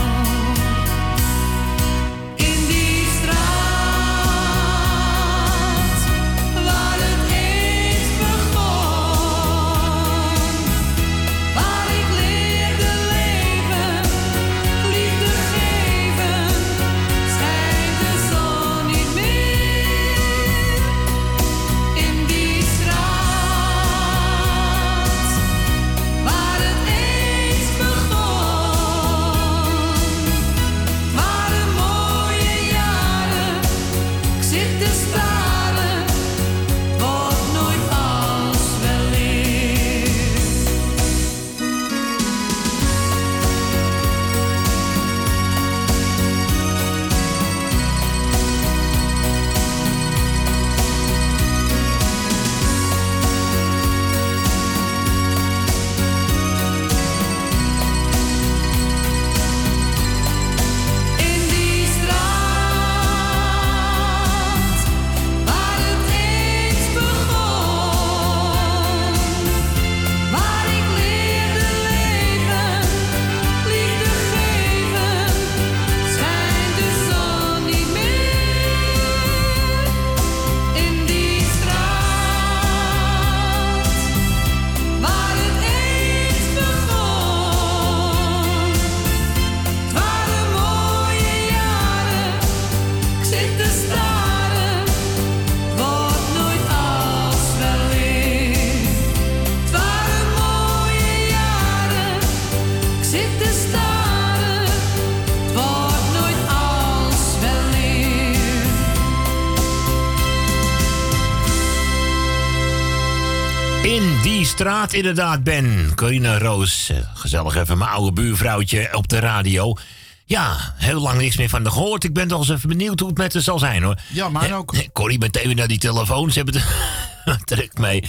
Straat inderdaad, Ben. Corine Roos. Gezellig even mijn oude buurvrouwtje op de radio. Ja, heel lang niks meer van de gehoord. Ik ben toch eens even benieuwd hoe het met haar zal zijn, hoor. Ja, maar ook. Corrie, meteen weer naar die telefoon. Ze hebben er druk mee.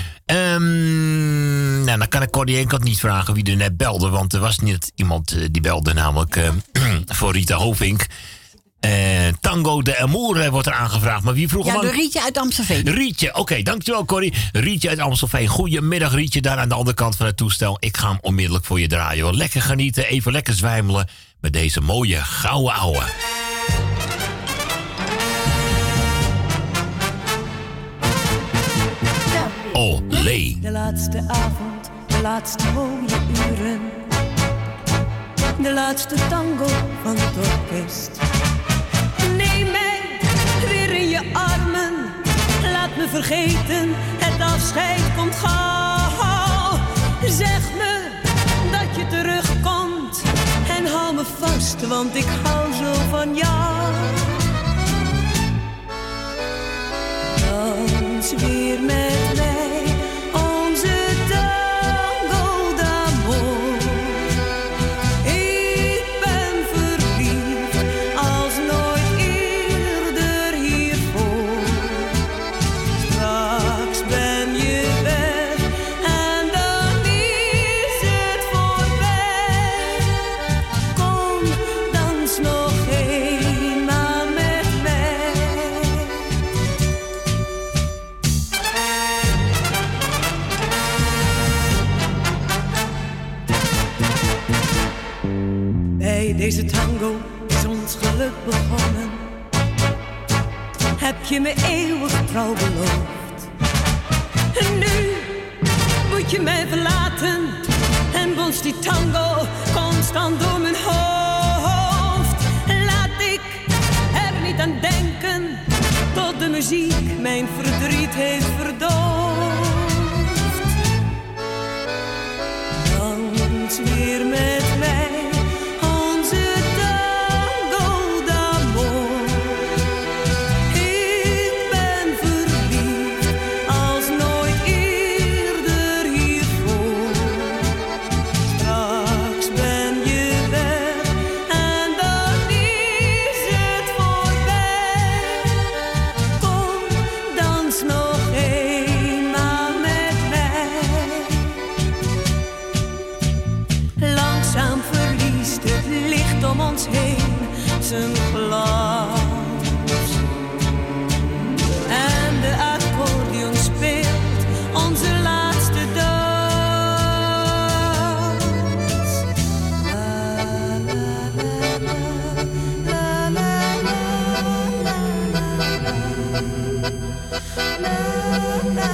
Um, nou, dan kan ik Corrie Enkelt niet vragen wie er net belde. Want er was niet iemand uh, die belde, namelijk uh, voor Rita Hovink. Uh, Tango de Amour uh, wordt er aangevraagd. Maar wie vroeg ja, hem de aan? Rietje uit Amstelveen. Rietje, oké, okay, dankjewel Corrie. Rietje uit Amstelveen. Goedemiddag Rietje, daar aan de andere kant van het toestel. Ik ga hem onmiddellijk voor je draaien, hoor. Lekker genieten, even lekker zwijmelen met deze mooie gouden ouwe. Olé. De laatste avond, de laatste mooie uren. De laatste tango van het orkest. Neem mij weer in je armen. Laat me vergeten, het afscheid komt gauw. Zeg me dat je terugkomt. En hou me vast, want ik hou zo van jou. Dans weer met mij, onze tango d'amour. Ik ben verliefd als nooit eerder hiervoor. Straks ben je weg en dan is het voorbij. Kom, dans nog eenmaal met mij. Bij deze tango is ons geluk begonnen. Heb je me eeuwig trouw beloofd. En nu moet je mij verlaten. En bonst die tango constant door mijn hoofd. Laat ik er niet aan denken, tot de muziek mijn verdriet heeft verdoofd. Dans weer met mij. glans. En de accordeon speelt onze laatste dans. La la la la la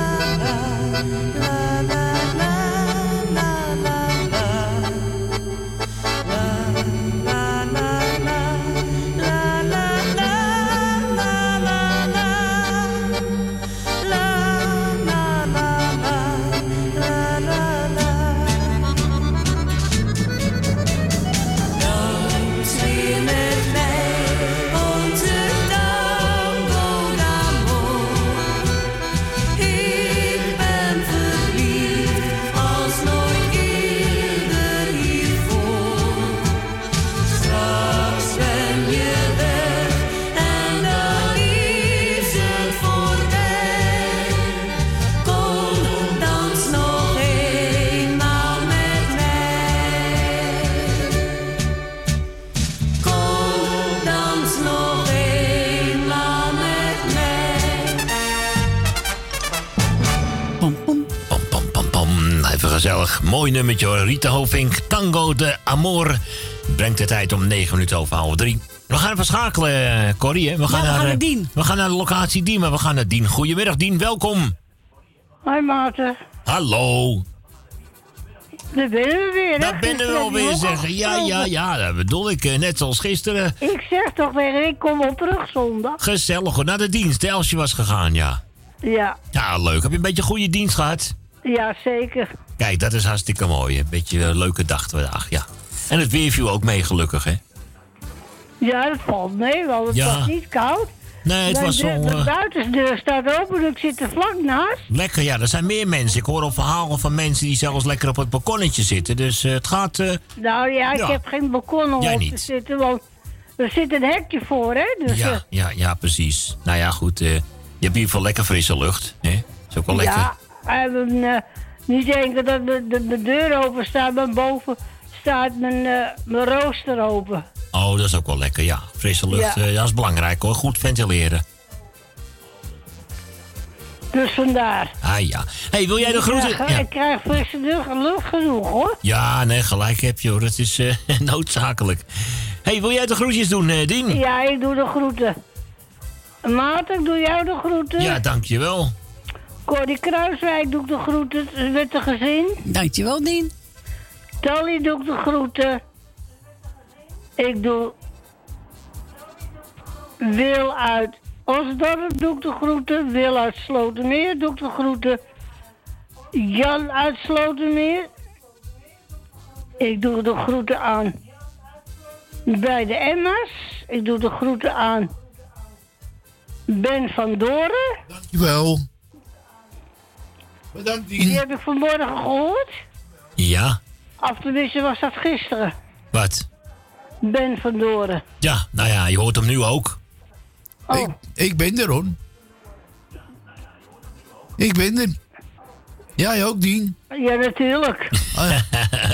Gezellig, mooi nummertje hoor. Rita Hovink, Tango de Amor. Brengt de tijd om negen minuten over half drie. We gaan even schakelen, Corrie. Hè? We gaan, ja, we naar, gaan naar Dien. We gaan naar de locatie Dien, maar we gaan naar Dien. Goedemiddag Dien, welkom. Hoi Maarten. Hallo. Daar ben we weer, hè? Daar ben we alweer, zeggen. Ja, ja, ja, dat bedoel ik. Net zoals gisteren. Ik zeg toch weer, ik kom op terug zondag. Gezellig hoor, naar de dienst. Elsje was gegaan, ja. Ja. Ja, leuk. Heb je een beetje goede dienst gehad? Ja, zeker. Kijk, dat is hartstikke mooi. Een beetje een leuke dag vandaag, ja. En het weer viel ook mee, gelukkig, hè? Ja, dat valt mee, want het ja. was niet koud. Nee, het Mijn was zo... De, de uh... buitendeur staat open, ik zit er vlak naast. Lekker, ja. Er zijn meer mensen. Ik hoor al verhalen van mensen die zelfs lekker op het balkonnetje zitten. Dus uh, het gaat... Uh... Nou ja, ik ja. heb geen balkon om Jij op niet. te zitten, want er zit een hekje voor, hè? Dus, ja, uh... ja, ja, precies. Nou ja, goed. Uh, je hebt in ieder geval lekker frisse lucht, hè? Is ook wel lekker. Ja, en uh, niet denken dat de, de, de deur open staat, maar boven staat mijn, uh, mijn rooster open. Oh, dat is ook wel lekker, ja. Frisse lucht, ja. Uh, dat is belangrijk hoor. Goed ventileren. Dus vandaar. Ah ja. Hey, wil jij de groeten? Ik krijg, ja. ik krijg frisse lucht genoeg hoor. Ja, nee, gelijk heb je hoor. Het is uh, noodzakelijk. Hey, wil jij de groetjes doen, uh, Dien? Ja, ik doe de groeten. Maarten, ik doe jou de groeten. Ja, dankjewel. Corrie Kruiswijk doe ik de groeten met de gezin. Dankjewel, Dien. Tally doe ik de groeten. Ik doe Wil uit Osdorp doe ik de groeten. Wil uit Slotermeer doe ik de groeten. Jan uit Slotermeer. Ik doe de groeten aan bij de Emma's. Ik doe de groeten aan Ben van Doren. Dankjewel. Bedankt, Dien. Die heb ik vanmorgen gehoord. Ja. Of tenminste was dat gisteren. Wat? Ben van Doren. Ja, nou ja, je hoort hem nu ook. Oh. Ik, ik ben er, hoor. Ik ben er. Jij ook, Dien? Ja, natuurlijk. Ah, ja.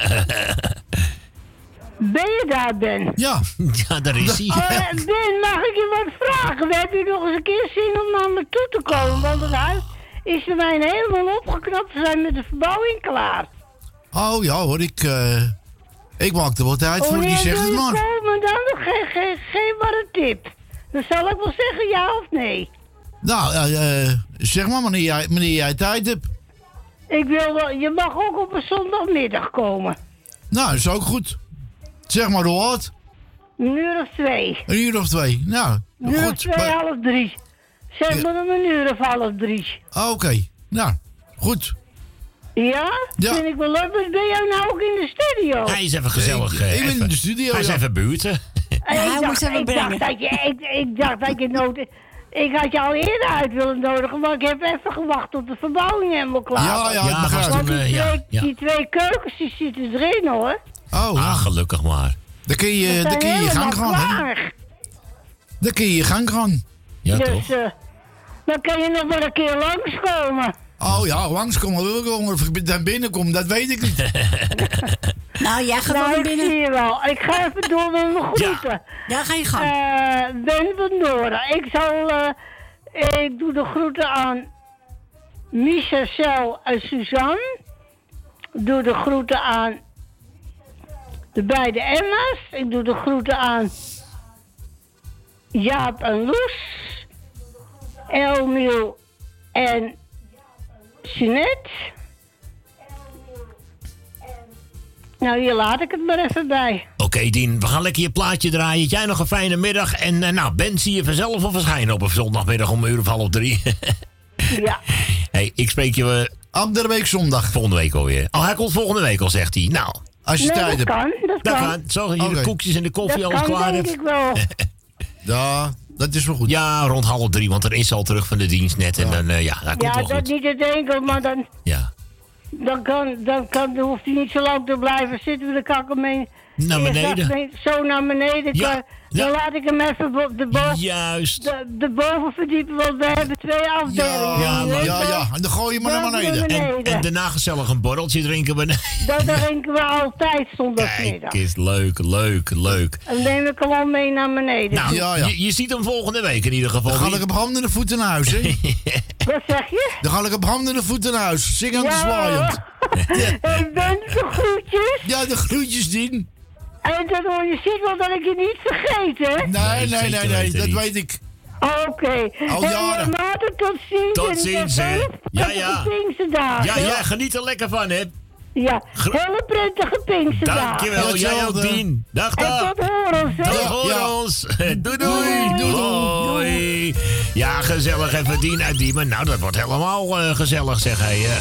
Ben je daar, Ben? Ja. Ja, daar is hij. Uh, Ben, mag ik je wat vragen? Heb je nog eens een keer zin om naar me toe te komen? Want het huis is voor mij helemaal opgeknapt. We zijn met de verbouwing klaar. Oh ja, hoor. Ik, uh, ik maak er wat tijd voor. Die zegt het maar. Komen dan? Geef, geef, geef maar een tip. Dan zal ik wel zeggen ja of nee. Nou, uh, zeg maar wanneer jij, wanneer jij tijd hebt. Ik wil wel, je mag ook op een zondagmiddag komen. Nou, dat is ook goed. Zeg maar hoe laat? Een uur of twee. Een uur of twee, nou, Een uur goed. of twee, Maar... half drie. Zeg ja. maar om een uur of half drie. Oké, okay. Nou, goed. Ja? Ja? Vind ik wel leuk. Ben jij nou ook in de studio? Hij is even gezellig. Ik, uh, ik ben even. in de studio, Hij is ja. even buurten. En hij ik, moest dacht, even ik, brengen. dacht dat je, ik, ik dacht dat je nodig... Ik had je al eerder uit willen nodigen, maar ik heb even gewacht tot de verbouwing helemaal klaar Ja, was. ja, ik Ja, begrijp was Want toen, die, uh, twee, ja, ja. die twee keukens die zitten erin hoor. Oh, Ah, gelukkig maar. dan kun je, Die dan zijn kun je je gang helemaal gaan, hè? klaar. Dan kun je je gang gaan. Ja, Dus toch? uh, dan kan je nog wel een keer langskomen. Oh ja, langskomen wil ik wel. Of ik daar binnenkom, dat weet ik niet. Nou, jij gaat nou, wel ik binnen. zie je wel. Ik ga even door met mijn groeten. Ja, ja ga je gang. Uh, Ben van Noorden. Ik zal... Uh, ik doe de groeten aan Micha, Cel en Suzanne. Ik doe de groeten aan de beide Emma's. Ik doe de groeten aan Jaap en Loes. Elmiel en Jeanette. Nou, hier laat ik het maar even bij. Oké, okay, Dien, we gaan lekker je plaatje draaien. Jij nog een fijne middag. En uh, nou, Ben zie je vanzelf of verschijnen op een zondagmiddag om een uur of half drie. Ja. Hey, ik spreek je... Uh, Andere week zondag. Volgende week alweer. Oh, hij komt volgende week al, zegt hij. Nou. Als je nee, tijd hebt. Dat kan, dat, dat kan. kan. Zo, je okay. de koekjes en de koffie dat alles kan, klaar denk hebt. ik wel. Ja, dat is wel goed. Ja, rond half drie, want er is al terug van de dienst net. Ja. En dan, uh, ja, dat komt ja, wel dat goed. niet het enkel, maar dan... Ja. Dan, kan, dan, kan, dan hoeft hij niet zo lang te blijven zitten. Dan kan ik hem mee... Naar beneden. Mee, zo naar beneden. Ja. Kan, Ja. Dan laat ik hem even bo- de, boven, Juist. de, de boven verdiepen, want we hebben twee afdelingen. Ja, ja, ja, ja. En dan gooi je maar naar beneden. En, en daarna gezellig een borreltje drinken beneden. Dat drinken we altijd zondagmiddag. Kijk, is leuk, leuk, leuk. En dan neem ik hem al mee naar beneden. Nou, ja, ja. Je, je ziet hem volgende week in ieder geval. Dan ga ik op handen en voeten naar huis, hè? Wat zeg je? Dan ga ik op handen en voeten naar huis. Zingend en ja, zwaaiend. En Ben, de groetjes. Ja, de groetjes, Dien. En dan hoor je ziet wel dat ik je niet vergeet, hè? Nee, nee, nee, nee, dat weet ik. Oké. Okay. Al jaren. Hey, Maarten, tot ziens. Tot ziens, hè. Ja, ja. Ja, jij geniet er lekker van, hè. Ja, hele prettige Pinksterdagen. Dankjewel, jij ook, Dien. Dag, dag. En tot horens, hè. Tot horens. Doei, doei. Doei, doei. Ja, gezellig even Dien uit Diemen. Nou, dat wordt helemaal uh, gezellig, zeg hij. Uh.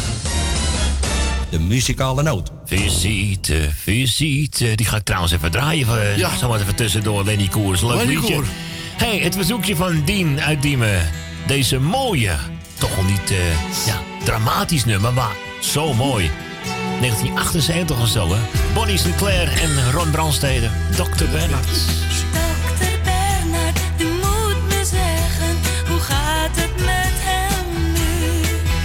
De muzikale noot. Visite, visite. Die ga ik trouwens even draaien. Uh, ja. Zo maar even tussendoor. Lenny Koers. Leuk Lenny liedje. Koer. Hey, het verzoekje van Dien uit Diemen. Deze mooie, toch wel niet uh, ja, dramatisch nummer, maar zo mooi. negentien achtenzeventig of zo, hè. Bonnie Sinclair en Ron Brandstede. dokter Bernhard. dokter Bernhard, u moet me zeggen, hoe gaat het met hem nu?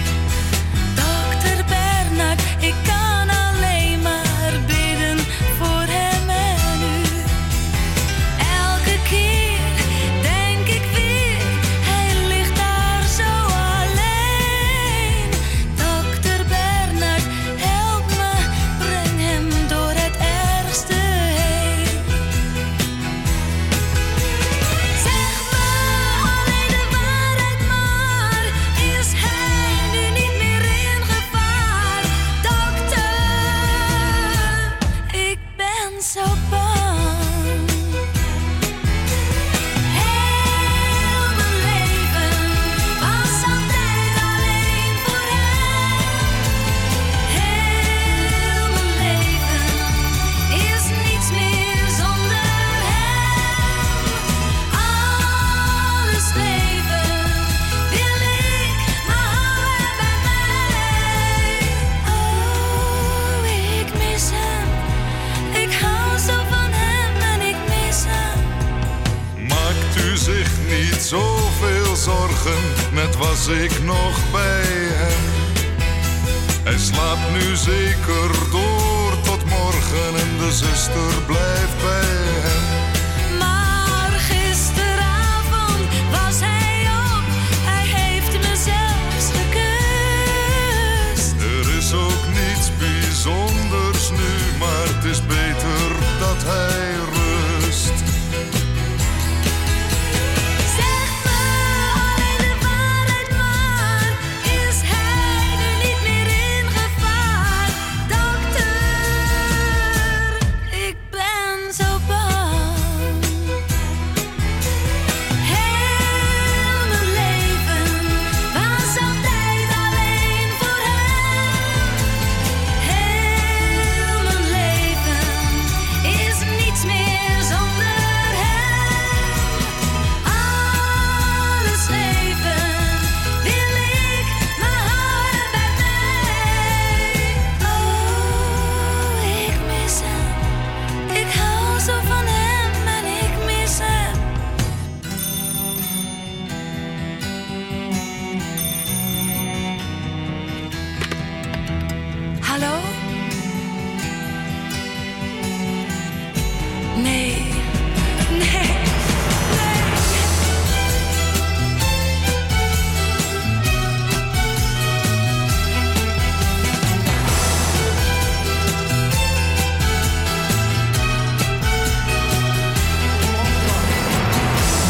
dokter Bernhard, ik kan alleen maar bidden voor hem en u. Elke keer denk ik weer, hij ligt daar zo alleen. dokter Bernhard, help me, breng hem door het ergste heen. Zeg me alleen de waarheid maar, is hij nu niet meer in gevaar? Dokter, ik ben zo bang. Heel mijn leven was altijd alleen voor hem. Heel mijn leven is niets meer zonder hem. Alles geven wil ik, maar hou hem bij mij. Oh, ik mis hem. Ik hou zo van hem en ik mis hem. Maakt u zich niet zoveel zorgen, net was ik nog bij hem. Hij slaapt nu zeker door tot morgen en de zuster blijft bij hem. Maar gisteravond was hij op, hij heeft me zelfs gekust. Er is ook niets bijzonders nu, maar het is beter dat hij rust. Zeg me alleen de waarheid maar, is hij nu niet meer in gevaar? Dokter, ik ben zo bang.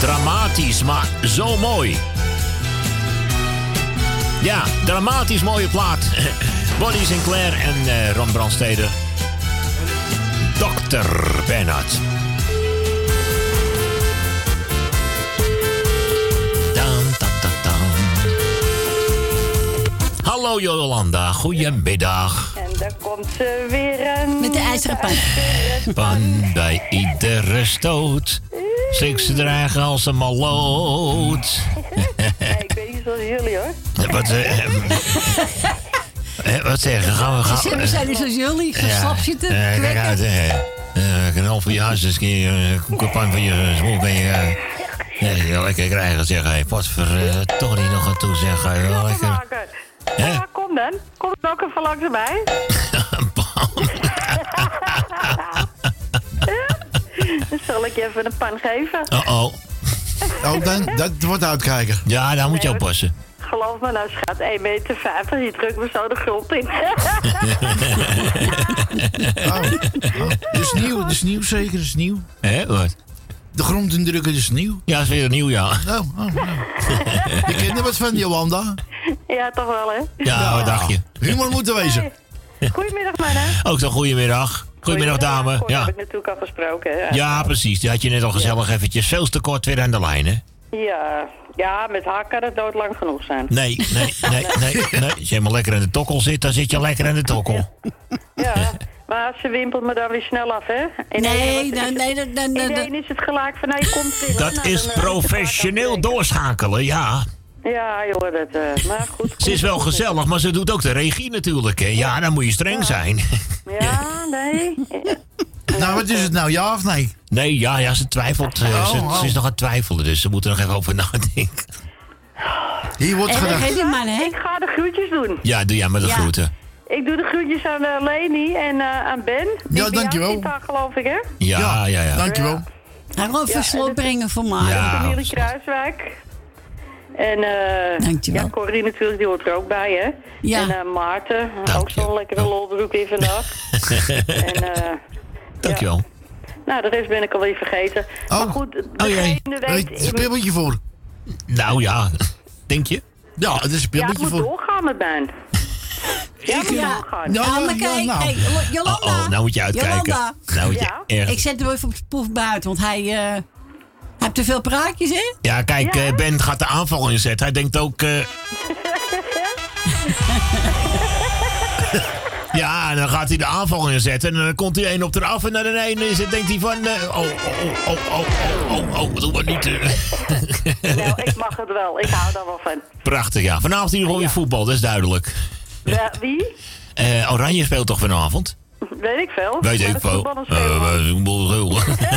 Dramatisch, maar zo mooi. Ja, dramatisch mooie plaat. Bonnie Sinclair en uh, Ron Brandsteder. dokter Bernhard. Dan, dan, dan, dan. Hallo Jolanda, goedemiddag. En daar komt ze weer aan. Met de ijzeren pan. Pan bij iedere stoot. Slikt ze dragen als een maloot. Nee, ik weet niet zoals jullie hoor. Wat, uh, uh, wat zeggen? Gaan we gaan? We zijn dus zoals jullie, geslap zitten. Uh, kijk uit, hè. Uh, ik een half jaar eens een keer een koekenpan van je smoel ben je. Uh, ja, lekker krijgen, zeg hij. Wat voor uh, toch niet nog aan toe, zeg hij. Wel lekker. Ja, kom dan. Kom er ook even langs bij. Dan zal ik je even een pan geven. Oh-oh. Oh, dan, dat wordt uitkijken. Ja, daar moet je Nee, oppassen. Geloof me, nou schat, één meter vijftig, die drukt me zo de grond in. Oh, oh. De sneeuw, de sneeuw zeker, de sneeuw. Hé, wat? De grond indrukken, de sneeuw. Ja, is weer nieuw, ja. Oh, oh, oh. Je kent er wat van, Jolanda. Ja, toch wel, hè? Ja, wat dacht je? Humor moet er wezen. Goedemiddag, mannen. Ook zo'n goedemiddag. Goedemiddag, dame. Cor Ja. heb ik natuurlijk al gesproken, hè? Ja, precies. Die had je net al gezellig eventjes veel te kort weer aan de lijn, hè? Ja, ja, met haar kan het doodlang genoeg zijn. Nee, nee, nee, nee, nee. Als je helemaal lekker in de tokkel zit, dan zit je lekker in de tokkel. Ja, maar ze wimpelt me dan weer snel af, hè? In Nee, één nee, nee, nee, nee, nee. Iedereen is het gelijk van, nou, je komt binnen. Dat Nou, is dan, uh, professioneel doorschakelen, ja. Ja, joh, dat, uh, maar goed. Ze is wel gezellig, maar ze doet ook de regie natuurlijk, hè. Ja, dan moet je streng zijn. Ja, nee. Nou, wat is het nou, ja of nee? Nee, ja, ja, ze twijfelt. Uh, Oh, ze, oh. ze is nog aan het twijfelen, dus ze moet er nog even over nadenken. Hier wordt En dan gedacht. geef die man, hè? Ik ga de groetjes doen. Ja, doe jij maar de Ja. groeten. Ik doe de groetjes aan uh, Leni en uh, aan Ben. Die Ja, bij dankjewel. jou zit daar, geloof ik, hè? Ja, ja, ja. Dankjewel. Hij gewoon even Ja, slot en brengen voor mij. Ja. Familie Kruiswijk. En eh Dankjewel. ja, Corrie natuurlijk, die hoort er ook bij, hè? Ja. En uh, Maarten, Dank ook zo'n je. lekkere lolbroek in vandaag. en, eh Dankjewel. nou, de rest ben ik alweer vergeten. Oh. Maar goed, Oh, jee. degene Hey, weet... het is een pibbeltje voor. Nou ja, denk je? Ja, het is een ja, ik pibbeltje moet voor. doorgaan met Ben. Ja, ik moet Ja. doorgaan. Ja, Ja, maar ja, kijk, nou. hey, Jolanda. Oh, oh, nou moet je uitkijken. Jolanda. Nou moet je Ja? erg... Ik zet hem even op de proef buiten, want hij, uh, hij heeft te veel praatjes, hè? Ja, kijk, Ja, eh, hè? Ben gaat de aanval inzetten. Hij denkt ook... eh, ja, en dan gaat hij de aanval inzetten. En dan komt hij één op eraf. En dan ineens is het, denkt hij van... eh, oh, oh, oh, oh, oh, oh, oh, doe maar niet. eh. Nou, ik mag het wel. Ik hou daar wel van. Prachtig, ja. Vanavond in ieder geval weer voetbal, dat is duidelijk. Ja, wie? Eh, Oranje speelt toch vanavond? Weet ik veel. Weet Maar ik dat veel. voetbal is Eh, veel. wat een boel.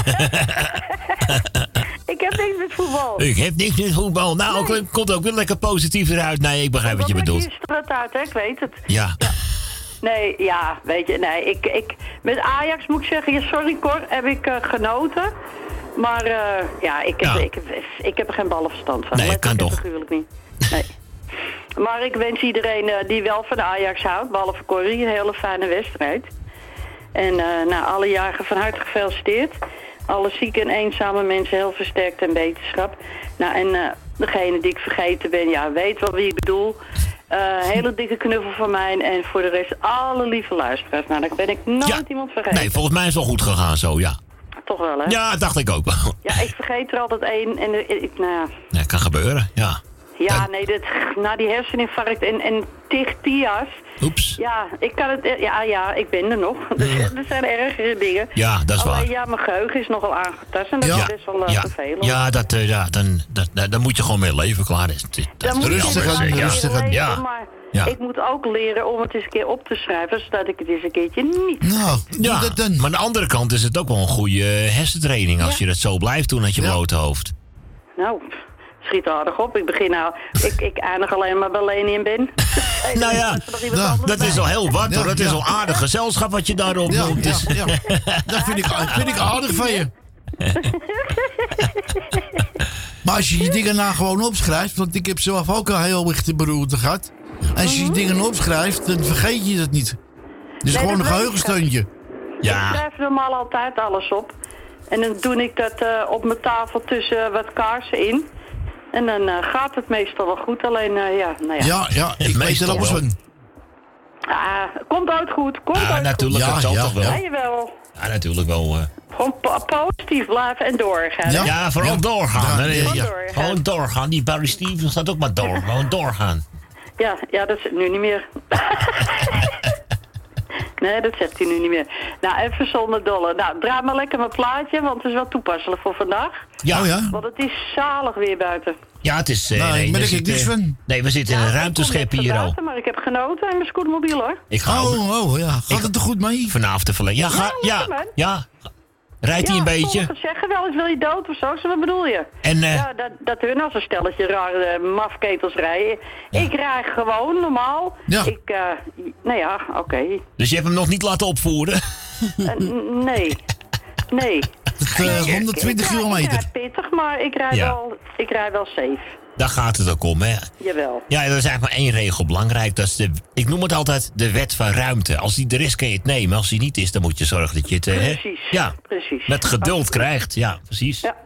Ik heb niks met voetbal. Ik heb niks met voetbal. Nou, ook, komt ook weer lekker positief eruit. Nee, ik begrijp wat je bedoelt. Je straat uit, hè? Ik weet het. Ja. Nee, ja, weet je, nee. Ik, ik, met Ajax moet ik zeggen, ja, sorry Cor, heb ik uh, genoten. Maar uh, ja, ik heb, Ja. Ik, heb, ik heb er geen ballenverstand van. Nee, Letterlijk kan en toch. figuurlijk niet. Nee. Maar ik wens iedereen uh, die wel van Ajax houdt, behalve Corrie, een hele fijne wedstrijd. En uh, nou, alle jaren van harte gefeliciteerd. Alle zieke en eenzame mensen heel versterkt en beterschap. Nou, en uh, degene die ik vergeten ben, ja, weet wel wie ik bedoel. Uh, hele dikke knuffel van mij en voor de rest alle lieve luisteraars. Nou, dan ben ik nooit Ja. iemand vergeten. Nee, volgens mij is het wel goed gegaan zo, ja. Toch wel, hè? Ja, dat dacht ik ook wel. Ja, ik vergeet er altijd één en de- ik, nou ja. Dat kan gebeuren, ja. Ja, nee, dat, na die herseninfarct en, en tig Tia's. Oeps. Ja, ik kan het, ja, ja, ik ben er nog. Er, er zijn ergere dingen. Ja, dat is Alleen, waar. ja, mijn geheugen is nogal aangetast en dat Ja. is best wel uh, Ja, vervelend. ja, dat, eh, ja dan, dat, dat, dan moet je gewoon mee leven, klaar. Dat, dat, dat Dan is moet je anders, inderdaad eh, ja. leren rustig aan. leven, Ja. Maar Ja. ik moet ook leren om het eens een keer op te schrijven, zodat ik het eens een keertje niet... Nou, doe Ja, dat dan. maar aan de andere kant is het ook wel een goede eh, hersentraining als Ja. je dat zo blijft doen met je Ja. blote hoofd. Nou, schiet aardig op. Ik begin nou... Ik, ik eindig alleen maar bij Leni en Ben. Hey, Nou dan ja, is er nog iemand ja, anders Dat bij. is al heel wat Ja, hoor. Dat is ja. al aardig gezelschap wat je daarop Ja, noemt. ja, Dus- ja. Dat vind ik, vind ik aardig van je. Maar als je die dingen nou gewoon opschrijft, want ik heb zelf ook een heel lichte beroerte gehad. Als je die dingen opschrijft, dan vergeet je dat niet. Dus Nee, gewoon dat een weet ik, geheugensteuntje. Ik schrijf normaal altijd alles op. En dan doe ik dat uh, op mijn tafel tussen wat kaarsen in. En dan uh, gaat het meestal wel goed. Alleen, uh, ja, nou ja. Ja, ja, ik weet er alles van. Ah, komt uit goed, komt ja, uit natuurlijk, goed. dat zal ja, toch wel. Ja, jawel. Ja, natuurlijk wel. Uh... Gewoon po positief blijven en doorgaan. Ja, ja vooral ja. doorgaan. Ja, ja. Ja. Gewoon doorgaan. Die Barry Stevens staat ook maar door. Gewoon doorgaan. Ja, ja, dat is nu niet meer. Nee, dat zegt hij nu niet meer. Nou, even zonder dolle. Nou, draai maar lekker mijn plaatje, want het is wel toepasselijk voor vandaag. Ja, oh ja. Want het is zalig weer buiten. Ja, het is... Uh, nou, nee, ben ik zit, niks uh, van. Nee, we zitten ja, in een ruimteschip hier al. Maar ik heb genoten in mijn scootmobiel, hoor. Ik ga oh, oh, ja. Gaat ik, het er goed mee? Vanavond te verleden. Ja, ga, ja, ja, ja. Rijdt hij ja, een beetje? Ja, zeggen wel eens wil je dood of zo, wat bedoel je? En, uh, ja, dat, dat hun als een stelletje rare uh, mafketels rijden. Ja. Ik rij gewoon, normaal. Ja. Ik, uh, nou ja, oké. Okay. Dus je hebt hem nog niet laten opvoeren? Uh, nee, nee. Het, uh, honderdtwintig ik, kilometer. Ik rijd pittig, maar ik rijd, ja. wel, ik rijd wel safe. Daar gaat het ook om, hè? Jawel. Ja, er is eigenlijk maar één regel belangrijk. Dat is de, ik noem het altijd de wet van ruimte. Als die er is, kun je het nemen. Als die niet is, dan moet je zorgen dat je het... Precies, hè? Ja, precies. Met geduld Absoluut. krijgt. Ja, precies. Ja.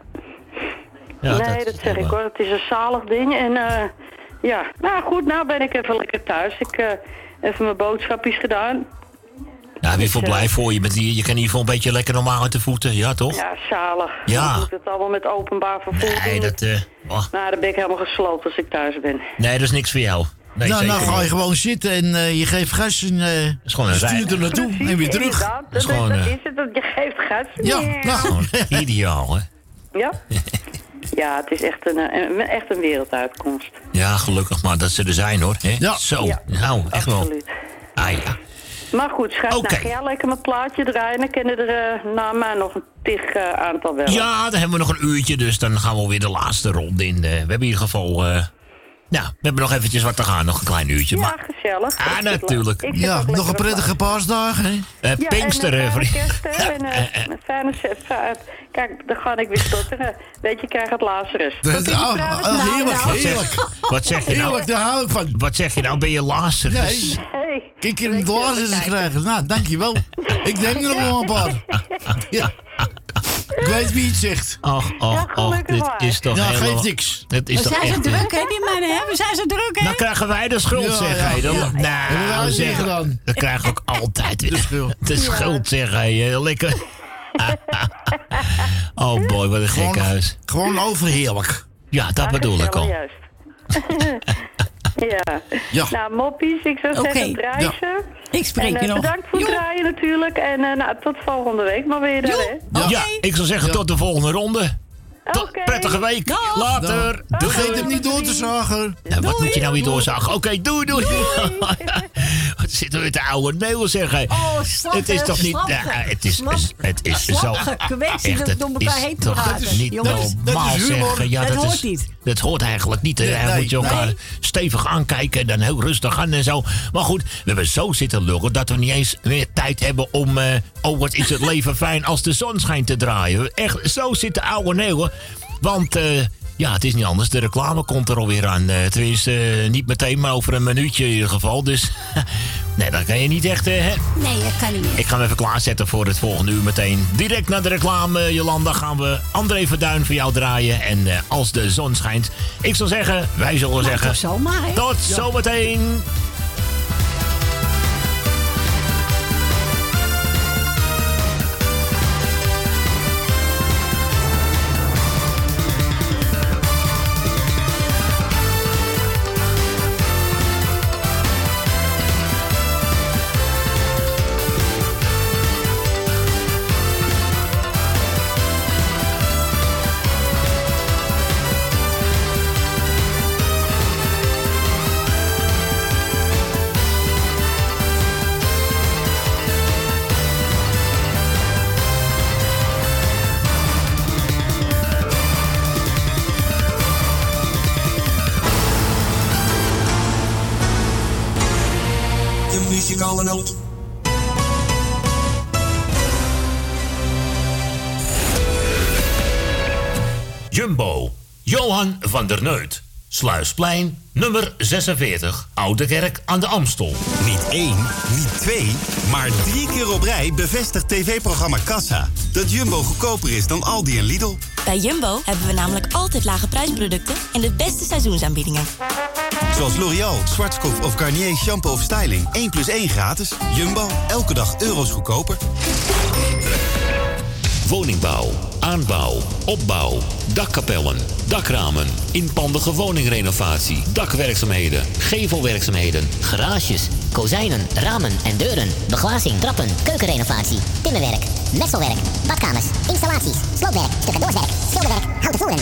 Ja, nee, dat, dat zeg ik hoor. Het is een zalig ding. En uh, ja, nou goed, nou ben ik even lekker thuis. Ik uh, even mijn boodschapjes gedaan. Ja, weer voor blij voor je. Met die, je kan in ieder geval een beetje lekker normaal uit de voeten. Ja, toch? Ja, zalig. Ja. Ik moet het allemaal met openbaar vervoer Nee, doen. dat... Uh, oh. Nou, dan ben ik helemaal gesloopt als ik thuis ben. Nee, dat is niks voor jou. Nee, nou, nou ga je gewoon zitten en uh, je geeft gas en uh, je stuurt er naartoe Precies, en weer terug. Dat, dat, is, gewoon, uh, dat is het, dat je geeft gas. Ja, yeah. nou. Gewoon ideaal, hè? Ja? Ja, het is echt een, een, echt een werelduitkomst. Ja, gelukkig maar dat ze er zijn, hoor. Hè? Ja. Zo, ja, nou, echt absoluut. wel. Ah, ja. Maar goed, schat, okay. nou, ga jij lekker mijn plaatje draaien. Dan kunnen er uh, na mij nog een tig uh, aantal wel. Ja, dan hebben we nog een uurtje, dus dan gaan we weer de laatste ronde in. De, we hebben in ieder geval... Uh, nou, we hebben nog eventjes wat te gaan, nog een klein uurtje. Ja, maar... gezellig. Ah, natuurlijk. Ja, nog een prettige paasdagen, hè? Uh, ja, Pinksteren, en een vriend. fijne kerst, hè, en uh, een fijne set. Kijk, dan ga ik weer stotteren. Weet je, ik krijg het Lazarus. Dat, oh, oh, heerlijk, wat heerlijk. Zeg, wat zeg je nou? Heerlijk, daar hou ik van. Wat zeg je nou? Ben je Lazarus? Nee. Hey, Kijk hier een Lazarus krijgen. Nou, dankjewel. Ik denk er nog wel een paar. Ja. Ik weet wie het zegt. Och, och, och, dit is toch ja, helemaal... geeft niks. Dit is we toch zijn echt... zo druk, hè, die mannen, hè? We zijn zo druk, hè? Dan krijgen wij de schuld, ja, zeg ja, hij. Dan, ja. Nou, ja, zeg, dan. dan krijg ik ook altijd weer de schuld, de schuld zeg hij. Lekker. Oh boy, wat een gek huis. Gewoon overheerlijk. Ja, dat ah, bedoel ik al. Juist. ja. ja. Nou, moppies, ik zou okay. zeggen draaien. Ja. Ik spreek en, je uh, nog. Bedankt voor het draaien natuurlijk. En uh, nou, tot volgende week maar weer dan, hè? Ja. Okay. Ja, ik zou zeggen ja. tot de volgende ronde. Tot okay. prettige week. Dag. Later. Doei. Vergeet hem niet door te zagen. Ja, wat moet je nou weer doorzagen? Oké, okay, doei, doei. Wat zitten we te oude neeuwen, zeg hij. Oh, slappe, het is toch niet... Ja, het is, het is zo... Echt, het door elkaar heen te praten. Niet jongens, normaal zeggen. Ja, dat, dat hoort is, niet. Dat hoort eigenlijk niet. Nee, Hij nee, moet je elkaar nee. stevig aankijken en dan heel rustig aan en zo. Maar goed, we hebben zo zitten lullen dat we niet eens meer tijd hebben om... Uh, oh, wat is het leven fijn als de zon schijnt te draaien. Echt, zo zitten oude neeuwen. Want... Uh, Ja, het is niet anders. De reclame komt er alweer aan. Uh, tenminste, uh, niet meteen, maar over een minuutje in ieder geval. Dus nee, dat kan je niet echt... Uh, hè? Nee, dat kan niet meer. Ik ga hem even klaarzetten voor het volgende uur meteen. Direct na de reclame, Jolanda, gaan we André Verduin voor jou draaien. En uh, als de zon schijnt. Ik zal zeggen, wij zullen maar zeggen... Tot zomaar, hè? Tot ja. zometeen. Muzikale noot. Jumbo, Johan van der Neut. Sluisplein, nummer zesenveertig, Oude Kerk aan de Amstel. Niet één, niet twee, maar drie keer op rij bevestigt tv-programma Kassa dat Jumbo goedkoper is dan Aldi en Lidl. Bij Jumbo hebben we namelijk altijd lage prijsproducten en de beste seizoensaanbiedingen. Zoals L'Oréal, Schwarzkopf of Garnier shampoo of styling. één plus één gratis. Jumbo, elke dag euro's goedkoper. Woningbouw, aanbouw, opbouw, dakkapellen, dakramen, inpandige woningrenovatie, dakwerkzaamheden, gevelwerkzaamheden, Garages, kozijnen, ramen en deuren, beglazing, trappen, keukenrenovatie, timmerwerk, messelwerk, badkamers, installaties, sloopwerk, stucadoorswerk, schilderwerk, houten voeren.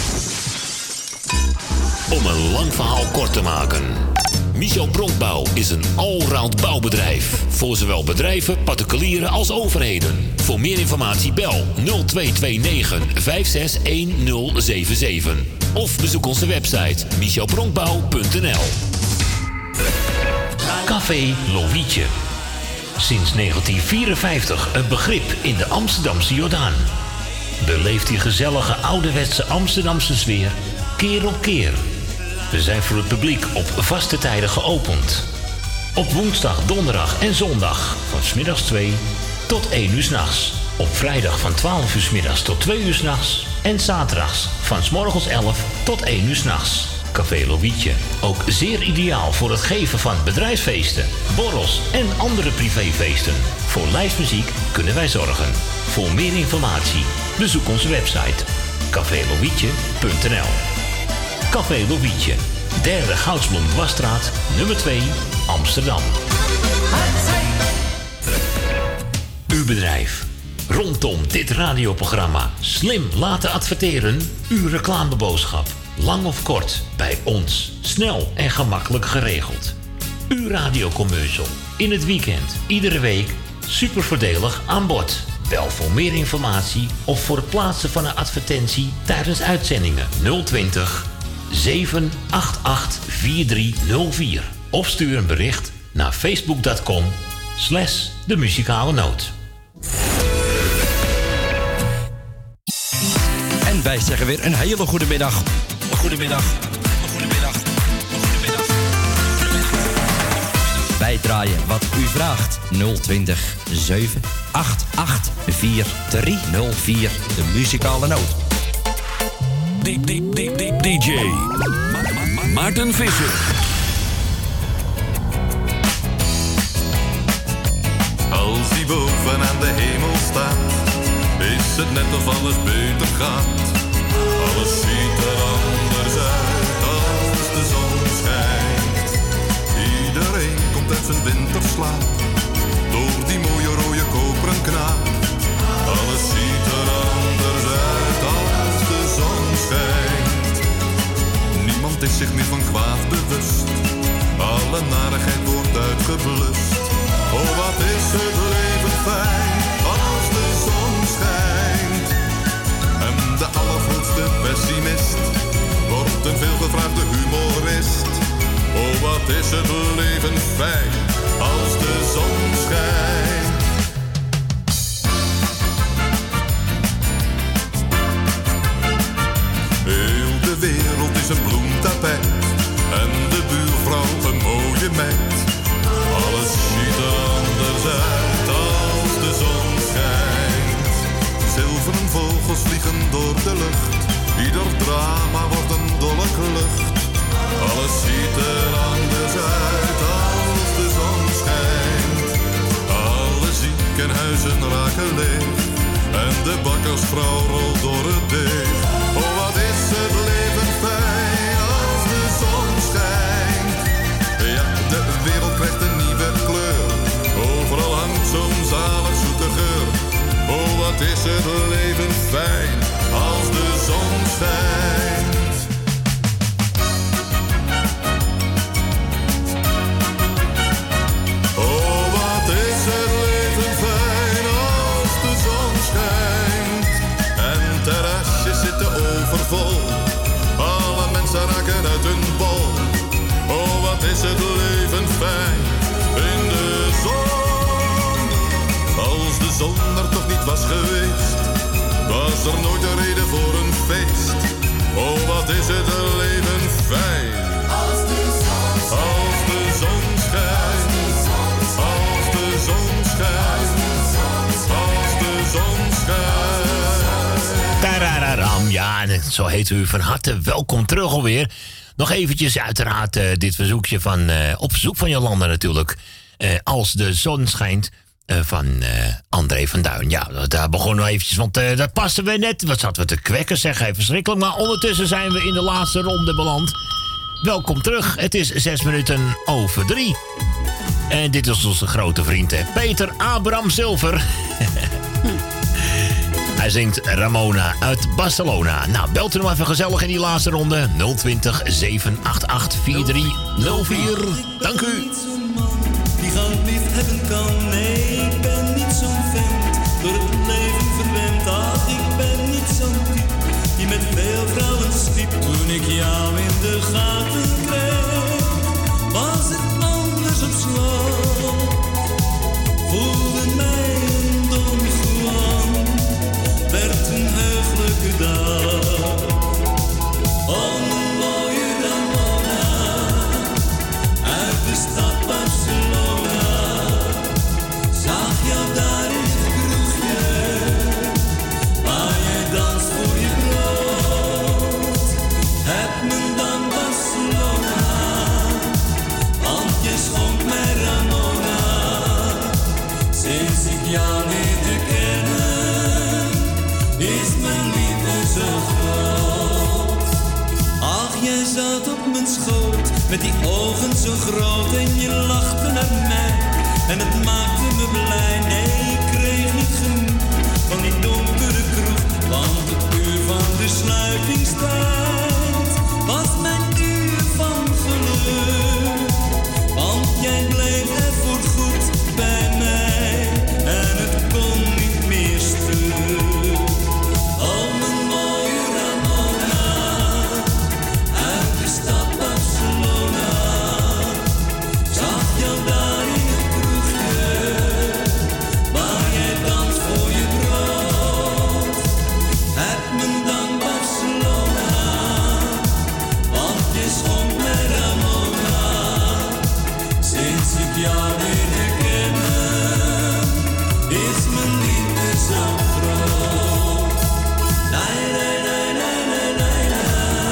Om een lang verhaal kort te maken. Michel Bronkbouw is een allround bouwbedrijf. Voor zowel bedrijven, particulieren als overheden. Voor meer informatie bel nul twee twee negen vijf zes een nul zeven zeven. Of bezoek onze website michel bronkbouw punt n l. Café Lovietje. Sinds negentien vierenvijftig een begrip in de Amsterdamse Jordaan. Beleef die gezellige ouderwetse Amsterdamse sfeer keer op keer. We zijn voor het publiek op vaste tijden geopend. Op woensdag, donderdag en zondag van 's middags twee tot één uur 's nachts. Op vrijdag van twaalf uur 's middags tot twee uur 's nachts. En zaterdags van 's morgens elf tot één uur 's nachts. Café Lovietje. Ook zeer ideaal voor het geven van bedrijfsfeesten, borrels en andere privéfeesten. Voor lijstmuziek kunnen wij zorgen. Voor meer informatie bezoek onze website café lovietje punt n l. Café Lovietje, derde Goudsblom Dwarsstraat, nummer twee, Amsterdam. Uw bedrijf. Rondom dit radioprogramma slim laten adverteren. Uw reclameboodschap. Lang of kort, bij ons. Snel en gemakkelijk geregeld. Uw radiocommercial. In het weekend, iedere week. Super voordelig aan bod. Bel voor meer informatie of voor het plaatsen van een advertentie tijdens uitzendingen nul twintig zeven acht acht vier drie nul vier. Of stuur een bericht naar facebook punt com slash de muzikale noot. En wij zeggen weer een hele goede middag. Goedemiddag. Goedemiddag. Goedemiddag. Wij draaien wat u vraagt. nul twintig zeven acht acht vier drie nul vier. De muzikale noot. D J Maarten Visser. Als hij boven aan de hemel staat, is het net of alles beter gaat. Alles ziet er anders uit als de zon schijnt. Iedereen komt uit zijn winterslaap, door die mooie rode koperen knaap. Alles ziet er anders uit als de zon schijnt. Niemand is zich meer van kwaad bewust, alle narigheid wordt uitgeblust. Oh, wat is het leven fijn als de zon schijnt. En de allergrootste pessimist wordt een veelgevraagde humorist. Oh, wat is het leven fijn als de zon schijnt. Heel de wereld is een bloemtapijt en de buurvrouw een mooie meid. Alles ziet er anders uit als de zon schijnt. Zilveren vogels vliegen door de lucht, ieder drama wordt een dolle klucht. Alles ziet er anders uit als de zon schijnt. Alle ziekenhuizen raken leeg en de bakkersvrouw rolt door het deeg. Oh, wat is het leven fijn als de zon schijnt. Ja, de wereld krijgt een nieuwe kleur, overal hangt zo'n zalig zoete geur. Oh, wat is het leven fijn als de zon schijnt. Oh, wat is het leven fijn als de zon schijnt. En terrasjes zitten overvol, alle mensen raken uit hun bol. Oh, wat is het leven fijn in de zon. Als de zon er toch niet was geweest, was er nooit een reden voor een feest. Oh, wat is het leven fijn Ja, en zo heet u van harte welkom terug alweer. Nog eventjes uiteraard uh, dit verzoekje van, uh, op verzoek van Jolanda natuurlijk. Uh, als de zon schijnt uh, van uh, André van Duin. Ja, daar begonnen we eventjes, want uh, dat pasten we net. Wat zaten we te kwekken, zeg, even verschrikkelijk. Maar ondertussen zijn we in de laatste ronde beland. Welkom terug, het is zes minuten over drie. En dit is onze grote vriend, hè, Peter Abraham Zilver. Hij zingt Ramona uit Barcelona. Nou, belt u nog even gezellig in die laatste ronde. nul twintig, zeven acht acht, vier drie nul vier. Dank u. Die gaan lief hebben kan, nee, ik ben niet zo'n vent. Door het leven verwend, ach, ik ben niet zo'n type die met veel vrouwen sliep. Toen ik jou in de gaten kreeg, was het anders op slot. Voelde mij een Don Juan, werd een heugelijke dag. Oh, een mooie Ramona, uit de stad Barcelona. Zag jou daar in het kroegje, waar jij danst voor je brood. Heb me dan Barcelona, want je schonk mij Ramona. Sinds ik jou leerde kennen, is mijn liefde zo groot. Ach, jij zat op mijn schoot, met die ogen zo groot en je lachte naar mij. En het maakte me blij, nee, ik kreeg niet genoeg van die donkere kroeg. Want het uur van de sluitingstijd was mijn uur van geluk. Want jij bleef er voorgoed bij mij en het kon niet meer stuk. Oh, mijn mooie Ramona, uit de stad Barcelona. Zag jou daar in het kroegje, waar jij danst voor je brood. Heb me dan Barcelona, want je schonk mij Ramona. Sinds ik jou leerde kennen, is mijn liefde zo groot. Nee, nee, nee, nee, nee, nee, nee.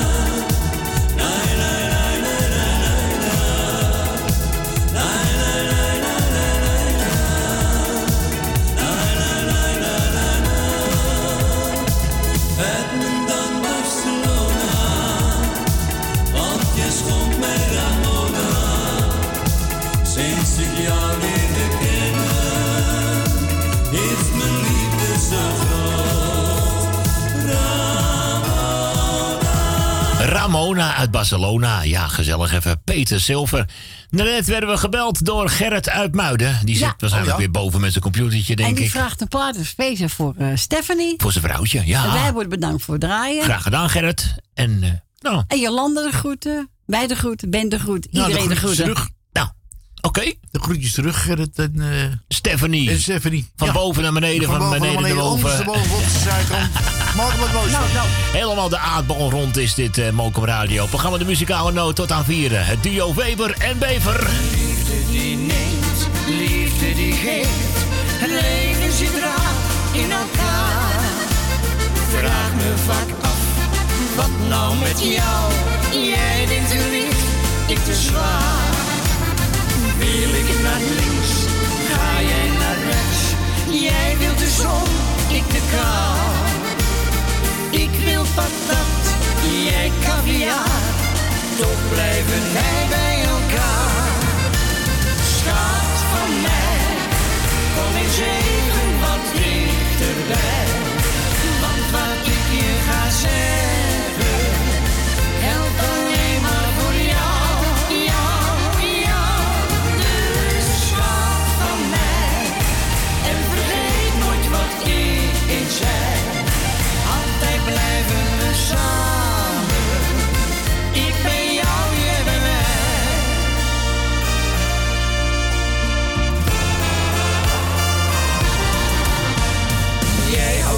Nee, nee, nee, nee, nee, nee. Nee, nee, nee, nee, nee, nee. Nee, nee, nee, nee, nee, nee. Het me dan Barcelona, want je schonk mij Ramona. Sinds ik jou leerde kennen, is mijn liefde zo groot. Ramona. Ramona uit Barcelona. Ja, gezellig even. Peter Zilver. Net werden we gebeld door Gerrit uit Muiden. Die zit Ja. waarschijnlijk Oh, ja. weer boven met zijn computertje, denk En die ik. vraagt een plaat speciaal voor uh, Stephanie. Voor zijn vrouwtje, ja. En wij worden bedankt voor het draaien. Graag gedaan, Gerrit. En, uh, nou. En Jolanda de groeten. Wij de groeten. Ben de groet. Nou, Iedereen de groeten. terug. Nou, oké. Okay. De groetjes terug, Gerrit en... Uh, Stephanie. En Stephanie. Van ja. boven naar beneden, van, van boven beneden naar boven. Ondersteboven, op de zijkant. Maak het wat moois. Nou, nou. Helemaal de aardbol rond is dit uh, Mokum Radio. Programma De Muzikale Noot tot aan vieren. Het duo Weber en Bever. Liefde die neemt, liefde die geeft. Het leven zit raar in elkaar. Vraag me vaak af, wat nou met jou? Jij denkt te licht, ik te zwaar. Wil ik naar links, ga jij naar rechts. Jij wilt de zon, ik de kou. Ik wil patat, jij caviar. Toch blijven wij bij elkaar. Schat van mij, kom eens even wat dichterbij. Want wat ik je ga zeggen, geldt alleen maar voor jou, jou, jou. Dus schat van mij, en vergeet nooit wat ik eens zei. Altijd blijven we samen. Ik ben jou, jij bent mij. Jij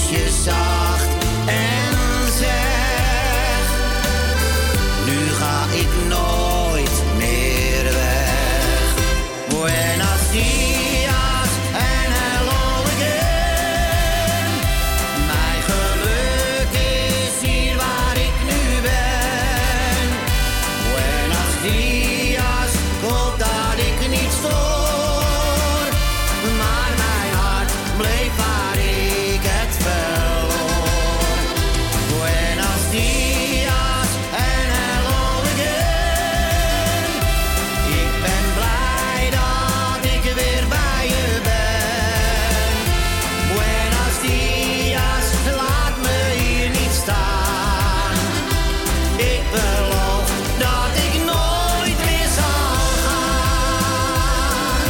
kusje zacht en zeg: nu ga ik nooit meer weg. Buenos dias en hello again. Mijn geluk is hier waar ik nu ben. Buenos dias, ik hoop dat ik niet stoor. Maar mijn hart bleef waar ik het verloor. Buenos dias en hello again. Ik ben blij dat ik weer bij je ben. Buenos dias, laat me hier niet staan. Ik beloof dat ik nooit meer zal gaan.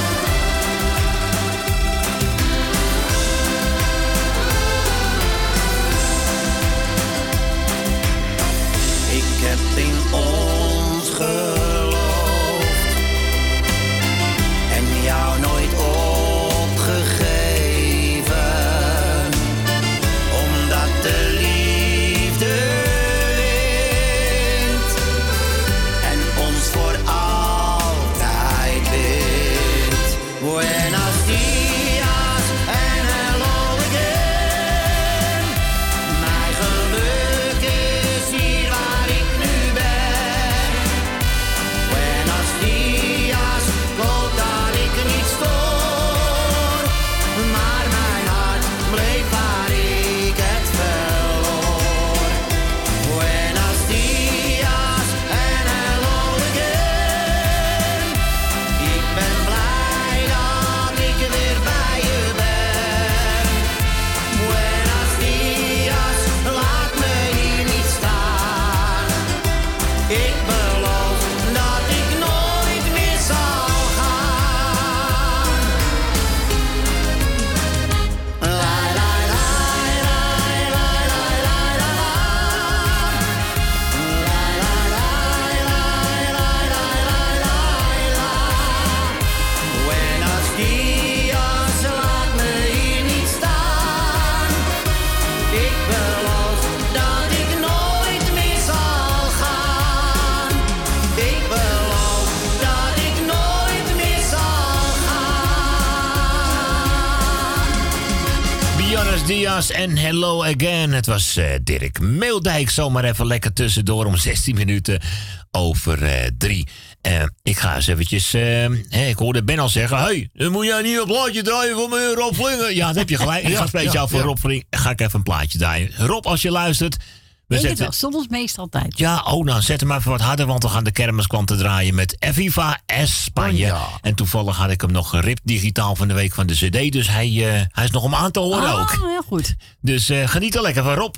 Ik heb in ons geloofd en jou nooit opgegeven, omdat de liefde wint en ons voor altijd bindt. Buenos dias en hello again. Mijn geluk is hier waar ik nu ben. Buenos dias, ik hoop dat ik niet stoor. Maar mijn hart bleef waar ik het verloor. Buenos dias en hello again. Ik ben blij dat ik weer bij je ben. Buenos dias, laat me hier niet staan. Ik beloof dat ik nooit meer zal gaan. La la la la la la la la. La la la la la la la la. Buenos dias, laat me hier niet staan. Ik beloof dat ik nooit meer zal gaan. Ik beloof dat ik nooit meer zal gaan. Buenos dias en hello again. Het was eh, Dirk Meeldijk, zomaar even lekker tussendoor om zestien minuten over eh, drie. Eh, ik ga eens eventjes... eh, hè, ik hoorde Ben al zeggen... Hey, dan moet jij niet een plaatje draaien voor meneer Rob Vlinger. Ja, dat heb je gelijk. Ik Ja, ga speciaal ja, voor ja. Rob Vlinger. Ga ik even een plaatje draaien. Rob, als je luistert... We Weet je zetten... wel, soms meestal altijd. Ja, oh, nou, zet hem even wat harder, want we gaan de kermisklanten draaien met Eviva Spanje. Oh, ja. En toevallig had ik hem nog geript digitaal van de week van de cd, dus hij, uh, hij is nog om aan te horen Ah, ook. heel goed. Dus uh, geniet er lekker van, Rob.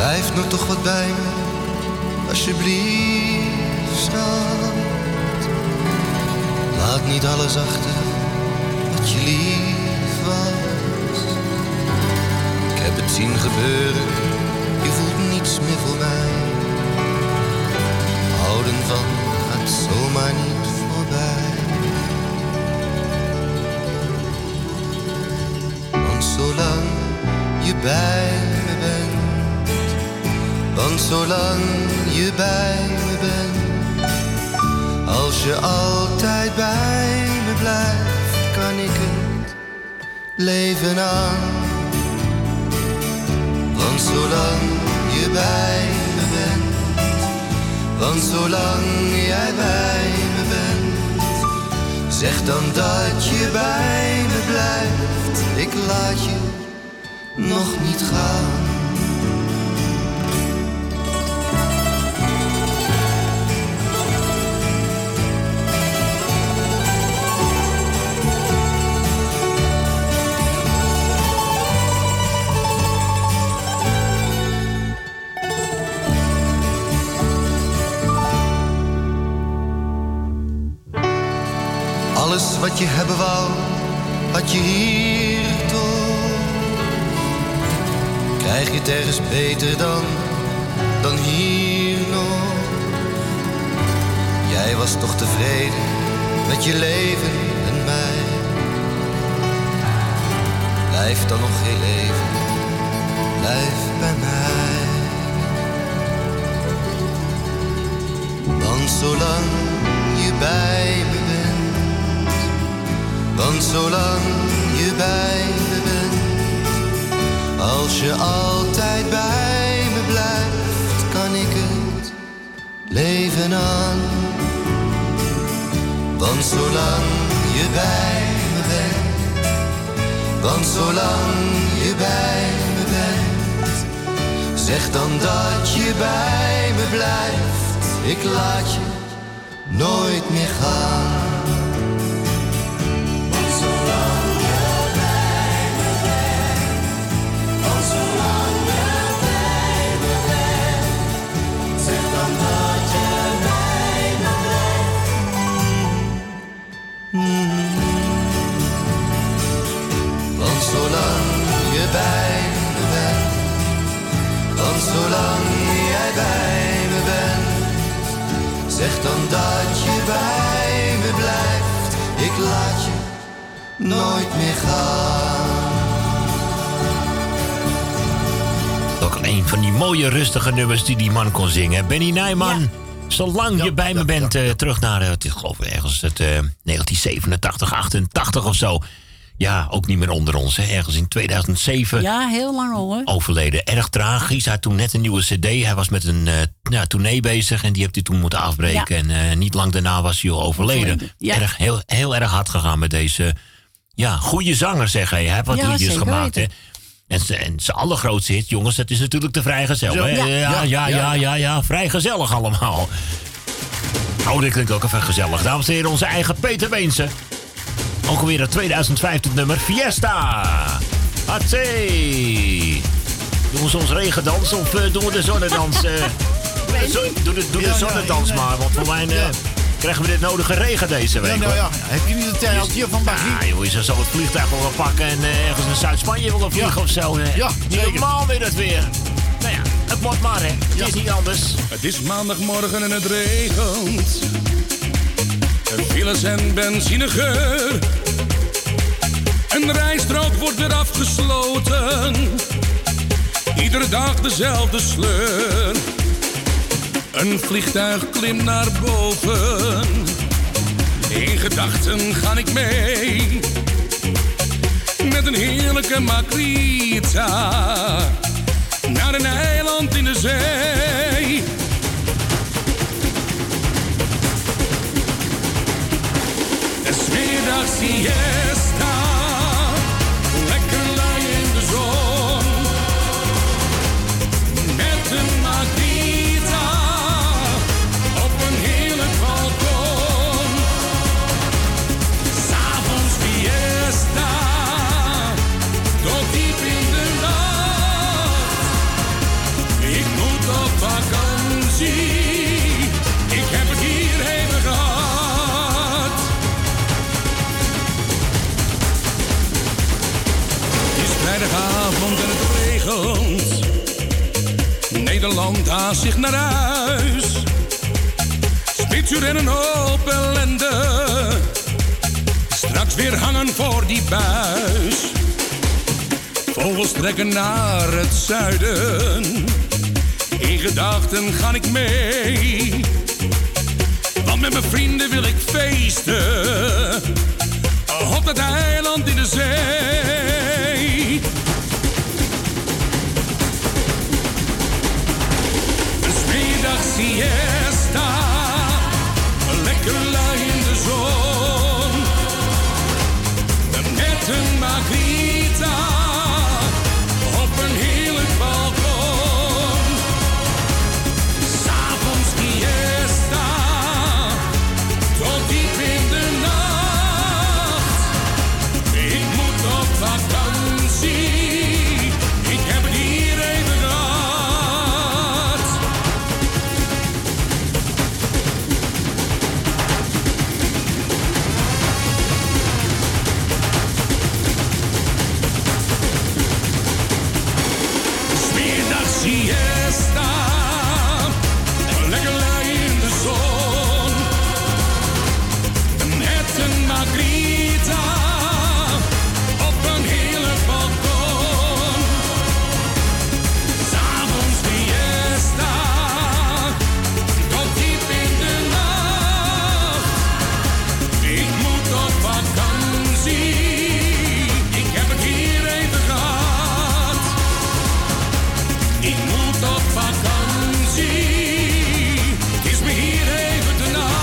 Blijf nou toch wat bij me, alsjeblieft, schat. Laat niet alles achter wat je lief was. Ik heb het zien gebeuren, je voelt niets meer voor mij. Houden van gaat zomaar niet voorbij. Want zolang je bij me bent, want zolang je bij me bent, als je altijd bij me blijft, kan ik het leven aan. Want zolang je bij me bent, want zolang jij bij me bent, zeg dan dat je bij me blijft. Ik laat je nog niet gaan. Alles wat je hebben wou, had je hier toch. Krijg je het ergens beter dan, dan hier nog. Jij was toch tevreden met je leven en mij. Blijf dan nog heel even, blijf bij mij. Want zolang je bij me bent, want zolang je bij me bent, als je altijd bij me blijft, kan ik het leven aan. Want zolang je bij me bent, want zolang je bij me bent, zeg dan dat je bij me blijft. Ik laat je nooit meer gaan. Zolang je bij me bent, want zolang jij bij me bent, zeg dan dat je bij me blijft. Ik laat je nooit meer gaan. Ook een van die mooie rustige nummers die die man kon zingen. Benny Nijman. Ja. Zolang ja, je bij ja, me bent, ja, ja. Uh, terug naar, uh, ik geloof ergens het uh, negentien zevenentachtig, achtentachtig of zo. Ja, ook niet meer onder ons, hè. Ergens in tweeduizend zeven. Ja, heel lang al, hoor. Overleden. Erg tragisch. Hij had toen net een nieuwe cd. Hij was met een uh, ja, tournee bezig en die heeft hij toen moeten afbreken. Ja. En uh, niet lang daarna was hij al overleden. Ja. Erg, heel, heel erg hard gegaan met deze ja, goede zanger, zeg hij. Hij heeft wat ja, liedjes gemaakt, hè. En, en zijn allergrootste hit, jongens, dat is natuurlijk de Vrijgezel. Ja, ja, ja, ja, ja, ja, ja, vrij gezellig allemaal. Oh, dit klinkt ook even gezellig. Dames en heren, onze eigen Peter Beense. Ook alweer het tweeduizend vijftien nummer Fiesta. Hatsé. Doen we soms regendans of uh, doen we de zonnedans? Uh, de zo, doe de, doe de ja, zonnedans ja, ja, maar, want voor mij uh, krijgen we dit nodige regen deze week. Ja, nou ja. Heb je niet een theeltje van Baggy? Ja, joh, je zou het vliegtuig wel gaan pakken en uh, ergens naar Zuid-Spanje willen vliegen ja. of zo. Uh, ja, niet normaal weer het weer. Nou ja, het wordt maar, hè. Het ja. is niet anders. Het is maandagmorgen en het regent. De files en benzinegeur. Een rijstrook wordt weer afgesloten. Iedere dag dezelfde sleur. Een vliegtuig klimt naar boven. In gedachten ga ik mee. Met een heerlijke margarita. Naar een eiland in de zee. En 's middags siesta. Lekker lui in de zon. Met een margarita. Op een heerlijk balkon. 'S'avonds fiesta. Tot diep in de nacht. morgens Nederland haast zich naar huis. Spitsuur en een hoop ellende, straks weer hangen voor die buis. Vogels trekken naar het zuiden, in gedachten ga ik mee. Want met mijn vrienden wil ik feesten, op dat eiland in de zee. Een smiddags siesta, lekker lui in de zon. Met een margarita, op een heerlijk balkon. S'avonds siesta, tot diep in de nacht. Ik moet op vakantie, ik heb het hier even gehad. Smiddags siesta, lekker lui in de zon. Met een margarita, op een heerlijk balkon. S'avonds siesta, tot diep in de nacht. Ik moet op vakantie, ik heb het hier even gehad. Ik moet op vakantie, het is me hier even te nat.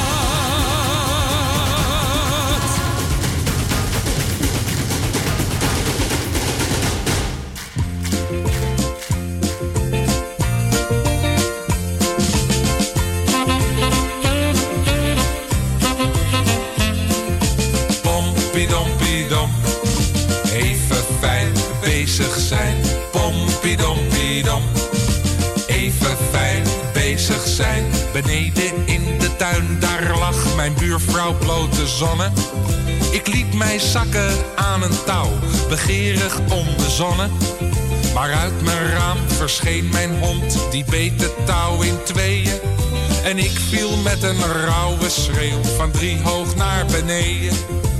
Pompiedompidom, even fijn bezig zijn. Pompiedompidom, even fijn bezig zijn. Beneden in de tuin, daar lag mijn buurvrouw blote zonne. Ik liet mij zakken aan een touw, begeerig om de zonne. Maar uit mijn raam verscheen mijn hond, die beet het touw in tweeën. En ik viel met een rauwe schreeuw van drie hoog naar beneden.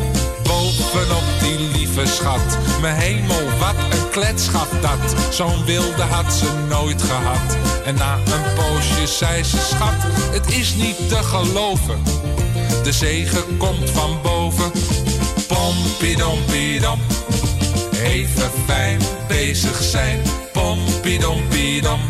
Bovenop die lieve schat, mijn hemel, wat een klets gaf dat. Zo'n wilde had ze nooit gehad. En na een poosje zei ze, schat, het is niet te geloven. De zegen komt van boven. Pompiedompidom, even fijn bezig zijn. Pompiedompidom,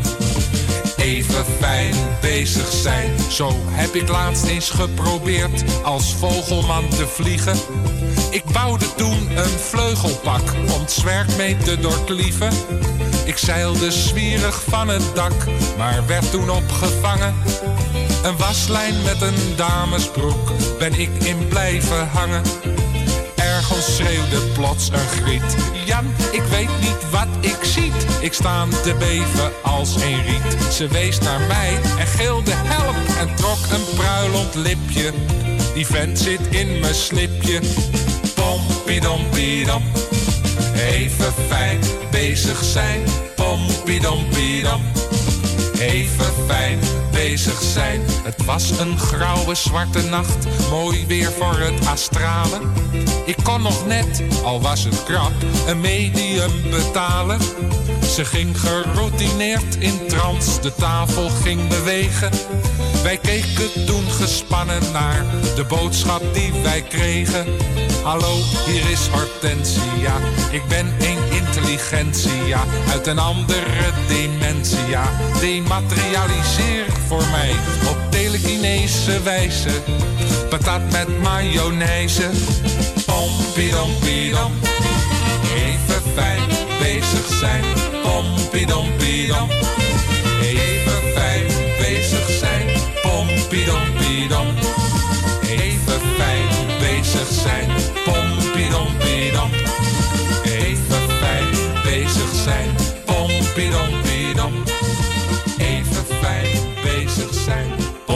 even fijn bezig zijn. Zo heb ik laatst eens geprobeerd als vogelman te vliegen. Ik bouwde toen een vleugelpak om het zwerk mee te doorklieven. Ik zeilde zwierig van het dak, maar werd toen opgevangen. Een waslijn met een damesbroek ben ik in blijven hangen. Ergens schreeuwde plots een griet. Jan, ik weet niet wat ik ziet. Ik sta te beven als een riet. Ze wees naar mij en gilde help en trok een pruilend lipje. Die vent zit in mijn slipje. Pompiedompidom, even fijn bezig zijn. Pompiedompidom, even fijn bezig zijn. Het was een grauwe zwarte nacht, mooi weer voor het astralen. Ik kon nog net, al was het krap, een medium betalen. Ze ging geroutineerd in trance, de tafel ging bewegen. Wij keken toen gespannen naar de boodschap die wij kregen. Hallo, hier is Hortensia, ik ben een intelligentia uit een andere dimensia. Dematerialiseer voor mij op telekinese wijze. Patat met mayonaise. Pompidompidom, even fijn bezig zijn. Pompidompidom, even fijn bezig zijn. Pompidompidom, even fijn bezig zijn. Pompidompidom, even fijn bezig zijn. Pompidompidom, even fijn bezig zijn.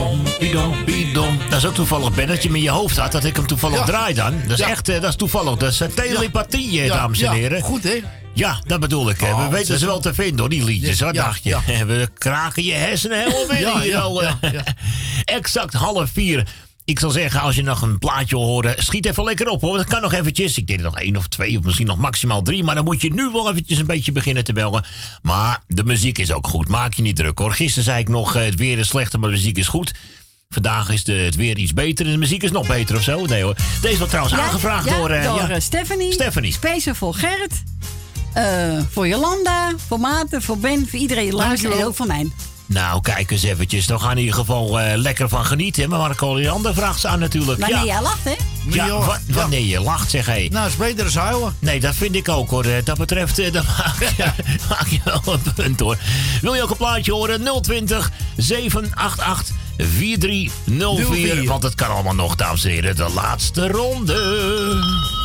Pompidom. Dat is ook toevallig, Ben, dat je hem in je hoofd had. Dat ik hem toevallig Ja. draai dan. Dat is Ja. echt, eh, dat is toevallig. Dat is uh, telepathie, Ja. dames en Ja. heren. Goed, hè? Ja, dat bedoel ik. hè. Oh, we weten zet ze wel hem. te vinden, hoor, die liedjes. Ja, Wat ja, dacht je? ja. We kraken je hersenen helemaal weer Ja, hier ja, al. ja, ja. Exact half vier. Ik zal zeggen, als je nog een plaatje wil horen, schiet even lekker op, hoor. Dat kan nog eventjes. Ik denk nog één of twee, of misschien nog maximaal drie. Maar dan moet je nu wel eventjes een beetje beginnen te bellen. Maar de muziek is ook goed. Maak je niet druk, hoor. Gisteren zei ik nog, eh, het weer is slechter, maar de muziek is goed. Vandaag is de, het weer iets beter en de muziek is nog beter of zo. Nee hoor. Deze wordt trouwens Ja, aangevraagd ja, door... eh, door ja. eh, Stephanie. Stephanie. Speciaal voor Gerrit. eh, voor Jolanda. Voor Maarten. Voor Ben. Voor iedereen die luistert. En ook voor mij. Nou, kijk eens eventjes. Dan gaan we in ieder geval eh, lekker van genieten. Maar Marco Leander vraagt ze aan natuurlijk. Wanneer ja. jij lacht, hè? Ja, Ja, wa- ja. wanneer je lacht, zeg hé. Nou, is beter dan huilen. Nee, dat vind ik ook hoor. Eh, Dat betreft, eh, dan maak je, maak je wel een punt hoor. Wil je ook een plaatje horen? nul twintig, zeven acht acht, vier drie nul vier. Want het kan allemaal nog, dames en heren. De laatste ronde.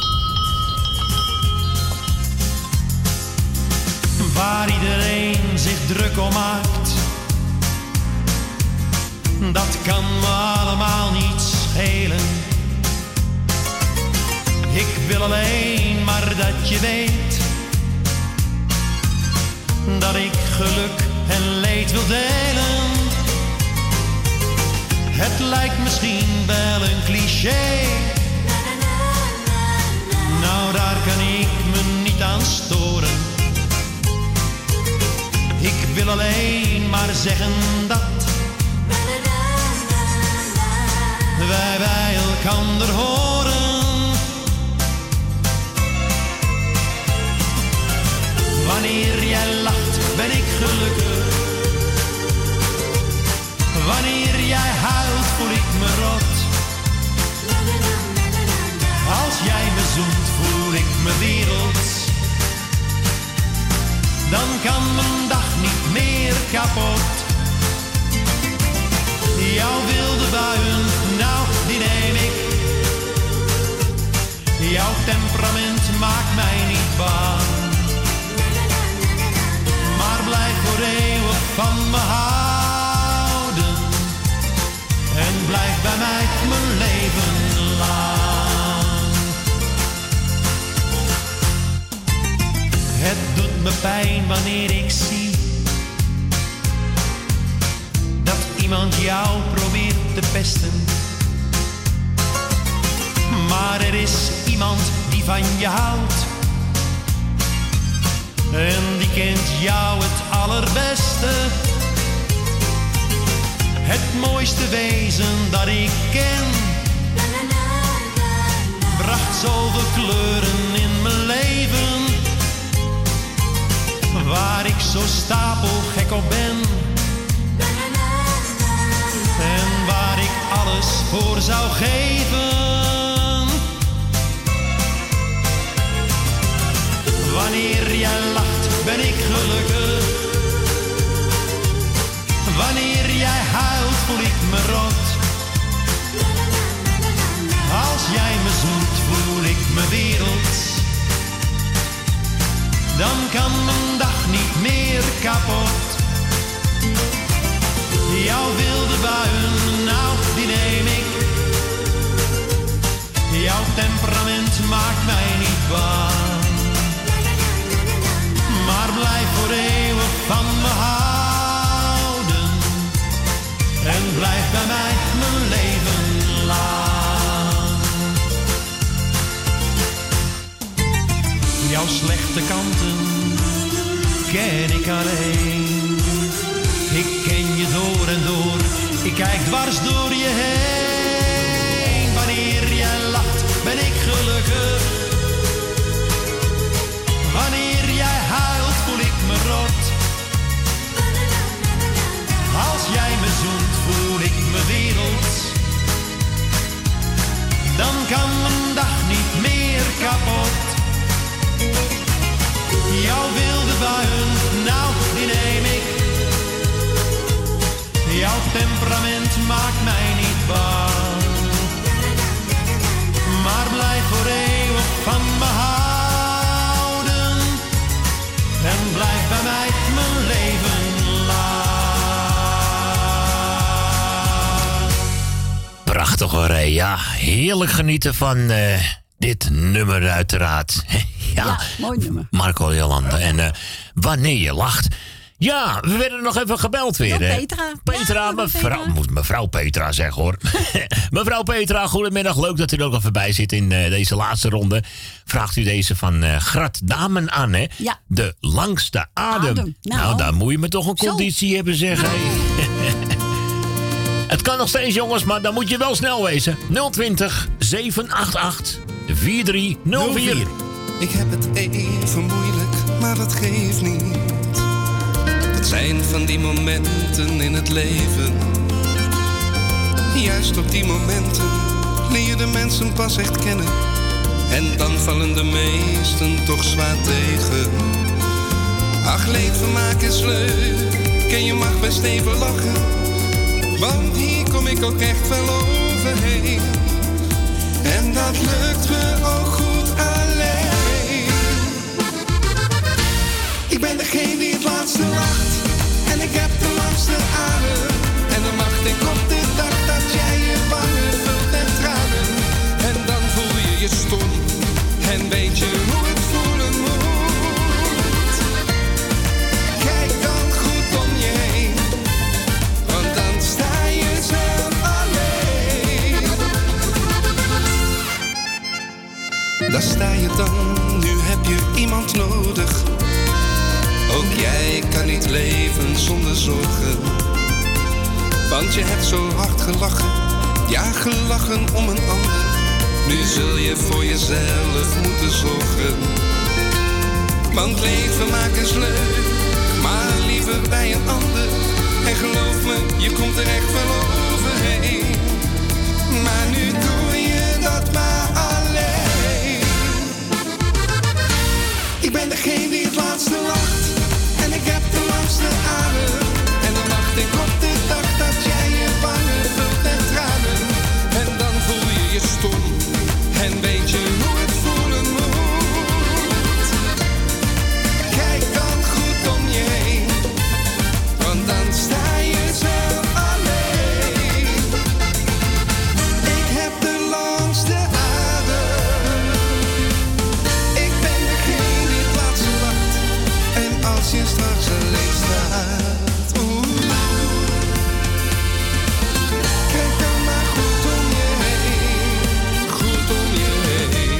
Waar iedereen zich druk om maakt, dat kan me allemaal niet schelen. Ik wil alleen maar dat je weet dat ik geluk en leed wil delen. Het lijkt misschien wel een cliché, nou daar kan ik me niet aan storen. Ik wil alleen maar zeggen dat wij bij elkander horen. Wanneer jij lacht ben ik gelukkig. Wanneer jij huilt voel ik me rot. Als jij me zoent voel ik me wereld. Dan kan mijn dag niet meer kapot. Jouw wilde buien, nou die neem ik. Jouw temperament maakt mij niet bang. Maar blijf voor eeuwig van me houden. En blijf bij mij mijn leven lang. Het doet me pijn wanneer ik zie dat iemand jou probeert te pesten. Maar er is iemand die van je houdt. En die kent jou het allerbeste. Het mooiste wezen dat ik ken. Bracht zoveel kleuren in mijn leven. Waar ik zo stapelgek op ben. En waar ik alles voor zou geven. Wanneer jij lacht ben ik gelukkig. Wanneer jij huilt voel ik me rot. Als jij me zoent voel ik me wereld. Dan kan mijn dag niet meer kapot. Jouw wilde buien, nou die neem ik. Jouw temperament maakt mij niet bang. Maar blijf voor eeuwig van me houden. En blijf bij mij mijn leven lang. Jouw slechte kanten ken ik alleen. Ik ken je door en door, ik kijk dwars door je heen. Wanneer jij lacht ben ik gelukkig. Wanneer jij huilt voel ik me rot. Als jij me zoent voel ik me wereld. Dan kan mijn dag niet meer kapot. Jouw wilde buien, nou die neem ik. Jouw temperament maakt mij niet bang. Maar blijf voor eeuwig van me houden. En blijf bij mij mijn leven lang. Prachtig hoor, hé. Ja, heerlijk genieten van uh, dit nummer uiteraard. ja, ja, mooi nummer. Marco Jolanda. En uh, wanneer je lacht... Ja, we werden nog even gebeld weer. Door hè? Petra. Petra, ja, mevrouw, Petra. moet mevrouw Petra zeggen hoor. Mevrouw Petra, goedemiddag. Leuk dat u er ook even bij zit in uh, deze laatste ronde. Vraagt u deze van uh, Grat Damen aan, hè? Ja. De langste adem. adem. Nou, nou, daar moet je me toch een conditie zo. hebben, zeg. Nou. Het kan nog steeds, jongens, maar dan moet je wel snel wezen. nul twintig, zeven acht acht, vier drie nul vier. Ik heb het even moeilijk, maar dat geeft niet. Het zijn van die momenten in het leven. Juist op die momenten leer je de mensen pas echt kennen. En dan vallen de meesten toch zwaar tegen. Ach, leedvermaak is leuk, en je mag best even lachen. Want hier kom ik ook echt wel overheen. En dat lukt me ook goed alleen. Ik ben degene die het laatste lacht. En ik heb de langste adem. En dan wacht ik op de dag dat jij je wangen vult met tranen. En dan voel je je stom. En weet je hoe het voelen moet. Kijk dan goed om je heen. Want dan sta je zelf alleen. Daar sta je dan, nu heb je iemand nodig. Ook jij kan niet leven zonder zorgen. Want je hebt zo hard gelachen. Ja, gelachen om een ander. Nu zul je voor jezelf moeten zorgen. Want leven maken is leuk, maar liever bij een ander. En geloof me, je komt er echt wel overheen. Maar nu doe je dat maar alleen. Ik ben degene die het laatste lacht. En ik heb de langste adem. En dan wacht ik op de dag dat jij je wangen vult met tranen. En dan voel je je stom. En weet je hoe het voelen moet. Kijk dan goed om je heen. Want dan sta je zelf alleen. Ik heb de langste adem. Ik ben degene die het laatste lacht. En als je straks alleen staat, oeh, kijk dan maar goed om je heen, goed om je heen.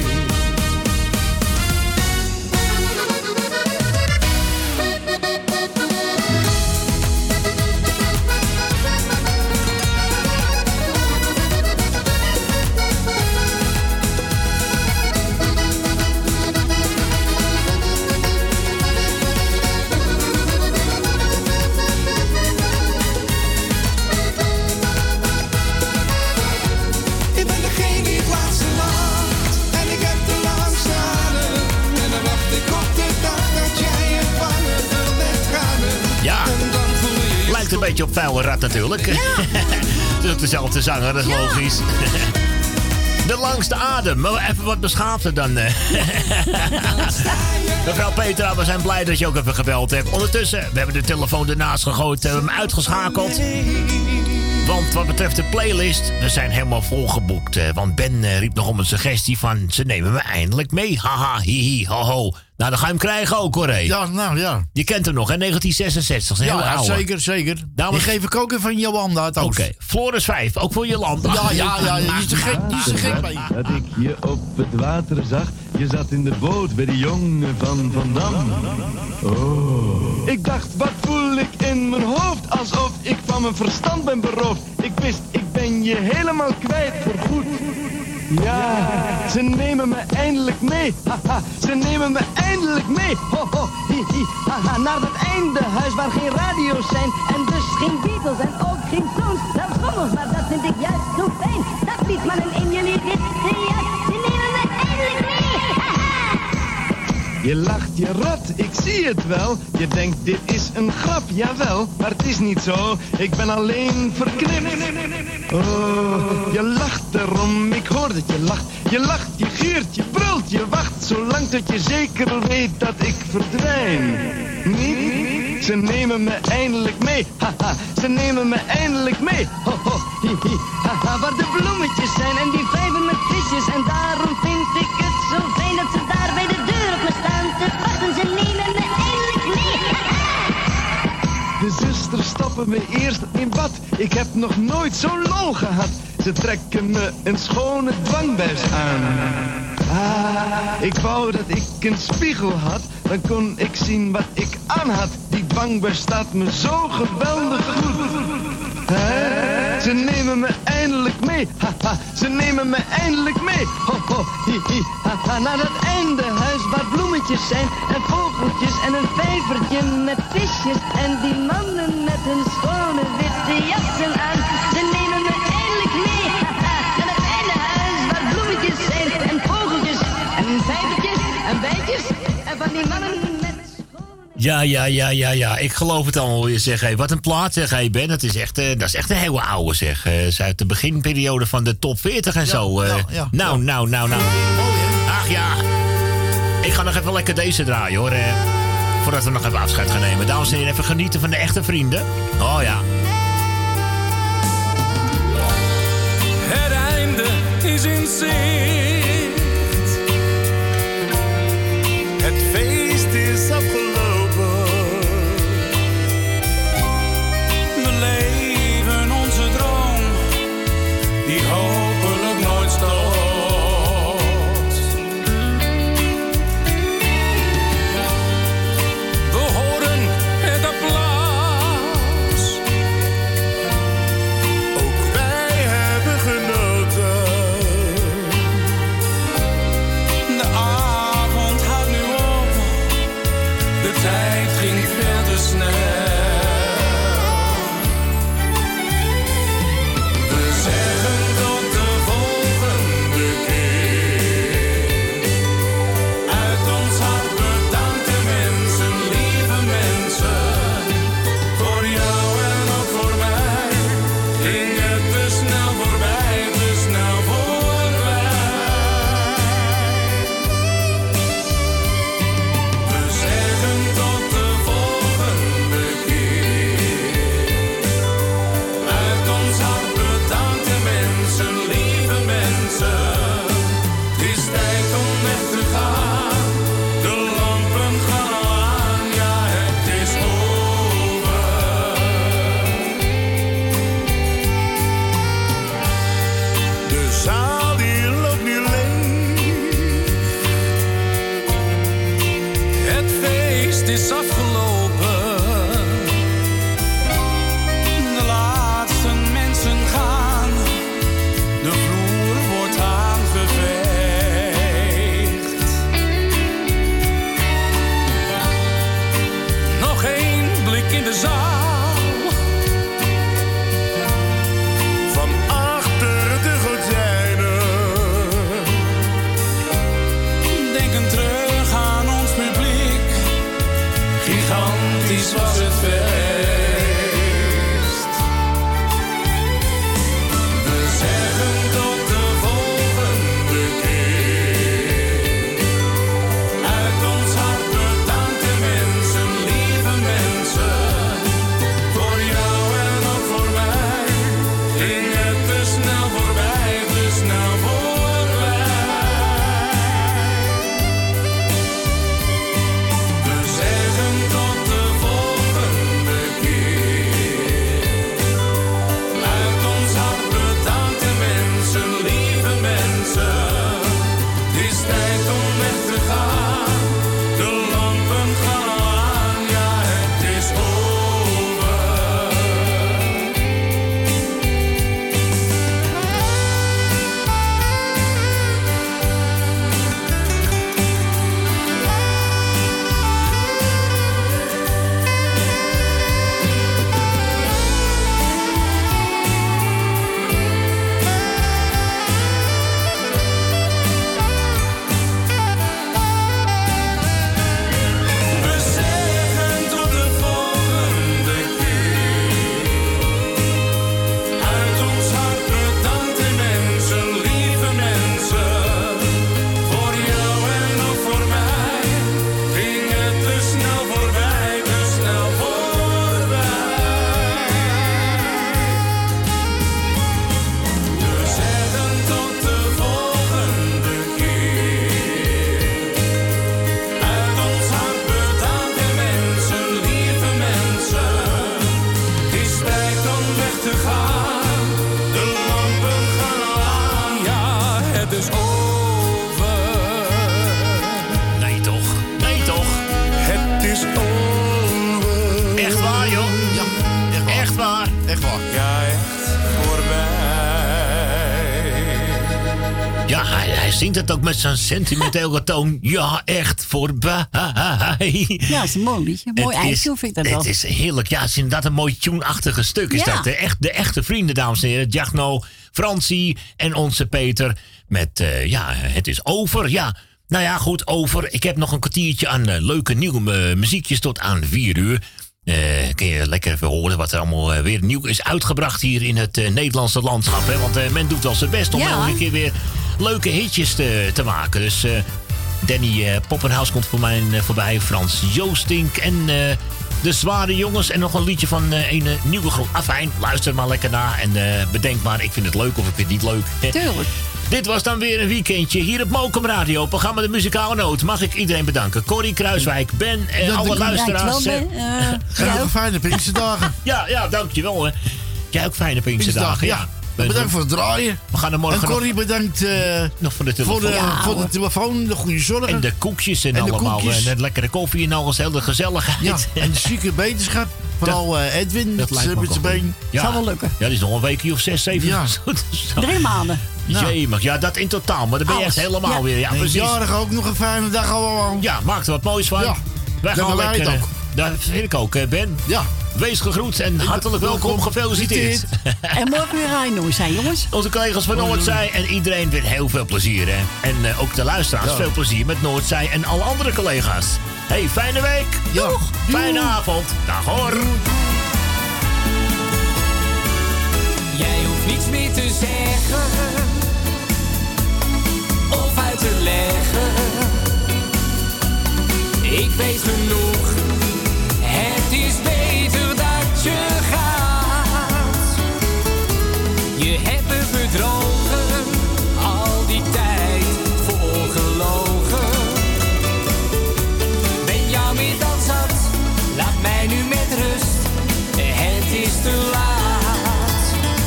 Ik ben degene die het laatste lacht. En ik heb de langste adem. En dan wacht ik op de dag dat jij je wangen vult met tranen. Ja, En dan voel je je lijkt een beetje op Vuile Rat natuurlijk. Ja. Het is ook dezelfde zanger, dat is Ja. logisch. De langste adem, maar even wat beschaafder dan. eh. Mevrouw Petra, we zijn blij dat je ook even gebeld hebt. Ondertussen, we hebben de telefoon ernaast gegooid, hebben hem uitgeschakeld. Want wat betreft de playlist, we zijn helemaal volgeboekt. eh, Want Ben eh, riep nog om een suggestie van, ze nemen me eindelijk mee. Haha, hihi, ho ho. Nou, dan ga je hem krijgen ook hoor, hé. Ja, nou ja. Je kent hem nog, hè? negentien zesenzestig, dat is een hele Ja, oude. zeker, zeker. Daarom- Die geef ik ook even van Jolanda uit Oké, Oost. Floris vijf, ook voor Jolanda. Ja, ja, ja, je is te gek, je is te gek mee. Dat ik je op het water zag. Je zat in de boot bij de jongen van Van Dam. Oh. Ik dacht, wat voel ik in mijn hoofd? Alsof ik van mijn verstand ben beroofd. Ik wist, ik ben je helemaal kwijt voorgoed. Ja, ze nemen me eindelijk mee. Haha, ze nemen me eindelijk mee. Ho, ho, hi, hi, haha, naar dat eindehuis waar geen radio's zijn. En dus geen Beatles en ook geen Stones. Zelfs rommels, maar dat vind ik juist zo fijn. Dat liet mannen in jullie rit. Ze nemen me eindelijk mee. Je lacht je rot, ik zie het wel. Je denkt dit is een grap, jawel. Maar het is niet zo, ik ben alleen verknipt. Oh, je lacht erom, ik hoor dat je lacht. Je lacht, je giert, je brult, je wacht. Zolang tot je zeker weet dat ik verdwijn. Niet? Ze nemen me eindelijk mee. Haha, ze nemen me eindelijk mee. Ho, ho, hi, hi, haha, waar de bloemetjes zijn en die vijven met visjes. En daarom vind ik dat ze daar bij de deur op me staan te wachten. Ze nemen me eindelijk mee. De zusters stoppen me eerst in bad. Ik heb nog nooit zo'n lol gehad. Ze trekken me een schone dwangbuis aan. Ah, ik wou dat ik een spiegel had. Dan kon ik zien wat ik aan had. Die dwangbuis staat me zo geweldig goed. He? Ze nemen me eindelijk mee. Haha, ze nemen me eindelijk mee. Ho, ho, hi, hi, haha. Naar het eindehuis waar bloemetjes zijn. En vogeltjes en een vijvertje met visjes. En die mannen met hun schone witte jassen aan. Ze nemen me eindelijk mee. Haha, naar het eindehuis waar bloemetjes zijn. En vogeltjes en vijvertjes en bijtjes. En van die mannen met... Ja, ja, ja, ja, ja. Ik geloof het allemaal weer, zeg. Hey, wat een plaat, zeg, hey, Ben. Dat is echt, uh, dat is echt een hele oude, zeg. Uh, is uit de beginperiode van de top veertig en ja, zo. Uh, ja, ja, nou, ja. nou, nou, nou. Ach ja. Ik ga nog even lekker deze draaien, hoor. Uh, voordat we nog even afscheid gaan nemen. Dames en heren, even genieten van de echte vrienden. Oh ja. Het einde is in zicht. Het feest is afgelopen. We leven onze droom, die hopelijk nooit stopt. We horen het applaus. Ook wij hebben genoten. De avond houdt nu op. De tijd ging veel te snel. We zeggen tot de volgende keer. Uit ons hart bedankt de mensen, lieve mensen. Voor jou en ook voor mij. Ging het te snel voorbij, te snel voorbij. We zeggen tot de volgende keer. Uit ons hart bedankt de mensen, lieve mensen. Het is tijd om weg te gaan. De lampen gaan al aan, ja het is over. De zaal die loopt nu leeg. Het feest is afgelopen. De laatste mensen gaan. De vloer wordt aangeveegd. Nog één blik in de zaal. Van achter de gordijnen. Denken terug aan ons publiek. Gigantisch was het feest. We zeggen tot de volgende keer. Uit ons hart bedankt de mensen, lieve mensen. Ja, echt voorbij. Ja, hij, hij zingt het ook met zo'n sentimentele toon. Ja, echt voorbij. Ja, is een mooi liedje. Mooi eindje, vind ik dat wel. Het is heerlijk. Ja, het is inderdaad een mooi tune-achtige stuk. Is Ja. dat. De, echt, de echte vrienden, dames en heren. Jagno, Francie en onze Peter. Met, uh, ja, het is over. Ja, nou ja, goed, over. Ik heb nog een kwartiertje aan uh, leuke nieuwe uh, muziekjes tot aan vier uur. Uh, kun je lekker even horen wat er allemaal uh, weer nieuw is uitgebracht hier in het uh, Nederlandse landschap. Hè? Want uh, men doet wel zijn best om Ja. elke keer weer leuke hitjes te, te maken. Dus uh, Danny uh, Poppenhuis komt voor mij uh, voorbij. Frans Joostink en uh, de Zware Jongens. En nog een liedje van uh, een uh, nieuwe groep. Afijn, luister maar lekker naar. En uh, bedenk maar, ik vind het leuk of ik vind het niet leuk. Tuurlijk. Dit was dan weer een weekendje hier op Mokum Radio. Programma De Muzikale Noot. Mag ik iedereen bedanken. Corrie Kruiswijk, Ben en Ja, alle dank- luisteraars. dankjewel, Ben. eh, Uh, En nog een fijne Pinksterdagen. ja, ja, dankjewel. Hè. Jij ook fijne Pinksterdagen. Ja. Bedankt voor het draaien. We gaan er morgen en Corrie, nog... bedankt uh, nog voor de telefoon. Voor de, Ja, voor de hoor. telefoon, de goede zorg. En de koekjes en, En de allemaal. koekjes. En de lekkere koffie en alles. Heel de gezelligheid. Ja, en de zieke beterschap. Vooral uh, Edwin Dat met lijkt me met zijn ook wel been. goed. Ja. Zal wel lukken. Ja, dat is nog een weekje of zes, zeven. Ja. Drie maanden. Nou. Jemig, ja, dat in totaal. Maar dan ben je Alles. echt helemaal Ja. weer. Ja, En precies. jarig ook nog een fijne dag allemaal. Ja, maak er wat moois van. Ja. Wij Dat gaan hebben wij lekker. het ook. Dat vind ik ook, hè, Ben. Ja. Wees gegroet en hartelijk welkom. Gefeliciteerd. En morgen weer Rijnoor zijn, jongens. Onze collega's van Noordzij en iedereen weer heel veel plezier, hè. En uh, ook de luisteraars Ja. veel plezier met Noordzij en alle andere collega's. Hey, fijne week. Ja. Doeg. Fijne avond. Dag hoor. Jij hoeft niets meer te zeggen of uit te leggen. Ik weet genoeg, het is beter dat je gaat. Je hebt me bedrogen, al die tijd voorgelogen. Ben jou meer dan zat, laat mij nu met rust, het is te laat.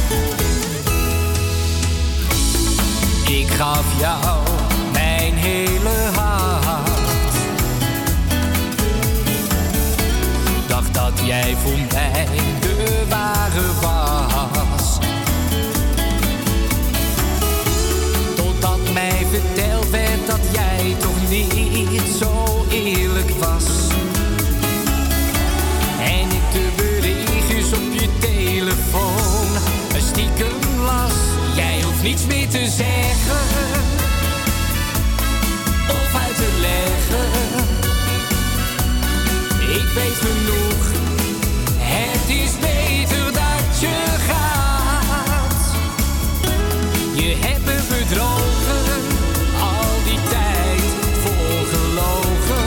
Ik gaf jou mijn hele hart. Dacht dat jij voor mij de ware was. Totdat mij verteld werd dat jij toch niet zo eerlijk was. En ik de berichtjes op je telefoon stiekem las. Jij hoeft niets meer te zeggen of uit te leggen. Ik weet genoeg, het is beter dat je gaat. Je hebt me bedrogen, al die tijd voorgelogen.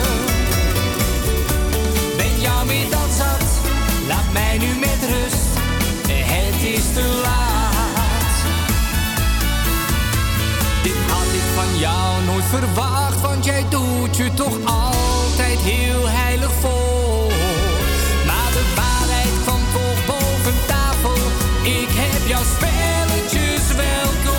Ben jou meer dan zat, laat mij nu met rust, het is te laat. Dit had ik van jou nooit verwacht, want jij doet je toch altijd heel heilig voor. Maar de waarheid kwam toch boven tafel, ik heb jouw spelletjes wel door.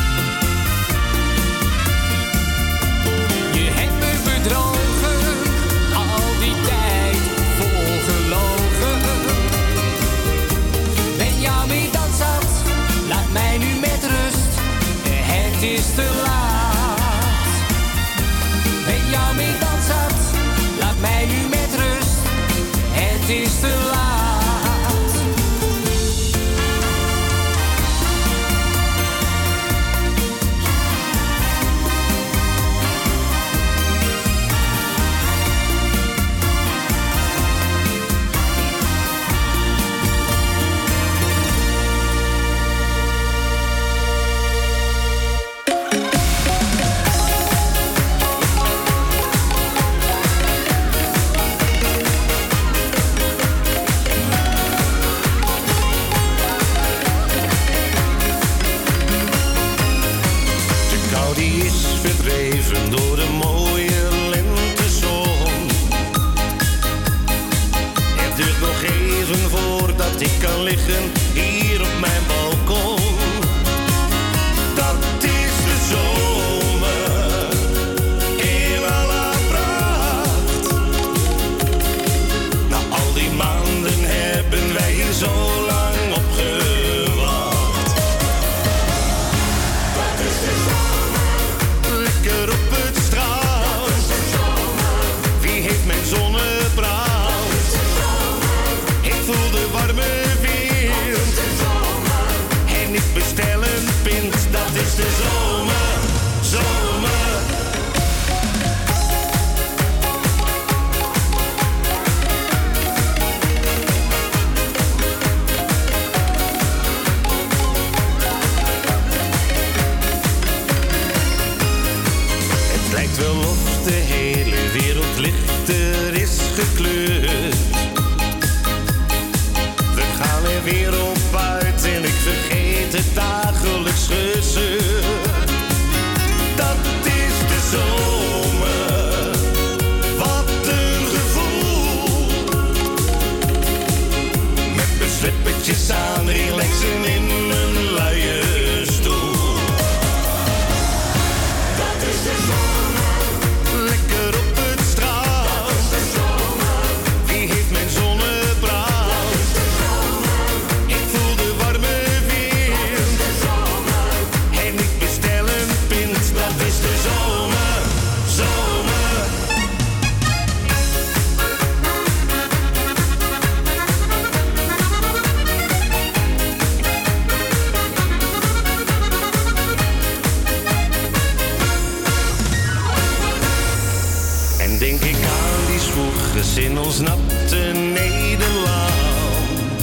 Je hebt me bedrogen, voordat ik kan liggen hier op mijn balkon. Dat is de zomer in al haar pracht. Na al die maanden hebben wij hier zo lang op gewacht. Dat is de zomer. Lekker op het strand. Wie heeft mijn zonnebrand? Ik voel de warme wind. En ik bestel een pint. Dat is de zomer, zomer. Het lijkt wel of de hele wereld lichter is gekleurd. We gaan er weer op uit en ik vergeet het dagelijks gezeur. Dat is de zomer, wat een gevoel. Met mijn slippertjes aan, relaxen in mijn luie stoel. Dat is de zomer, lekker op het strand. Dat is de zomer, wie heeft mijn zonnebrand? Ik voel de warme wind. En ik bestel een pint. Dat is de zomer, zomer. En denk ik aan die zwoegers in ons natte Nederland.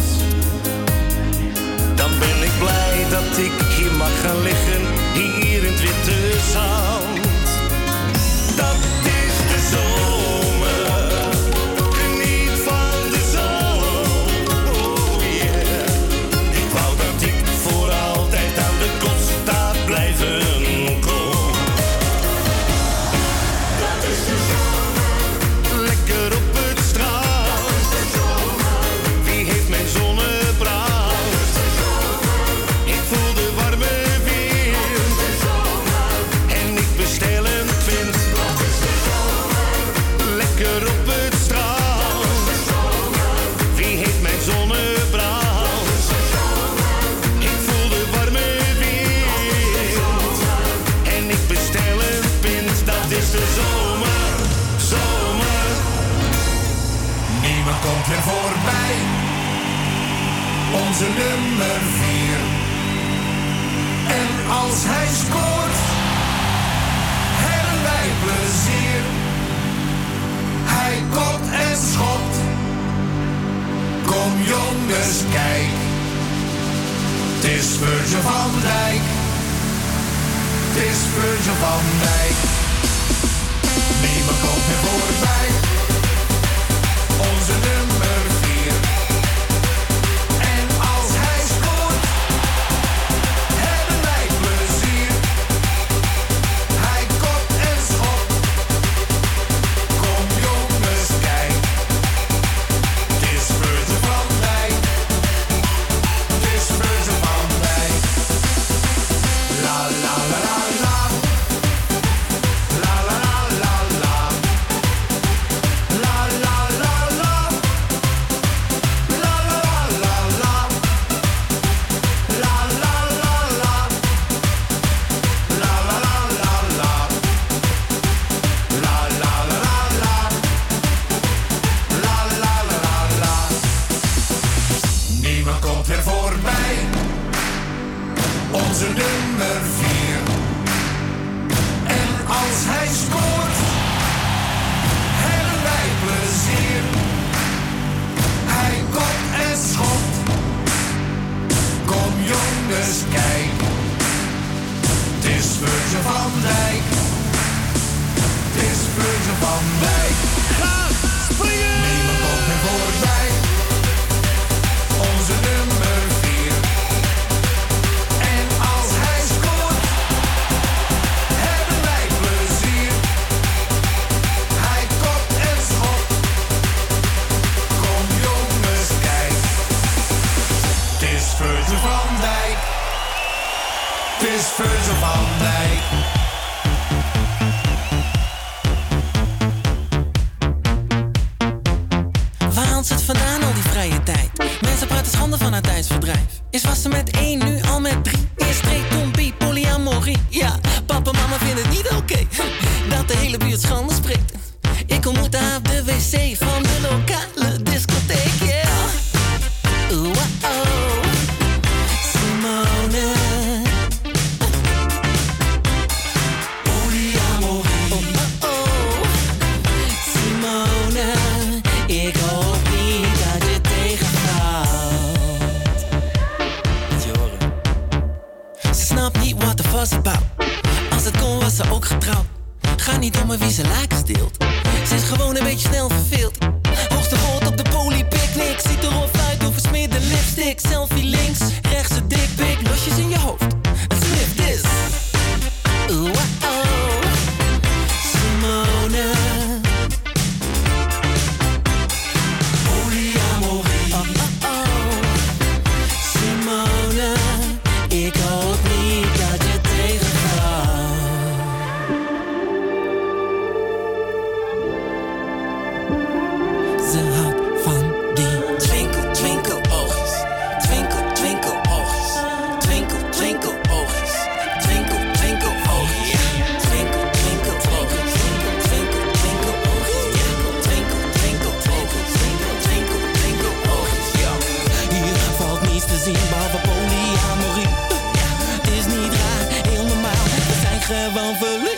Dan ben ik blij dat ik hier mag gaan liggen, hier in het witte zand. Dat is de zomer, geniet van de zon. Oh yeah, ik wou dat ik voor altijd aan de Costa blijven kon. Dat is de zomer, lekker op het strand. Dat is de zomer, wie heeft mijn zonnebrand? Ik voel de warme wind. En ik bestel een pint. Lekker op het strand. Wie heeft mijn zonnebrand? Ik voel de warme wind. En ik bestel een pint. Dat is de zomer, zomer. Niemand komt er voorbij. Onze nummer vier. En als hij scoort, hebben wij plezier. Hij kopt en schopt. Kom jongens, kijk. Het is Virgil van Dijk. Het is Virgil van Dijk. Niemand komt er voorbij. Onze nummer vier. En als hij scoort, hebben wij plezier. Hij kopt en schopt. Kom jongens, kijk. Het is Virgil van Dijk. Het is Virgil van Dijk. La la la la la. La la la la la. La la la la. La la la la la. La la la la. La la la la la. La la la la la. La la la la la. Niemand komt er voorbij. Onze nummer vier. En als hij scoort, hebben wij plezier. Hij kopt en schopt. Kom jongens, kijk. Het is Virgil van Dijk. Het is Virgil van Dijk. Ga springen! Niemand komt er voorbij. Onze nummer vier. En als hij scoort, hebben wij plezier. Het is Virgil van Dijk. Waar haalt ze het vandaan al die vrije tijd? Mensen praten schande van haar tijdsverdrijf. Is wassen met één, nu al met drie. Eerst streek, tompie, polyamorie. Ja, papa en mama vinden het niet oké okay. Dat de hele buurt schande spreekt. Ik ontmoette haar op de wc van de lokale discotheek, yeah. Oeh, oh, oh. Simone. Polyamorie. Oh, oh, oh. Simone. Ik hoop niet dat je tegenvalt. Moet je horen. Ze snapt niet what the fuss about. Als het kon was ze ook getrouwd. Ga niet om me wie ze lijken steelt. Ze is gewoon een beetje snel verveeld. Hoogste woord op de polypicnic. Ziet erop uit door versmeerde lipstick. Selfie links, rechts een dikpik. Losjes in je hoofd, een sniff this. Oeh, oh, oh. Simone. Polyamorie. Oh, oh, oh. Simone. Ik hoop niet dat je tegenvalt. Ze houdt van die twinkel, twinkel oogjes. Twinkel, twinkel oogjes. Twinkel, twinkel oogjes. Twinkel, twinkel oogjes. Twinkel, twinkel oogjes. Twinkel, twinkel, twinkel oogjes. Twinkel, twinkel oogjes. Twinkel, twinkel, twinkel oogjes. Hier valt niets te zien behalve polyamorie. Het is niet raar, heel normaal. We zijn gewoon verliefd.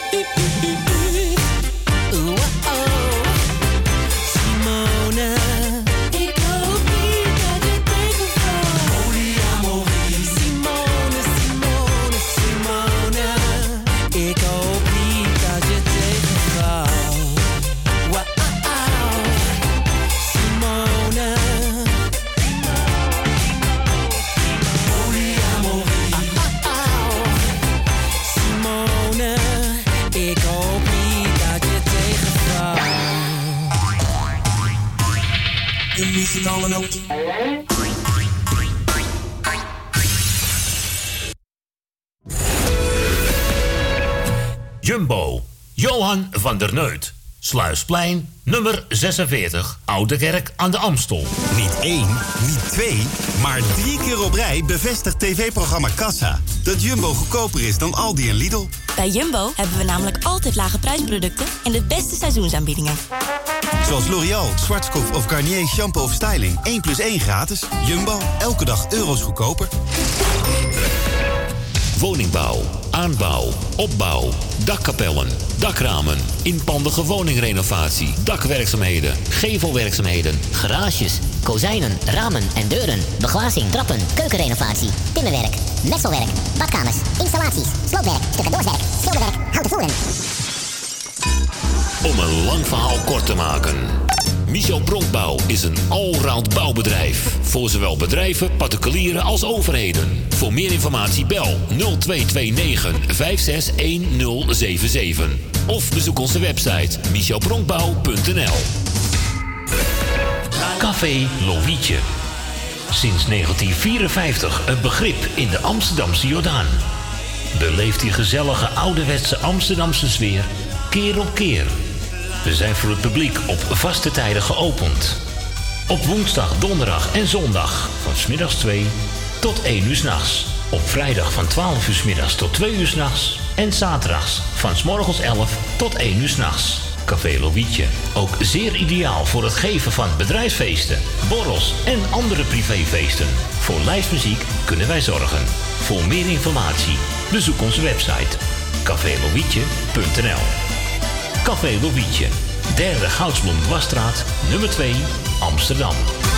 Oeh, oh, oh. Simone. Ik hoop niet dat je tegenvalt. Polyamorie. Simone, Simone, Simone. Ik hoop niet dat je tegenvalt. Wow. Simone. Polyamorie. Simone. Ik hoop niet dat je tegenvalt. De muzikale noot. Jumbo, Johan van der Neut. Sluisplein, nummer zesenveertig, Oude Kerk aan de Amstel. Niet één, niet twee, maar drie keer op rij bevestigt tv-programma Kassa dat Jumbo goedkoper is dan Aldi en Lidl. Bij Jumbo hebben we namelijk altijd lage prijsproducten en de beste seizoensaanbiedingen. Zoals L'Oréal, Schwarzkopf of Garnier shampoo of styling. één plus één gratis. Jumbo, elke dag euro's goedkoper. Woningbouw, aanbouw, opbouw, dakkapellen, dakramen, inpandige woningrenovatie, dakwerkzaamheden, gevelwerkzaamheden, Garages, kozijnen, ramen en deuren. Beglazing, trappen, keukenrenovatie, timmerwerk, messelwerk, badkamers, installaties, sloopwerk, stucadoorswerk, schilderwerk, houten voeren. Om een lang verhaal kort te maken. Michel Bronkbouw is een allround bouwbedrijf. Voor zowel bedrijven, particulieren als overheden. Voor meer informatie bel nul twee twee negen vijf zes een nul zeven zeven. Of bezoek onze website michel bronkbouw punt n l. Café Lovietje. Sinds negentien vierenvijftig een begrip in de Amsterdamse Jordaan. Beleeft die gezellige ouderwetse Amsterdamse sfeer keer op keer. We zijn voor het publiek op vaste tijden geopend. Op woensdag, donderdag en zondag van 's middags twee tot één uur 's nachts. Op vrijdag van twaalf uur 's middags tot twee uur 's nachts. En zaterdags van 's morgens elf tot één uur 's nachts. Café Lovietje. Ook zeer ideaal voor het geven van bedrijfsfeesten, borrels en andere privéfeesten. Voor live muziek kunnen wij zorgen. Voor meer informatie bezoek onze website café lovietje punt n l. Café Lovietje, derde Goudsblom Dwarsstraat, nummer twee, Amsterdam.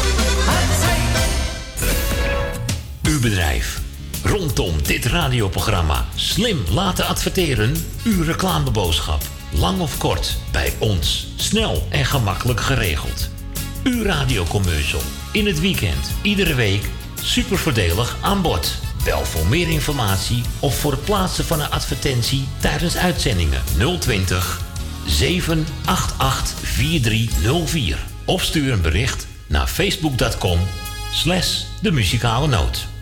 Uw bedrijf. Rondom dit radioprogramma slim laten adverteren. Uw reclameboodschap. Lang of kort, bij ons. Snel en gemakkelijk geregeld. Uw radiocommercial. In het weekend, iedere week. Super voordelig aan bod. Bel voor meer informatie of voor het plaatsen van een advertentie tijdens uitzendingen nul twintig zeven acht acht vier drie nul vier. Of stuur een bericht naar facebook punt com slash de muzikale noot.